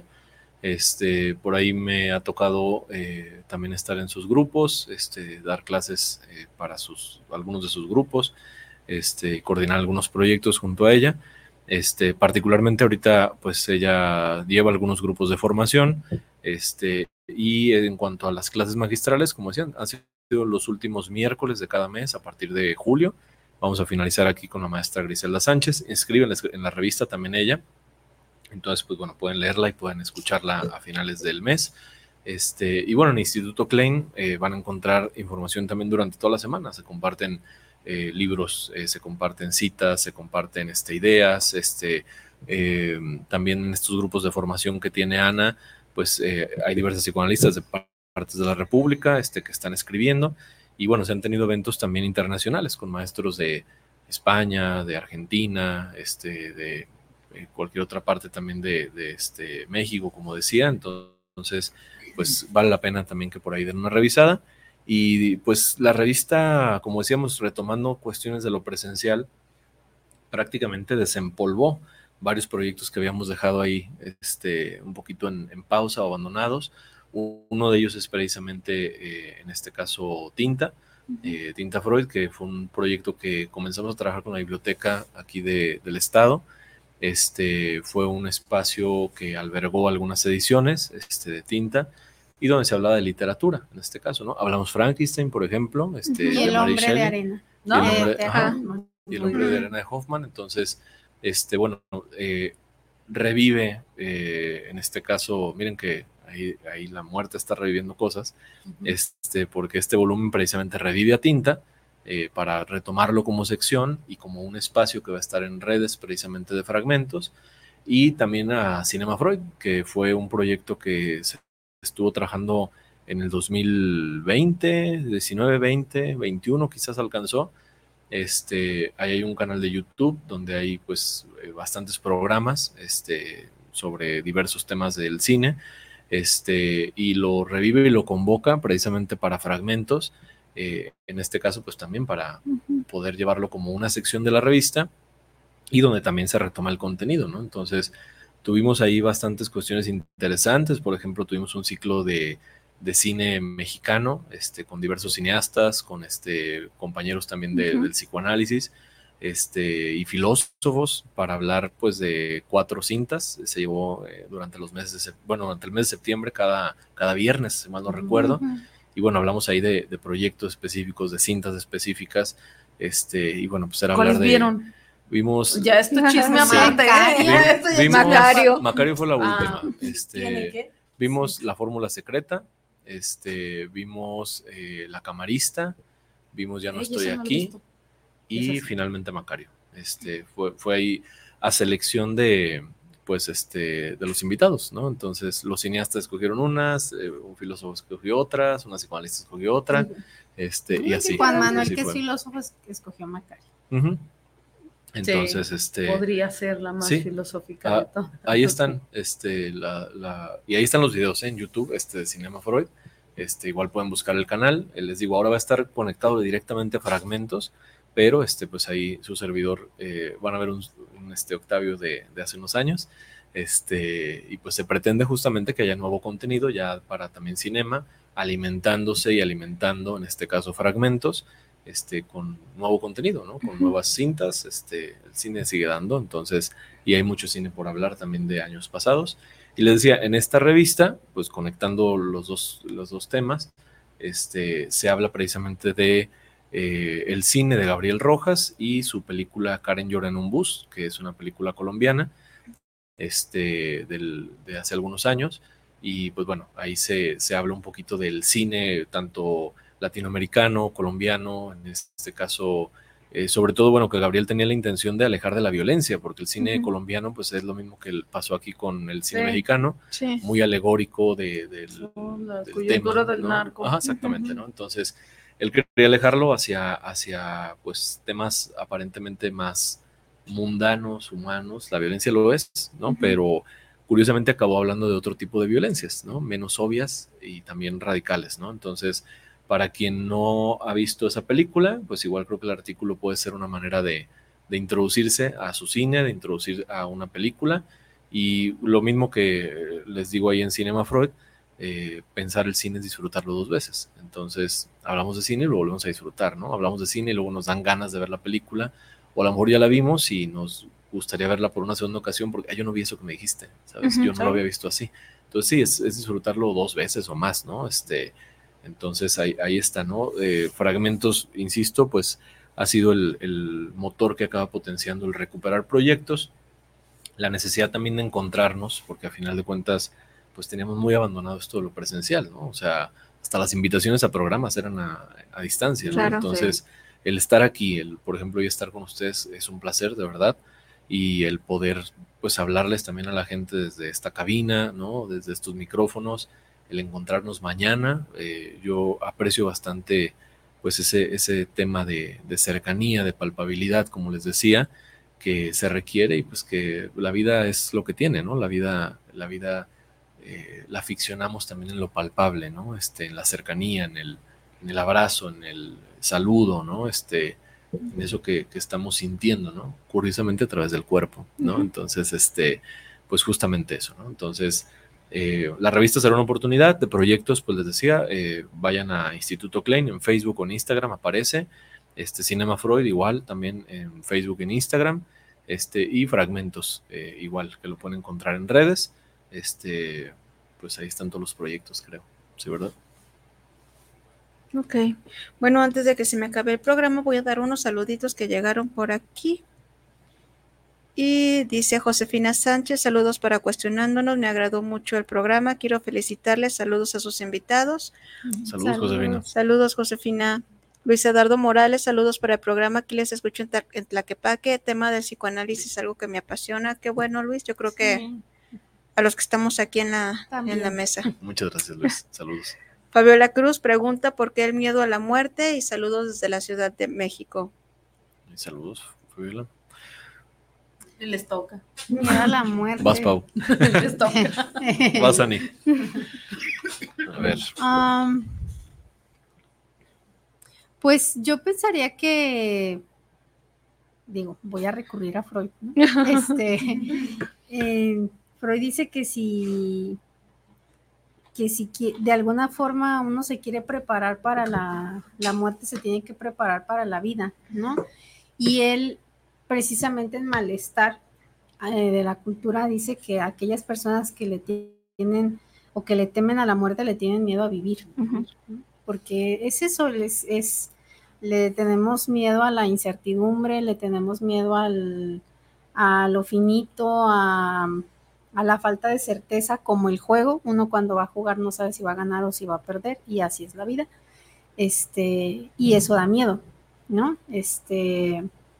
Este, por ahí me ha tocado eh, también estar en sus grupos, este, dar clases eh, para sus, algunos de sus grupos, este, coordinar algunos proyectos junto a ella. Este, particularmente ahorita pues ella lleva algunos grupos de formación, este, y en cuanto a las clases magistrales, como decían, han sido los últimos miércoles de cada mes a partir de julio. Vamos a finalizar aquí con la maestra Griselda Sánchez. Escribe en la revista también ella. Entonces, pues bueno, pueden leerla y pueden escucharla a finales del mes. Este, y bueno, en el Instituto Klein eh, van a encontrar información también durante toda la semana. Se comparten eh, libros, eh, se comparten citas, se comparten este, ideas. Este, eh, también en estos grupos de formación que tiene Ana, pues eh, hay diversas psicoanalistas de partes de la República este, que están escribiendo. Y bueno, se han tenido eventos también internacionales con maestros de España, de Argentina, este, de eh, cualquier otra parte también de, de este, México, como decía. Entonces, pues vale la pena también que por ahí den una revisada. Y pues la revista, como decíamos, retomando cuestiones de lo presencial, prácticamente desempolvó varios proyectos que habíamos dejado ahí este, un poquito en, en pausa o abandonados. Uno de ellos es precisamente, eh, en este caso, Tinta, eh, Tinta Freud, que fue un proyecto que comenzamos a trabajar con la biblioteca aquí de, del estado. Este, fue un espacio que albergó algunas ediciones este, de Tinta y donde se hablaba de literatura, en este caso, ¿no? Hablamos Frankenstein, por ejemplo. Este, y el hombre de arena. ¿no? Y el hombre, de, ajá, y el hombre de arena de Hoffman. Entonces, este, bueno, eh, revive, eh, en este caso, miren que ahí, ahí la muerte está reviviendo cosas, uh-huh. este, porque este volumen precisamente revive a Tinta, eh, para retomarlo como sección y como un espacio que va a estar en redes precisamente de fragmentos, y también a Cinema Freud, que fue un proyecto que se estuvo trabajando en el dos mil veinte, diecinueve, veinte, veintiuno quizás alcanzó. Este, ahí hay un canal de YouTube donde hay pues eh, bastantes programas este, sobre diversos temas del cine, este, y lo revive y lo convoca precisamente para fragmentos, eh, en este caso pues también para uh-huh. poder llevarlo como una sección de la revista y donde también se retoma el contenido, ¿no? Entonces tuvimos ahí bastantes cuestiones interesantes. Por ejemplo, tuvimos un ciclo de de cine mexicano, este, con diversos cineastas, con este, compañeros también de, uh-huh. del psicoanálisis, este, y filósofos, para hablar pues de cuatro cintas. Se llevó eh, durante los meses, de, bueno, durante el mes de septiembre, cada, cada viernes, si mal no uh-huh. recuerdo, y bueno, hablamos ahí de, de proyectos específicos, de cintas específicas, este, y bueno, pues era hablar de... vieron? Vimos... Ya esto chisme aparte. Sí. Vimos, Macario. Macario fue la última. Ah, este, ¿tiene qué? Vimos sí. La Fórmula Secreta. Este, vimos eh, La Camarista, vimos Ya no Ey, estoy aquí no y finalmente Macario. Este, fue, fue ahí a selección de, pues, este, de los invitados, ¿no? Entonces los cineastas escogieron unas, eh, un filósofo escogió otras, una psicoanalista escogió otra, este, y así. Juan Manuel, así que es fue. filósofo, escogió Macario. Uh-huh. Entonces, sí, este... podría ser la más sí, filosófica ah, de todas. Ahí están, este, la, la, y ahí están los videos ¿eh? en YouTube, este, de Cinema Freud. Este, igual pueden buscar el canal. Les digo, ahora va a estar conectado directamente a fragmentos, pero este, pues ahí su servidor, eh, van a ver un, un este, Octavio de, de hace unos años, este, y pues se pretende justamente que haya nuevo contenido ya para también Cinema, alimentándose y alimentando, en este caso, fragmentos, este, con nuevo contenido, ¿no? Con nuevas cintas. Este, el cine sigue dando, entonces, y hay mucho cine por hablar también de años pasados. Y les decía, en esta revista, pues conectando los dos, los dos temas, este, se habla precisamente de eh, el cine de Gabriel Rojas y su película Karen llora en un bus, que es una película colombiana, este, del, de hace algunos años. Y pues bueno, ahí se, se habla un poquito del cine, tanto latinoamericano, colombiano, en este caso, eh, sobre todo, bueno, que Gabriel tenía la intención de alejar de la violencia, porque el cine uh-huh. colombiano, pues es lo mismo que pasó aquí con el cine sí. mexicano, sí. muy alegórico de, de, del, oh, la del tema, del ¿no? narco. Ajá, exactamente, uh-huh. ¿no? Entonces, él quería alejarlo hacia, hacia, pues, temas aparentemente más mundanos, humanos. La violencia lo es, ¿no? Uh-huh. Pero curiosamente acabó hablando de otro tipo de violencias, ¿no? Menos obvias y también radicales, ¿no? Entonces, para quien no ha visto esa película, pues igual creo que el artículo puede ser una manera de, de introducirse a su cine, de introducir a una película, y lo mismo que les digo ahí en Cinema Freud, eh, pensar el cine es disfrutarlo dos veces. Entonces, hablamos de cine y lo volvemos a disfrutar, ¿no? Hablamos de cine y luego nos dan ganas de ver la película, o a lo mejor ya la vimos y nos gustaría verla por una segunda ocasión porque ah, yo no vi eso que me dijiste, ¿sabes? Uh-huh, yo no ¿sabes? Lo había visto así. Entonces sí, es, es disfrutarlo dos veces o más, ¿no? Este... Entonces ahí, ahí está, ¿no? Eh, fragmentos, insisto, pues ha sido el, el motor que acaba potenciando el recuperar proyectos, la necesidad también de encontrarnos, porque a final de cuentas, pues teníamos muy abandonado esto de lo presencial, ¿no? O sea, hasta las invitaciones a programas eran a, a distancia, ¿no? Claro, entonces, sí. El estar aquí, el, por ejemplo, y estar con ustedes es un placer, de verdad, y el poder, pues, hablarles también a la gente desde esta cabina, ¿no? Desde estos micrófonos, el encontrarnos mañana. Eh, yo aprecio bastante pues ese, ese tema de, de cercanía, de palpabilidad, como les decía, que se requiere, y pues que la vida es lo que tiene, ¿no? La vida, la vida eh, la ficcionamos también en lo palpable, ¿no? Este, en la cercanía, en el, en el abrazo, en el saludo, ¿no? Este, en eso que, que estamos sintiendo, ¿no? Curiosamente a través del cuerpo, ¿no? Uh-huh. Entonces, este, pues justamente eso, ¿no? Entonces, Eh, la revista será una oportunidad de proyectos, pues les decía, eh, vayan a Instituto Klein en Facebook o en Instagram, aparece, este, Cinema Freud igual, también en Facebook y en Instagram, este, y Fragmentos, eh, igual, que lo pueden encontrar en redes, este, pues ahí están todos los proyectos, creo. Sí, ¿verdad? Ok. Bueno, antes de que se me acabe el programa, voy a dar unos saluditos que llegaron por aquí. Y dice Josefina Sánchez, saludos para Cuestionándonos, me agradó mucho el programa, quiero felicitarles, saludos a sus invitados. Saludos, saludos. Josefina. Saludos, Josefina. Luis Eduardo Morales, saludos para el programa, aquí les escucho en, Ta- en Tlaquepaque, tema del psicoanálisis, algo que me apasiona. Qué bueno, Luis, yo creo que Sí. a los que estamos aquí en la, También. en la mesa. Muchas gracias, Luis. Saludos. Fabiola Cruz pregunta por qué el miedo a la muerte y saludos desde la Ciudad de México. Y saludos, Fabiola. Les toca. Miedo a la muerte. Vas, Pau. Les toca. Vas, Ani. A ver. Um, pues yo pensaría que, digo, voy a recurrir a Freud, ¿no? Este, eh, Freud dice que si, que si qui- de alguna forma uno se quiere preparar para la, la muerte, se tiene que preparar para la vida, ¿no? Y él, precisamente en Malestar eh, de la cultura, dice que aquellas personas que le tienen o que le temen a la muerte le tienen miedo a vivir, Ujú. porque es eso, es, es le tenemos miedo a la incertidumbre, le tenemos miedo al, a lo finito, a, a la falta de certeza, como el juego. Uno cuando va a jugar no sabe si va a ganar o si va a perder, y así es la vida. Este, y eso da miedo, ¿no? Este,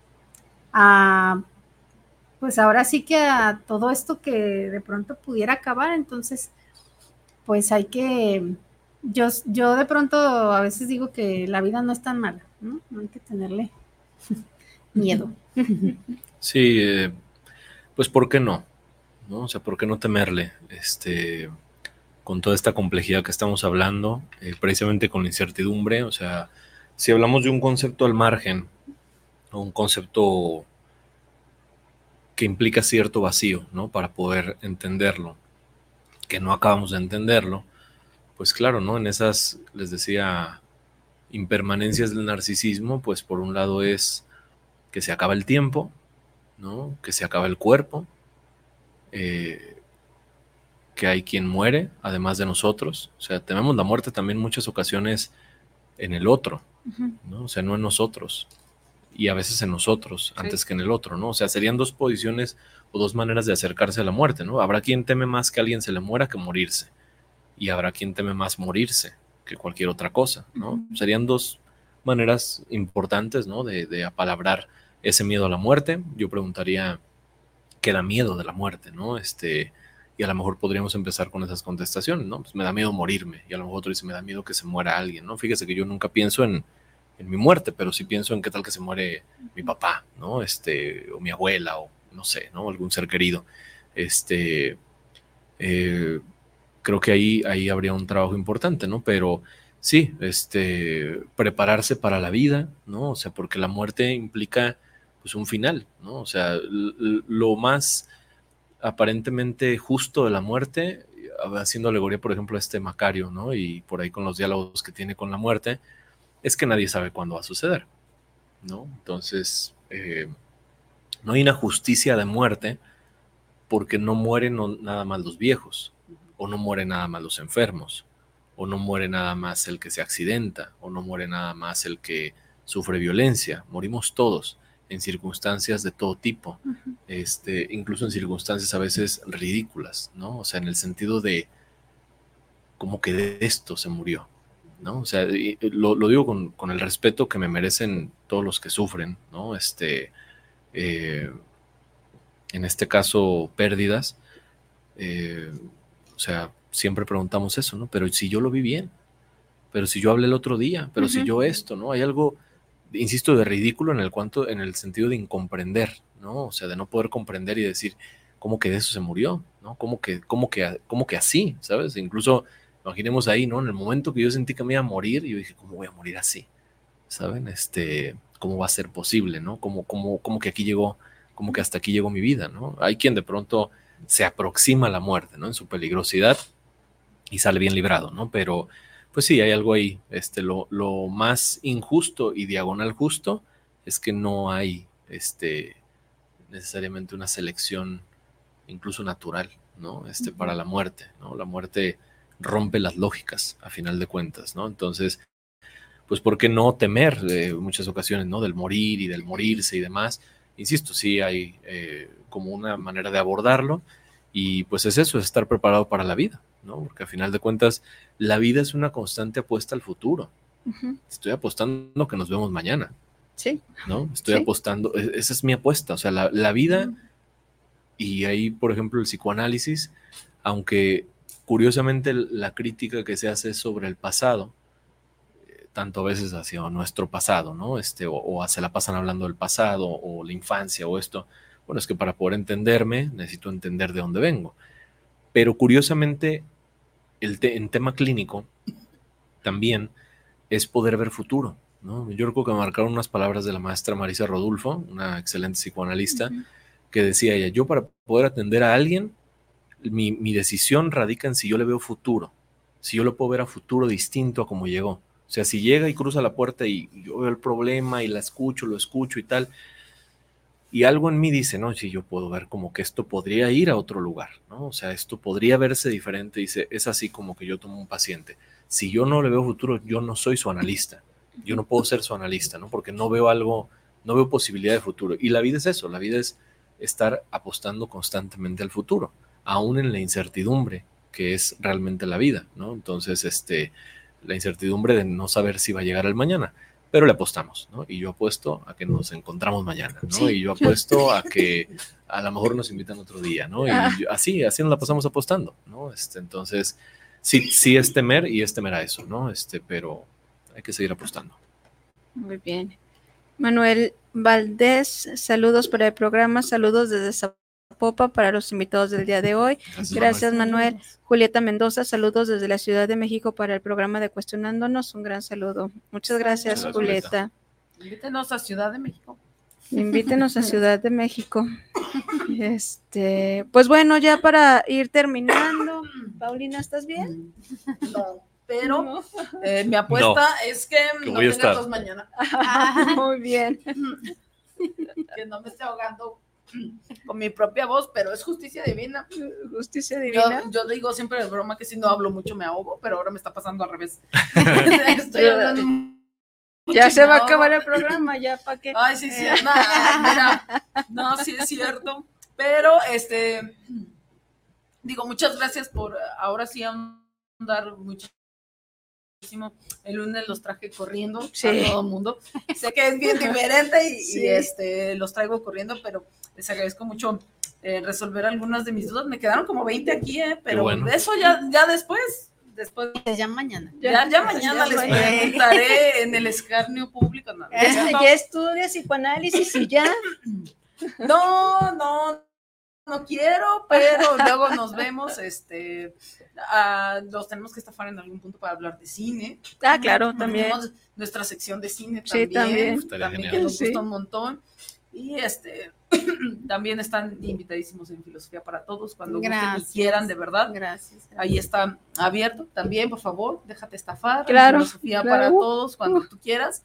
a, pues ahora sí que a todo esto que de pronto pudiera acabar, entonces, pues hay que, yo, yo de pronto a veces digo que la vida no es tan mala, ¿no? No hay que tenerle miedo. Sí, eh, pues ¿por qué no? ¿No? O sea, ¿por qué no temerle? Este, con toda esta complejidad que estamos hablando, eh, precisamente con la incertidumbre, o sea, si hablamos de un concepto al margen, o un concepto que implica cierto vacío, ¿no? Para poder entenderlo, que no acabamos de entenderlo, pues claro, ¿no? En esas, les decía, impermanencias del narcisismo, pues por un lado es que se acaba el tiempo, ¿no? Que se acaba el cuerpo, eh, que hay quien muere, además de nosotros. O sea, tememos la muerte también en muchas ocasiones en el otro, ¿no? O sea, no en nosotros. Y a veces en nosotros, Sí. antes que en el otro, ¿no? O sea, serían dos posiciones o dos maneras de acercarse a la muerte, ¿no? Habrá quien teme más que alguien se le muera que morirse. Y habrá quien teme más morirse que cualquier otra cosa, ¿no? Ujú. Serían dos maneras importantes, ¿no? De, de apalabrar ese miedo a la muerte. Yo preguntaría, ¿qué da miedo de la muerte, ¿no? Este, y a lo mejor podríamos empezar con esas contestaciones, ¿no? Pues me da miedo morirme. Y a lo mejor otro dice, me da miedo que se muera alguien, ¿no? Fíjese que yo nunca pienso en, en mi muerte, pero sí pienso en qué tal que se muere mi papá, ¿no? Este, o mi abuela, o no sé, ¿no? Algún ser querido. Este, eh, creo que ahí, ahí habría un trabajo importante, ¿no? Pero sí, este, prepararse para la vida, ¿no? O sea, porque la muerte implica, pues, un final, ¿no? O sea, l- l- lo más aparentemente justo de la muerte, haciendo alegoría, por ejemplo, a este Macario, ¿no? Y por ahí con los diálogos que tiene con la muerte, es que nadie sabe cuándo va a suceder, ¿no? Entonces, eh, no hay una justicia de muerte porque no mueren no- nada más los viejos, o no mueren nada más los enfermos, o no muere nada más el que se accidenta, o no muere nada más el que sufre violencia. Morimos todos en circunstancias de todo tipo, Ujú. este, incluso en circunstancias a veces ridículas, ¿no? O sea, en el sentido de como que de esto se murió, ¿no? O sea, y lo, lo digo con, con el respeto que me merecen todos los que sufren, ¿no? Este, eh, en este caso, pérdidas. Eh, o sea, siempre preguntamos eso, ¿no? Pero si yo lo vi bien, pero si yo hablé el otro día, pero si Ujú. yo esto, ¿no? Hay algo, insisto, de ridículo en el cuanto, en el sentido de incomprender, ¿no? O sea, de no poder comprender y decir, ¿cómo que de eso se murió? ¿No? ¿Cómo que, cómo que, cómo que así? ¿Sabes? Incluso, imaginemos ahí, ¿no? En el momento que yo sentí que me iba a morir, yo dije, ¿cómo voy a morir así? ¿Saben? Este, ¿cómo va a ser posible, ¿no? ¿Cómo, cómo, cómo que aquí llegó, cómo que hasta aquí llegó mi vida, ¿no? Hay quien de pronto se aproxima a la muerte, ¿no? En su peligrosidad y sale bien librado, ¿no? Pero, pues sí, hay algo ahí. Este, lo, lo más injusto y diagonal justo es que no hay, este, necesariamente una selección incluso natural, ¿no? Este, para la muerte, ¿no? La muerte rompe las lógicas, a final de cuentas, ¿no? Entonces, pues, ¿por qué no temer en muchas ocasiones, ¿no? Del morir y del morirse y demás? Insisto, sí hay eh, como una manera de abordarlo, y pues es eso, es estar preparado para la vida, ¿no? Porque a final de cuentas, la vida es una constante apuesta al futuro. Uh-huh. Estoy apostando que nos vemos mañana. Sí. ¿No? Estoy ¿Sí? apostando, esa es mi apuesta, o sea, la, la vida, uh-huh. Y ahí, por ejemplo, el psicoanálisis, aunque curiosamente la crítica que se hace sobre el pasado, tanto a veces hacia nuestro pasado, ¿no? Este, o, o se la pasan hablando del pasado, o la infancia, o esto. Bueno, es que para poder entenderme, necesito entender de dónde vengo. Pero curiosamente, el te, en tema clínico, también es poder ver futuro, ¿no? Yo recuerdo que me marcaron unas palabras de la maestra Marisa Rodulfo, una excelente psicoanalista, uh-huh. que decía ella, yo para poder atender a alguien, mi, mi decisión radica en si yo le veo futuro, si yo lo puedo ver a futuro distinto a como llegó. O sea, si llega y cruza la puerta y yo veo el problema y la escucho, lo escucho y tal, y algo en mí dice, no, si yo puedo ver como que esto podría ir a otro lugar, ¿no? O sea, esto podría verse diferente, dice, es así como que yo tomo un paciente. Si yo no le veo futuro, yo no soy su analista, yo no puedo ser su analista, ¿no? Porque no veo algo, no veo posibilidad de futuro. Y la vida es eso, la vida es estar apostando constantemente al futuro, aún en la incertidumbre que es realmente la vida, ¿no? Entonces, este... la incertidumbre de no saber si va a llegar el mañana, pero le apostamos, ¿no? Y yo apuesto a que nos encontramos mañana, ¿no? Sí. Y yo apuesto a que a lo mejor nos invitan otro día, ¿no? Y yo, así, así nos la pasamos apostando, ¿no? Este, entonces, sí, sí es temer y es temer a eso, ¿no? Este, pero hay que seguir apostando. Muy bien. Manuel Valdés, saludos para el programa, saludos desde Zapopan para los invitados del día de hoy. Gracias, Gracias Manuel. Manuel. Julieta Mendoza, saludos desde la Ciudad de México para el programa de Cuestionándonos, un gran saludo. Muchas gracias, gracias Julieta. Invítenos a Ciudad de México. Invítenos a Ciudad de México. Este, pues bueno, ya para ir terminando, Paulina, ¿estás bien? No, pero no. Eh, mi apuesta no, es que, que no tenga tos mañana. Muy bien. Que no me esté ahogando con mi propia voz, pero es justicia divina. Justicia divina. Yo, yo digo siempre de broma que si no hablo mucho me ahogo, pero ahora me está pasando al revés. Estoy hablando mucho. Ya se va a acabar el programa, ya para qué. Ay, sí, sí, no, mira, no, sí es cierto, pero este, digo, muchas gracias por, ahora sí andar muchísimo. El lunes los traje corriendo, sí, a todo el mundo. Sé que es bien diferente y, sí, y este, los traigo corriendo, pero les agradezco mucho eh, resolver algunas de mis dudas. Me quedaron como veinte aquí, eh, pero bueno, eso ya, ya después, después. Ya mañana. Ya, ya mañana ya les preguntaré en el escarnio público. No, este, ya estudias psicoanálisis y ya. No, no, no quiero, pero luego nos vemos, este, uh, los tenemos que estafar en algún punto para hablar de cine. Ah, claro, también. Tenemos nuestra sección de cine sí, también, también, también que nos gusta sí. un montón. Y este, también están invitadísimos en Filosofía para Todos, cuando gusten y quieran, de verdad. Gracias. Ahí está abierto también, por favor, déjate estafar. Claro. Filosofía claro. para Todos, cuando uh. tú quieras.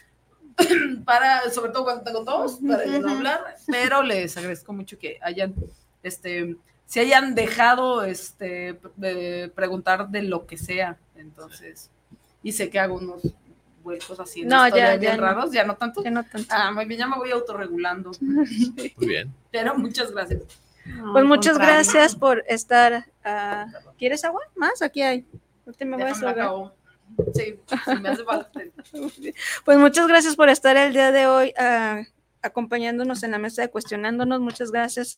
Para, sobre todo cuando tengo todos, para no hablar, pero les agradezco mucho que hayan, este, se hayan dejado, este, de preguntar de lo que sea, entonces, y sé que hago unos vuelcos así en no, ya, bien ya raros, no. ya no tanto, ya no tanto. Ah, muy bien, ya me voy autorregulando. Muy bien. Pero muchas gracias. No, pues muchas contrario. gracias por estar, uh, ¿quieres agua? ¿Más? Aquí hay. No te me voy a ahogar. Sí, sí, me hace falta. Pues muchas gracias por estar el día de hoy uh, acompañándonos en la mesa de Cuestionándonos. Muchas gracias,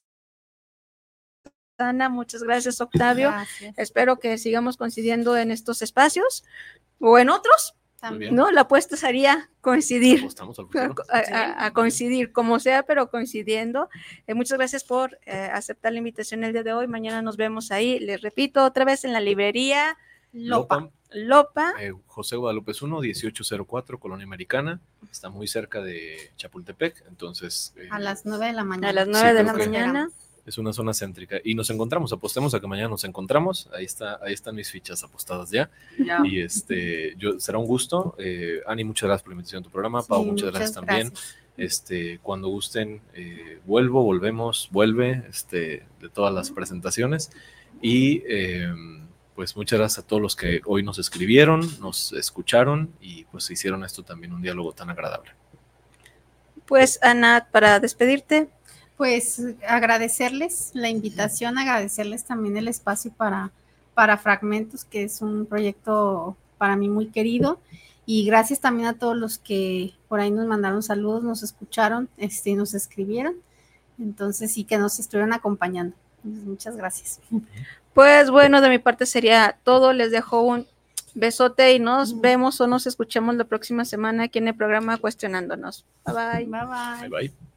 Ana. Muchas gracias, Octavio. Gracias. Espero que sigamos coincidiendo en estos espacios o en otros. ¿No? La apuesta sería coincidir. Apostamos al futuro. A, a, a coincidir, como sea, pero coincidiendo. Eh, muchas gracias por eh, aceptar la invitación el día de hoy. Mañana nos vemos ahí. Les repito, otra vez en la librería Lopa. Lopa. Lopa. Eh, José Guadalupe uno, dieciocho cero cuatro, Colonia Americana. Está muy cerca de Chapultepec, entonces... Eh, a las nueve de la mañana. A las nueve sí, de la mañana. Es una zona céntrica. Y nos encontramos, apostemos a que mañana nos encontramos. Ahí está, ahí están mis fichas apostadas ya. ya. Y este, yo, será un gusto. Eh, Ani, muchas gracias por la invitación a tu programa. Sí, Pau, muchas, muchas gracias, gracias también. Este, cuando gusten, eh, vuelvo, volvemos, vuelve, este, de todas las presentaciones. Y... Eh, pues muchas gracias a todos los que hoy nos escribieron, nos escucharon y pues hicieron esto también un diálogo tan agradable. Pues Ana, para despedirte. Pues agradecerles la invitación, agradecerles también el espacio para, para Fragmentos, que es un proyecto para mí muy querido, y gracias también a todos los que por ahí nos mandaron saludos, nos escucharon, este, nos escribieron, entonces sí que nos estuvieron acompañando. Muchas gracias. Pues bueno, de mi parte sería todo, les dejo un besote y nos vemos o nos escuchamos la próxima semana aquí en el programa Cuestionándonos. Bye bye. Bye bye. Bye bye.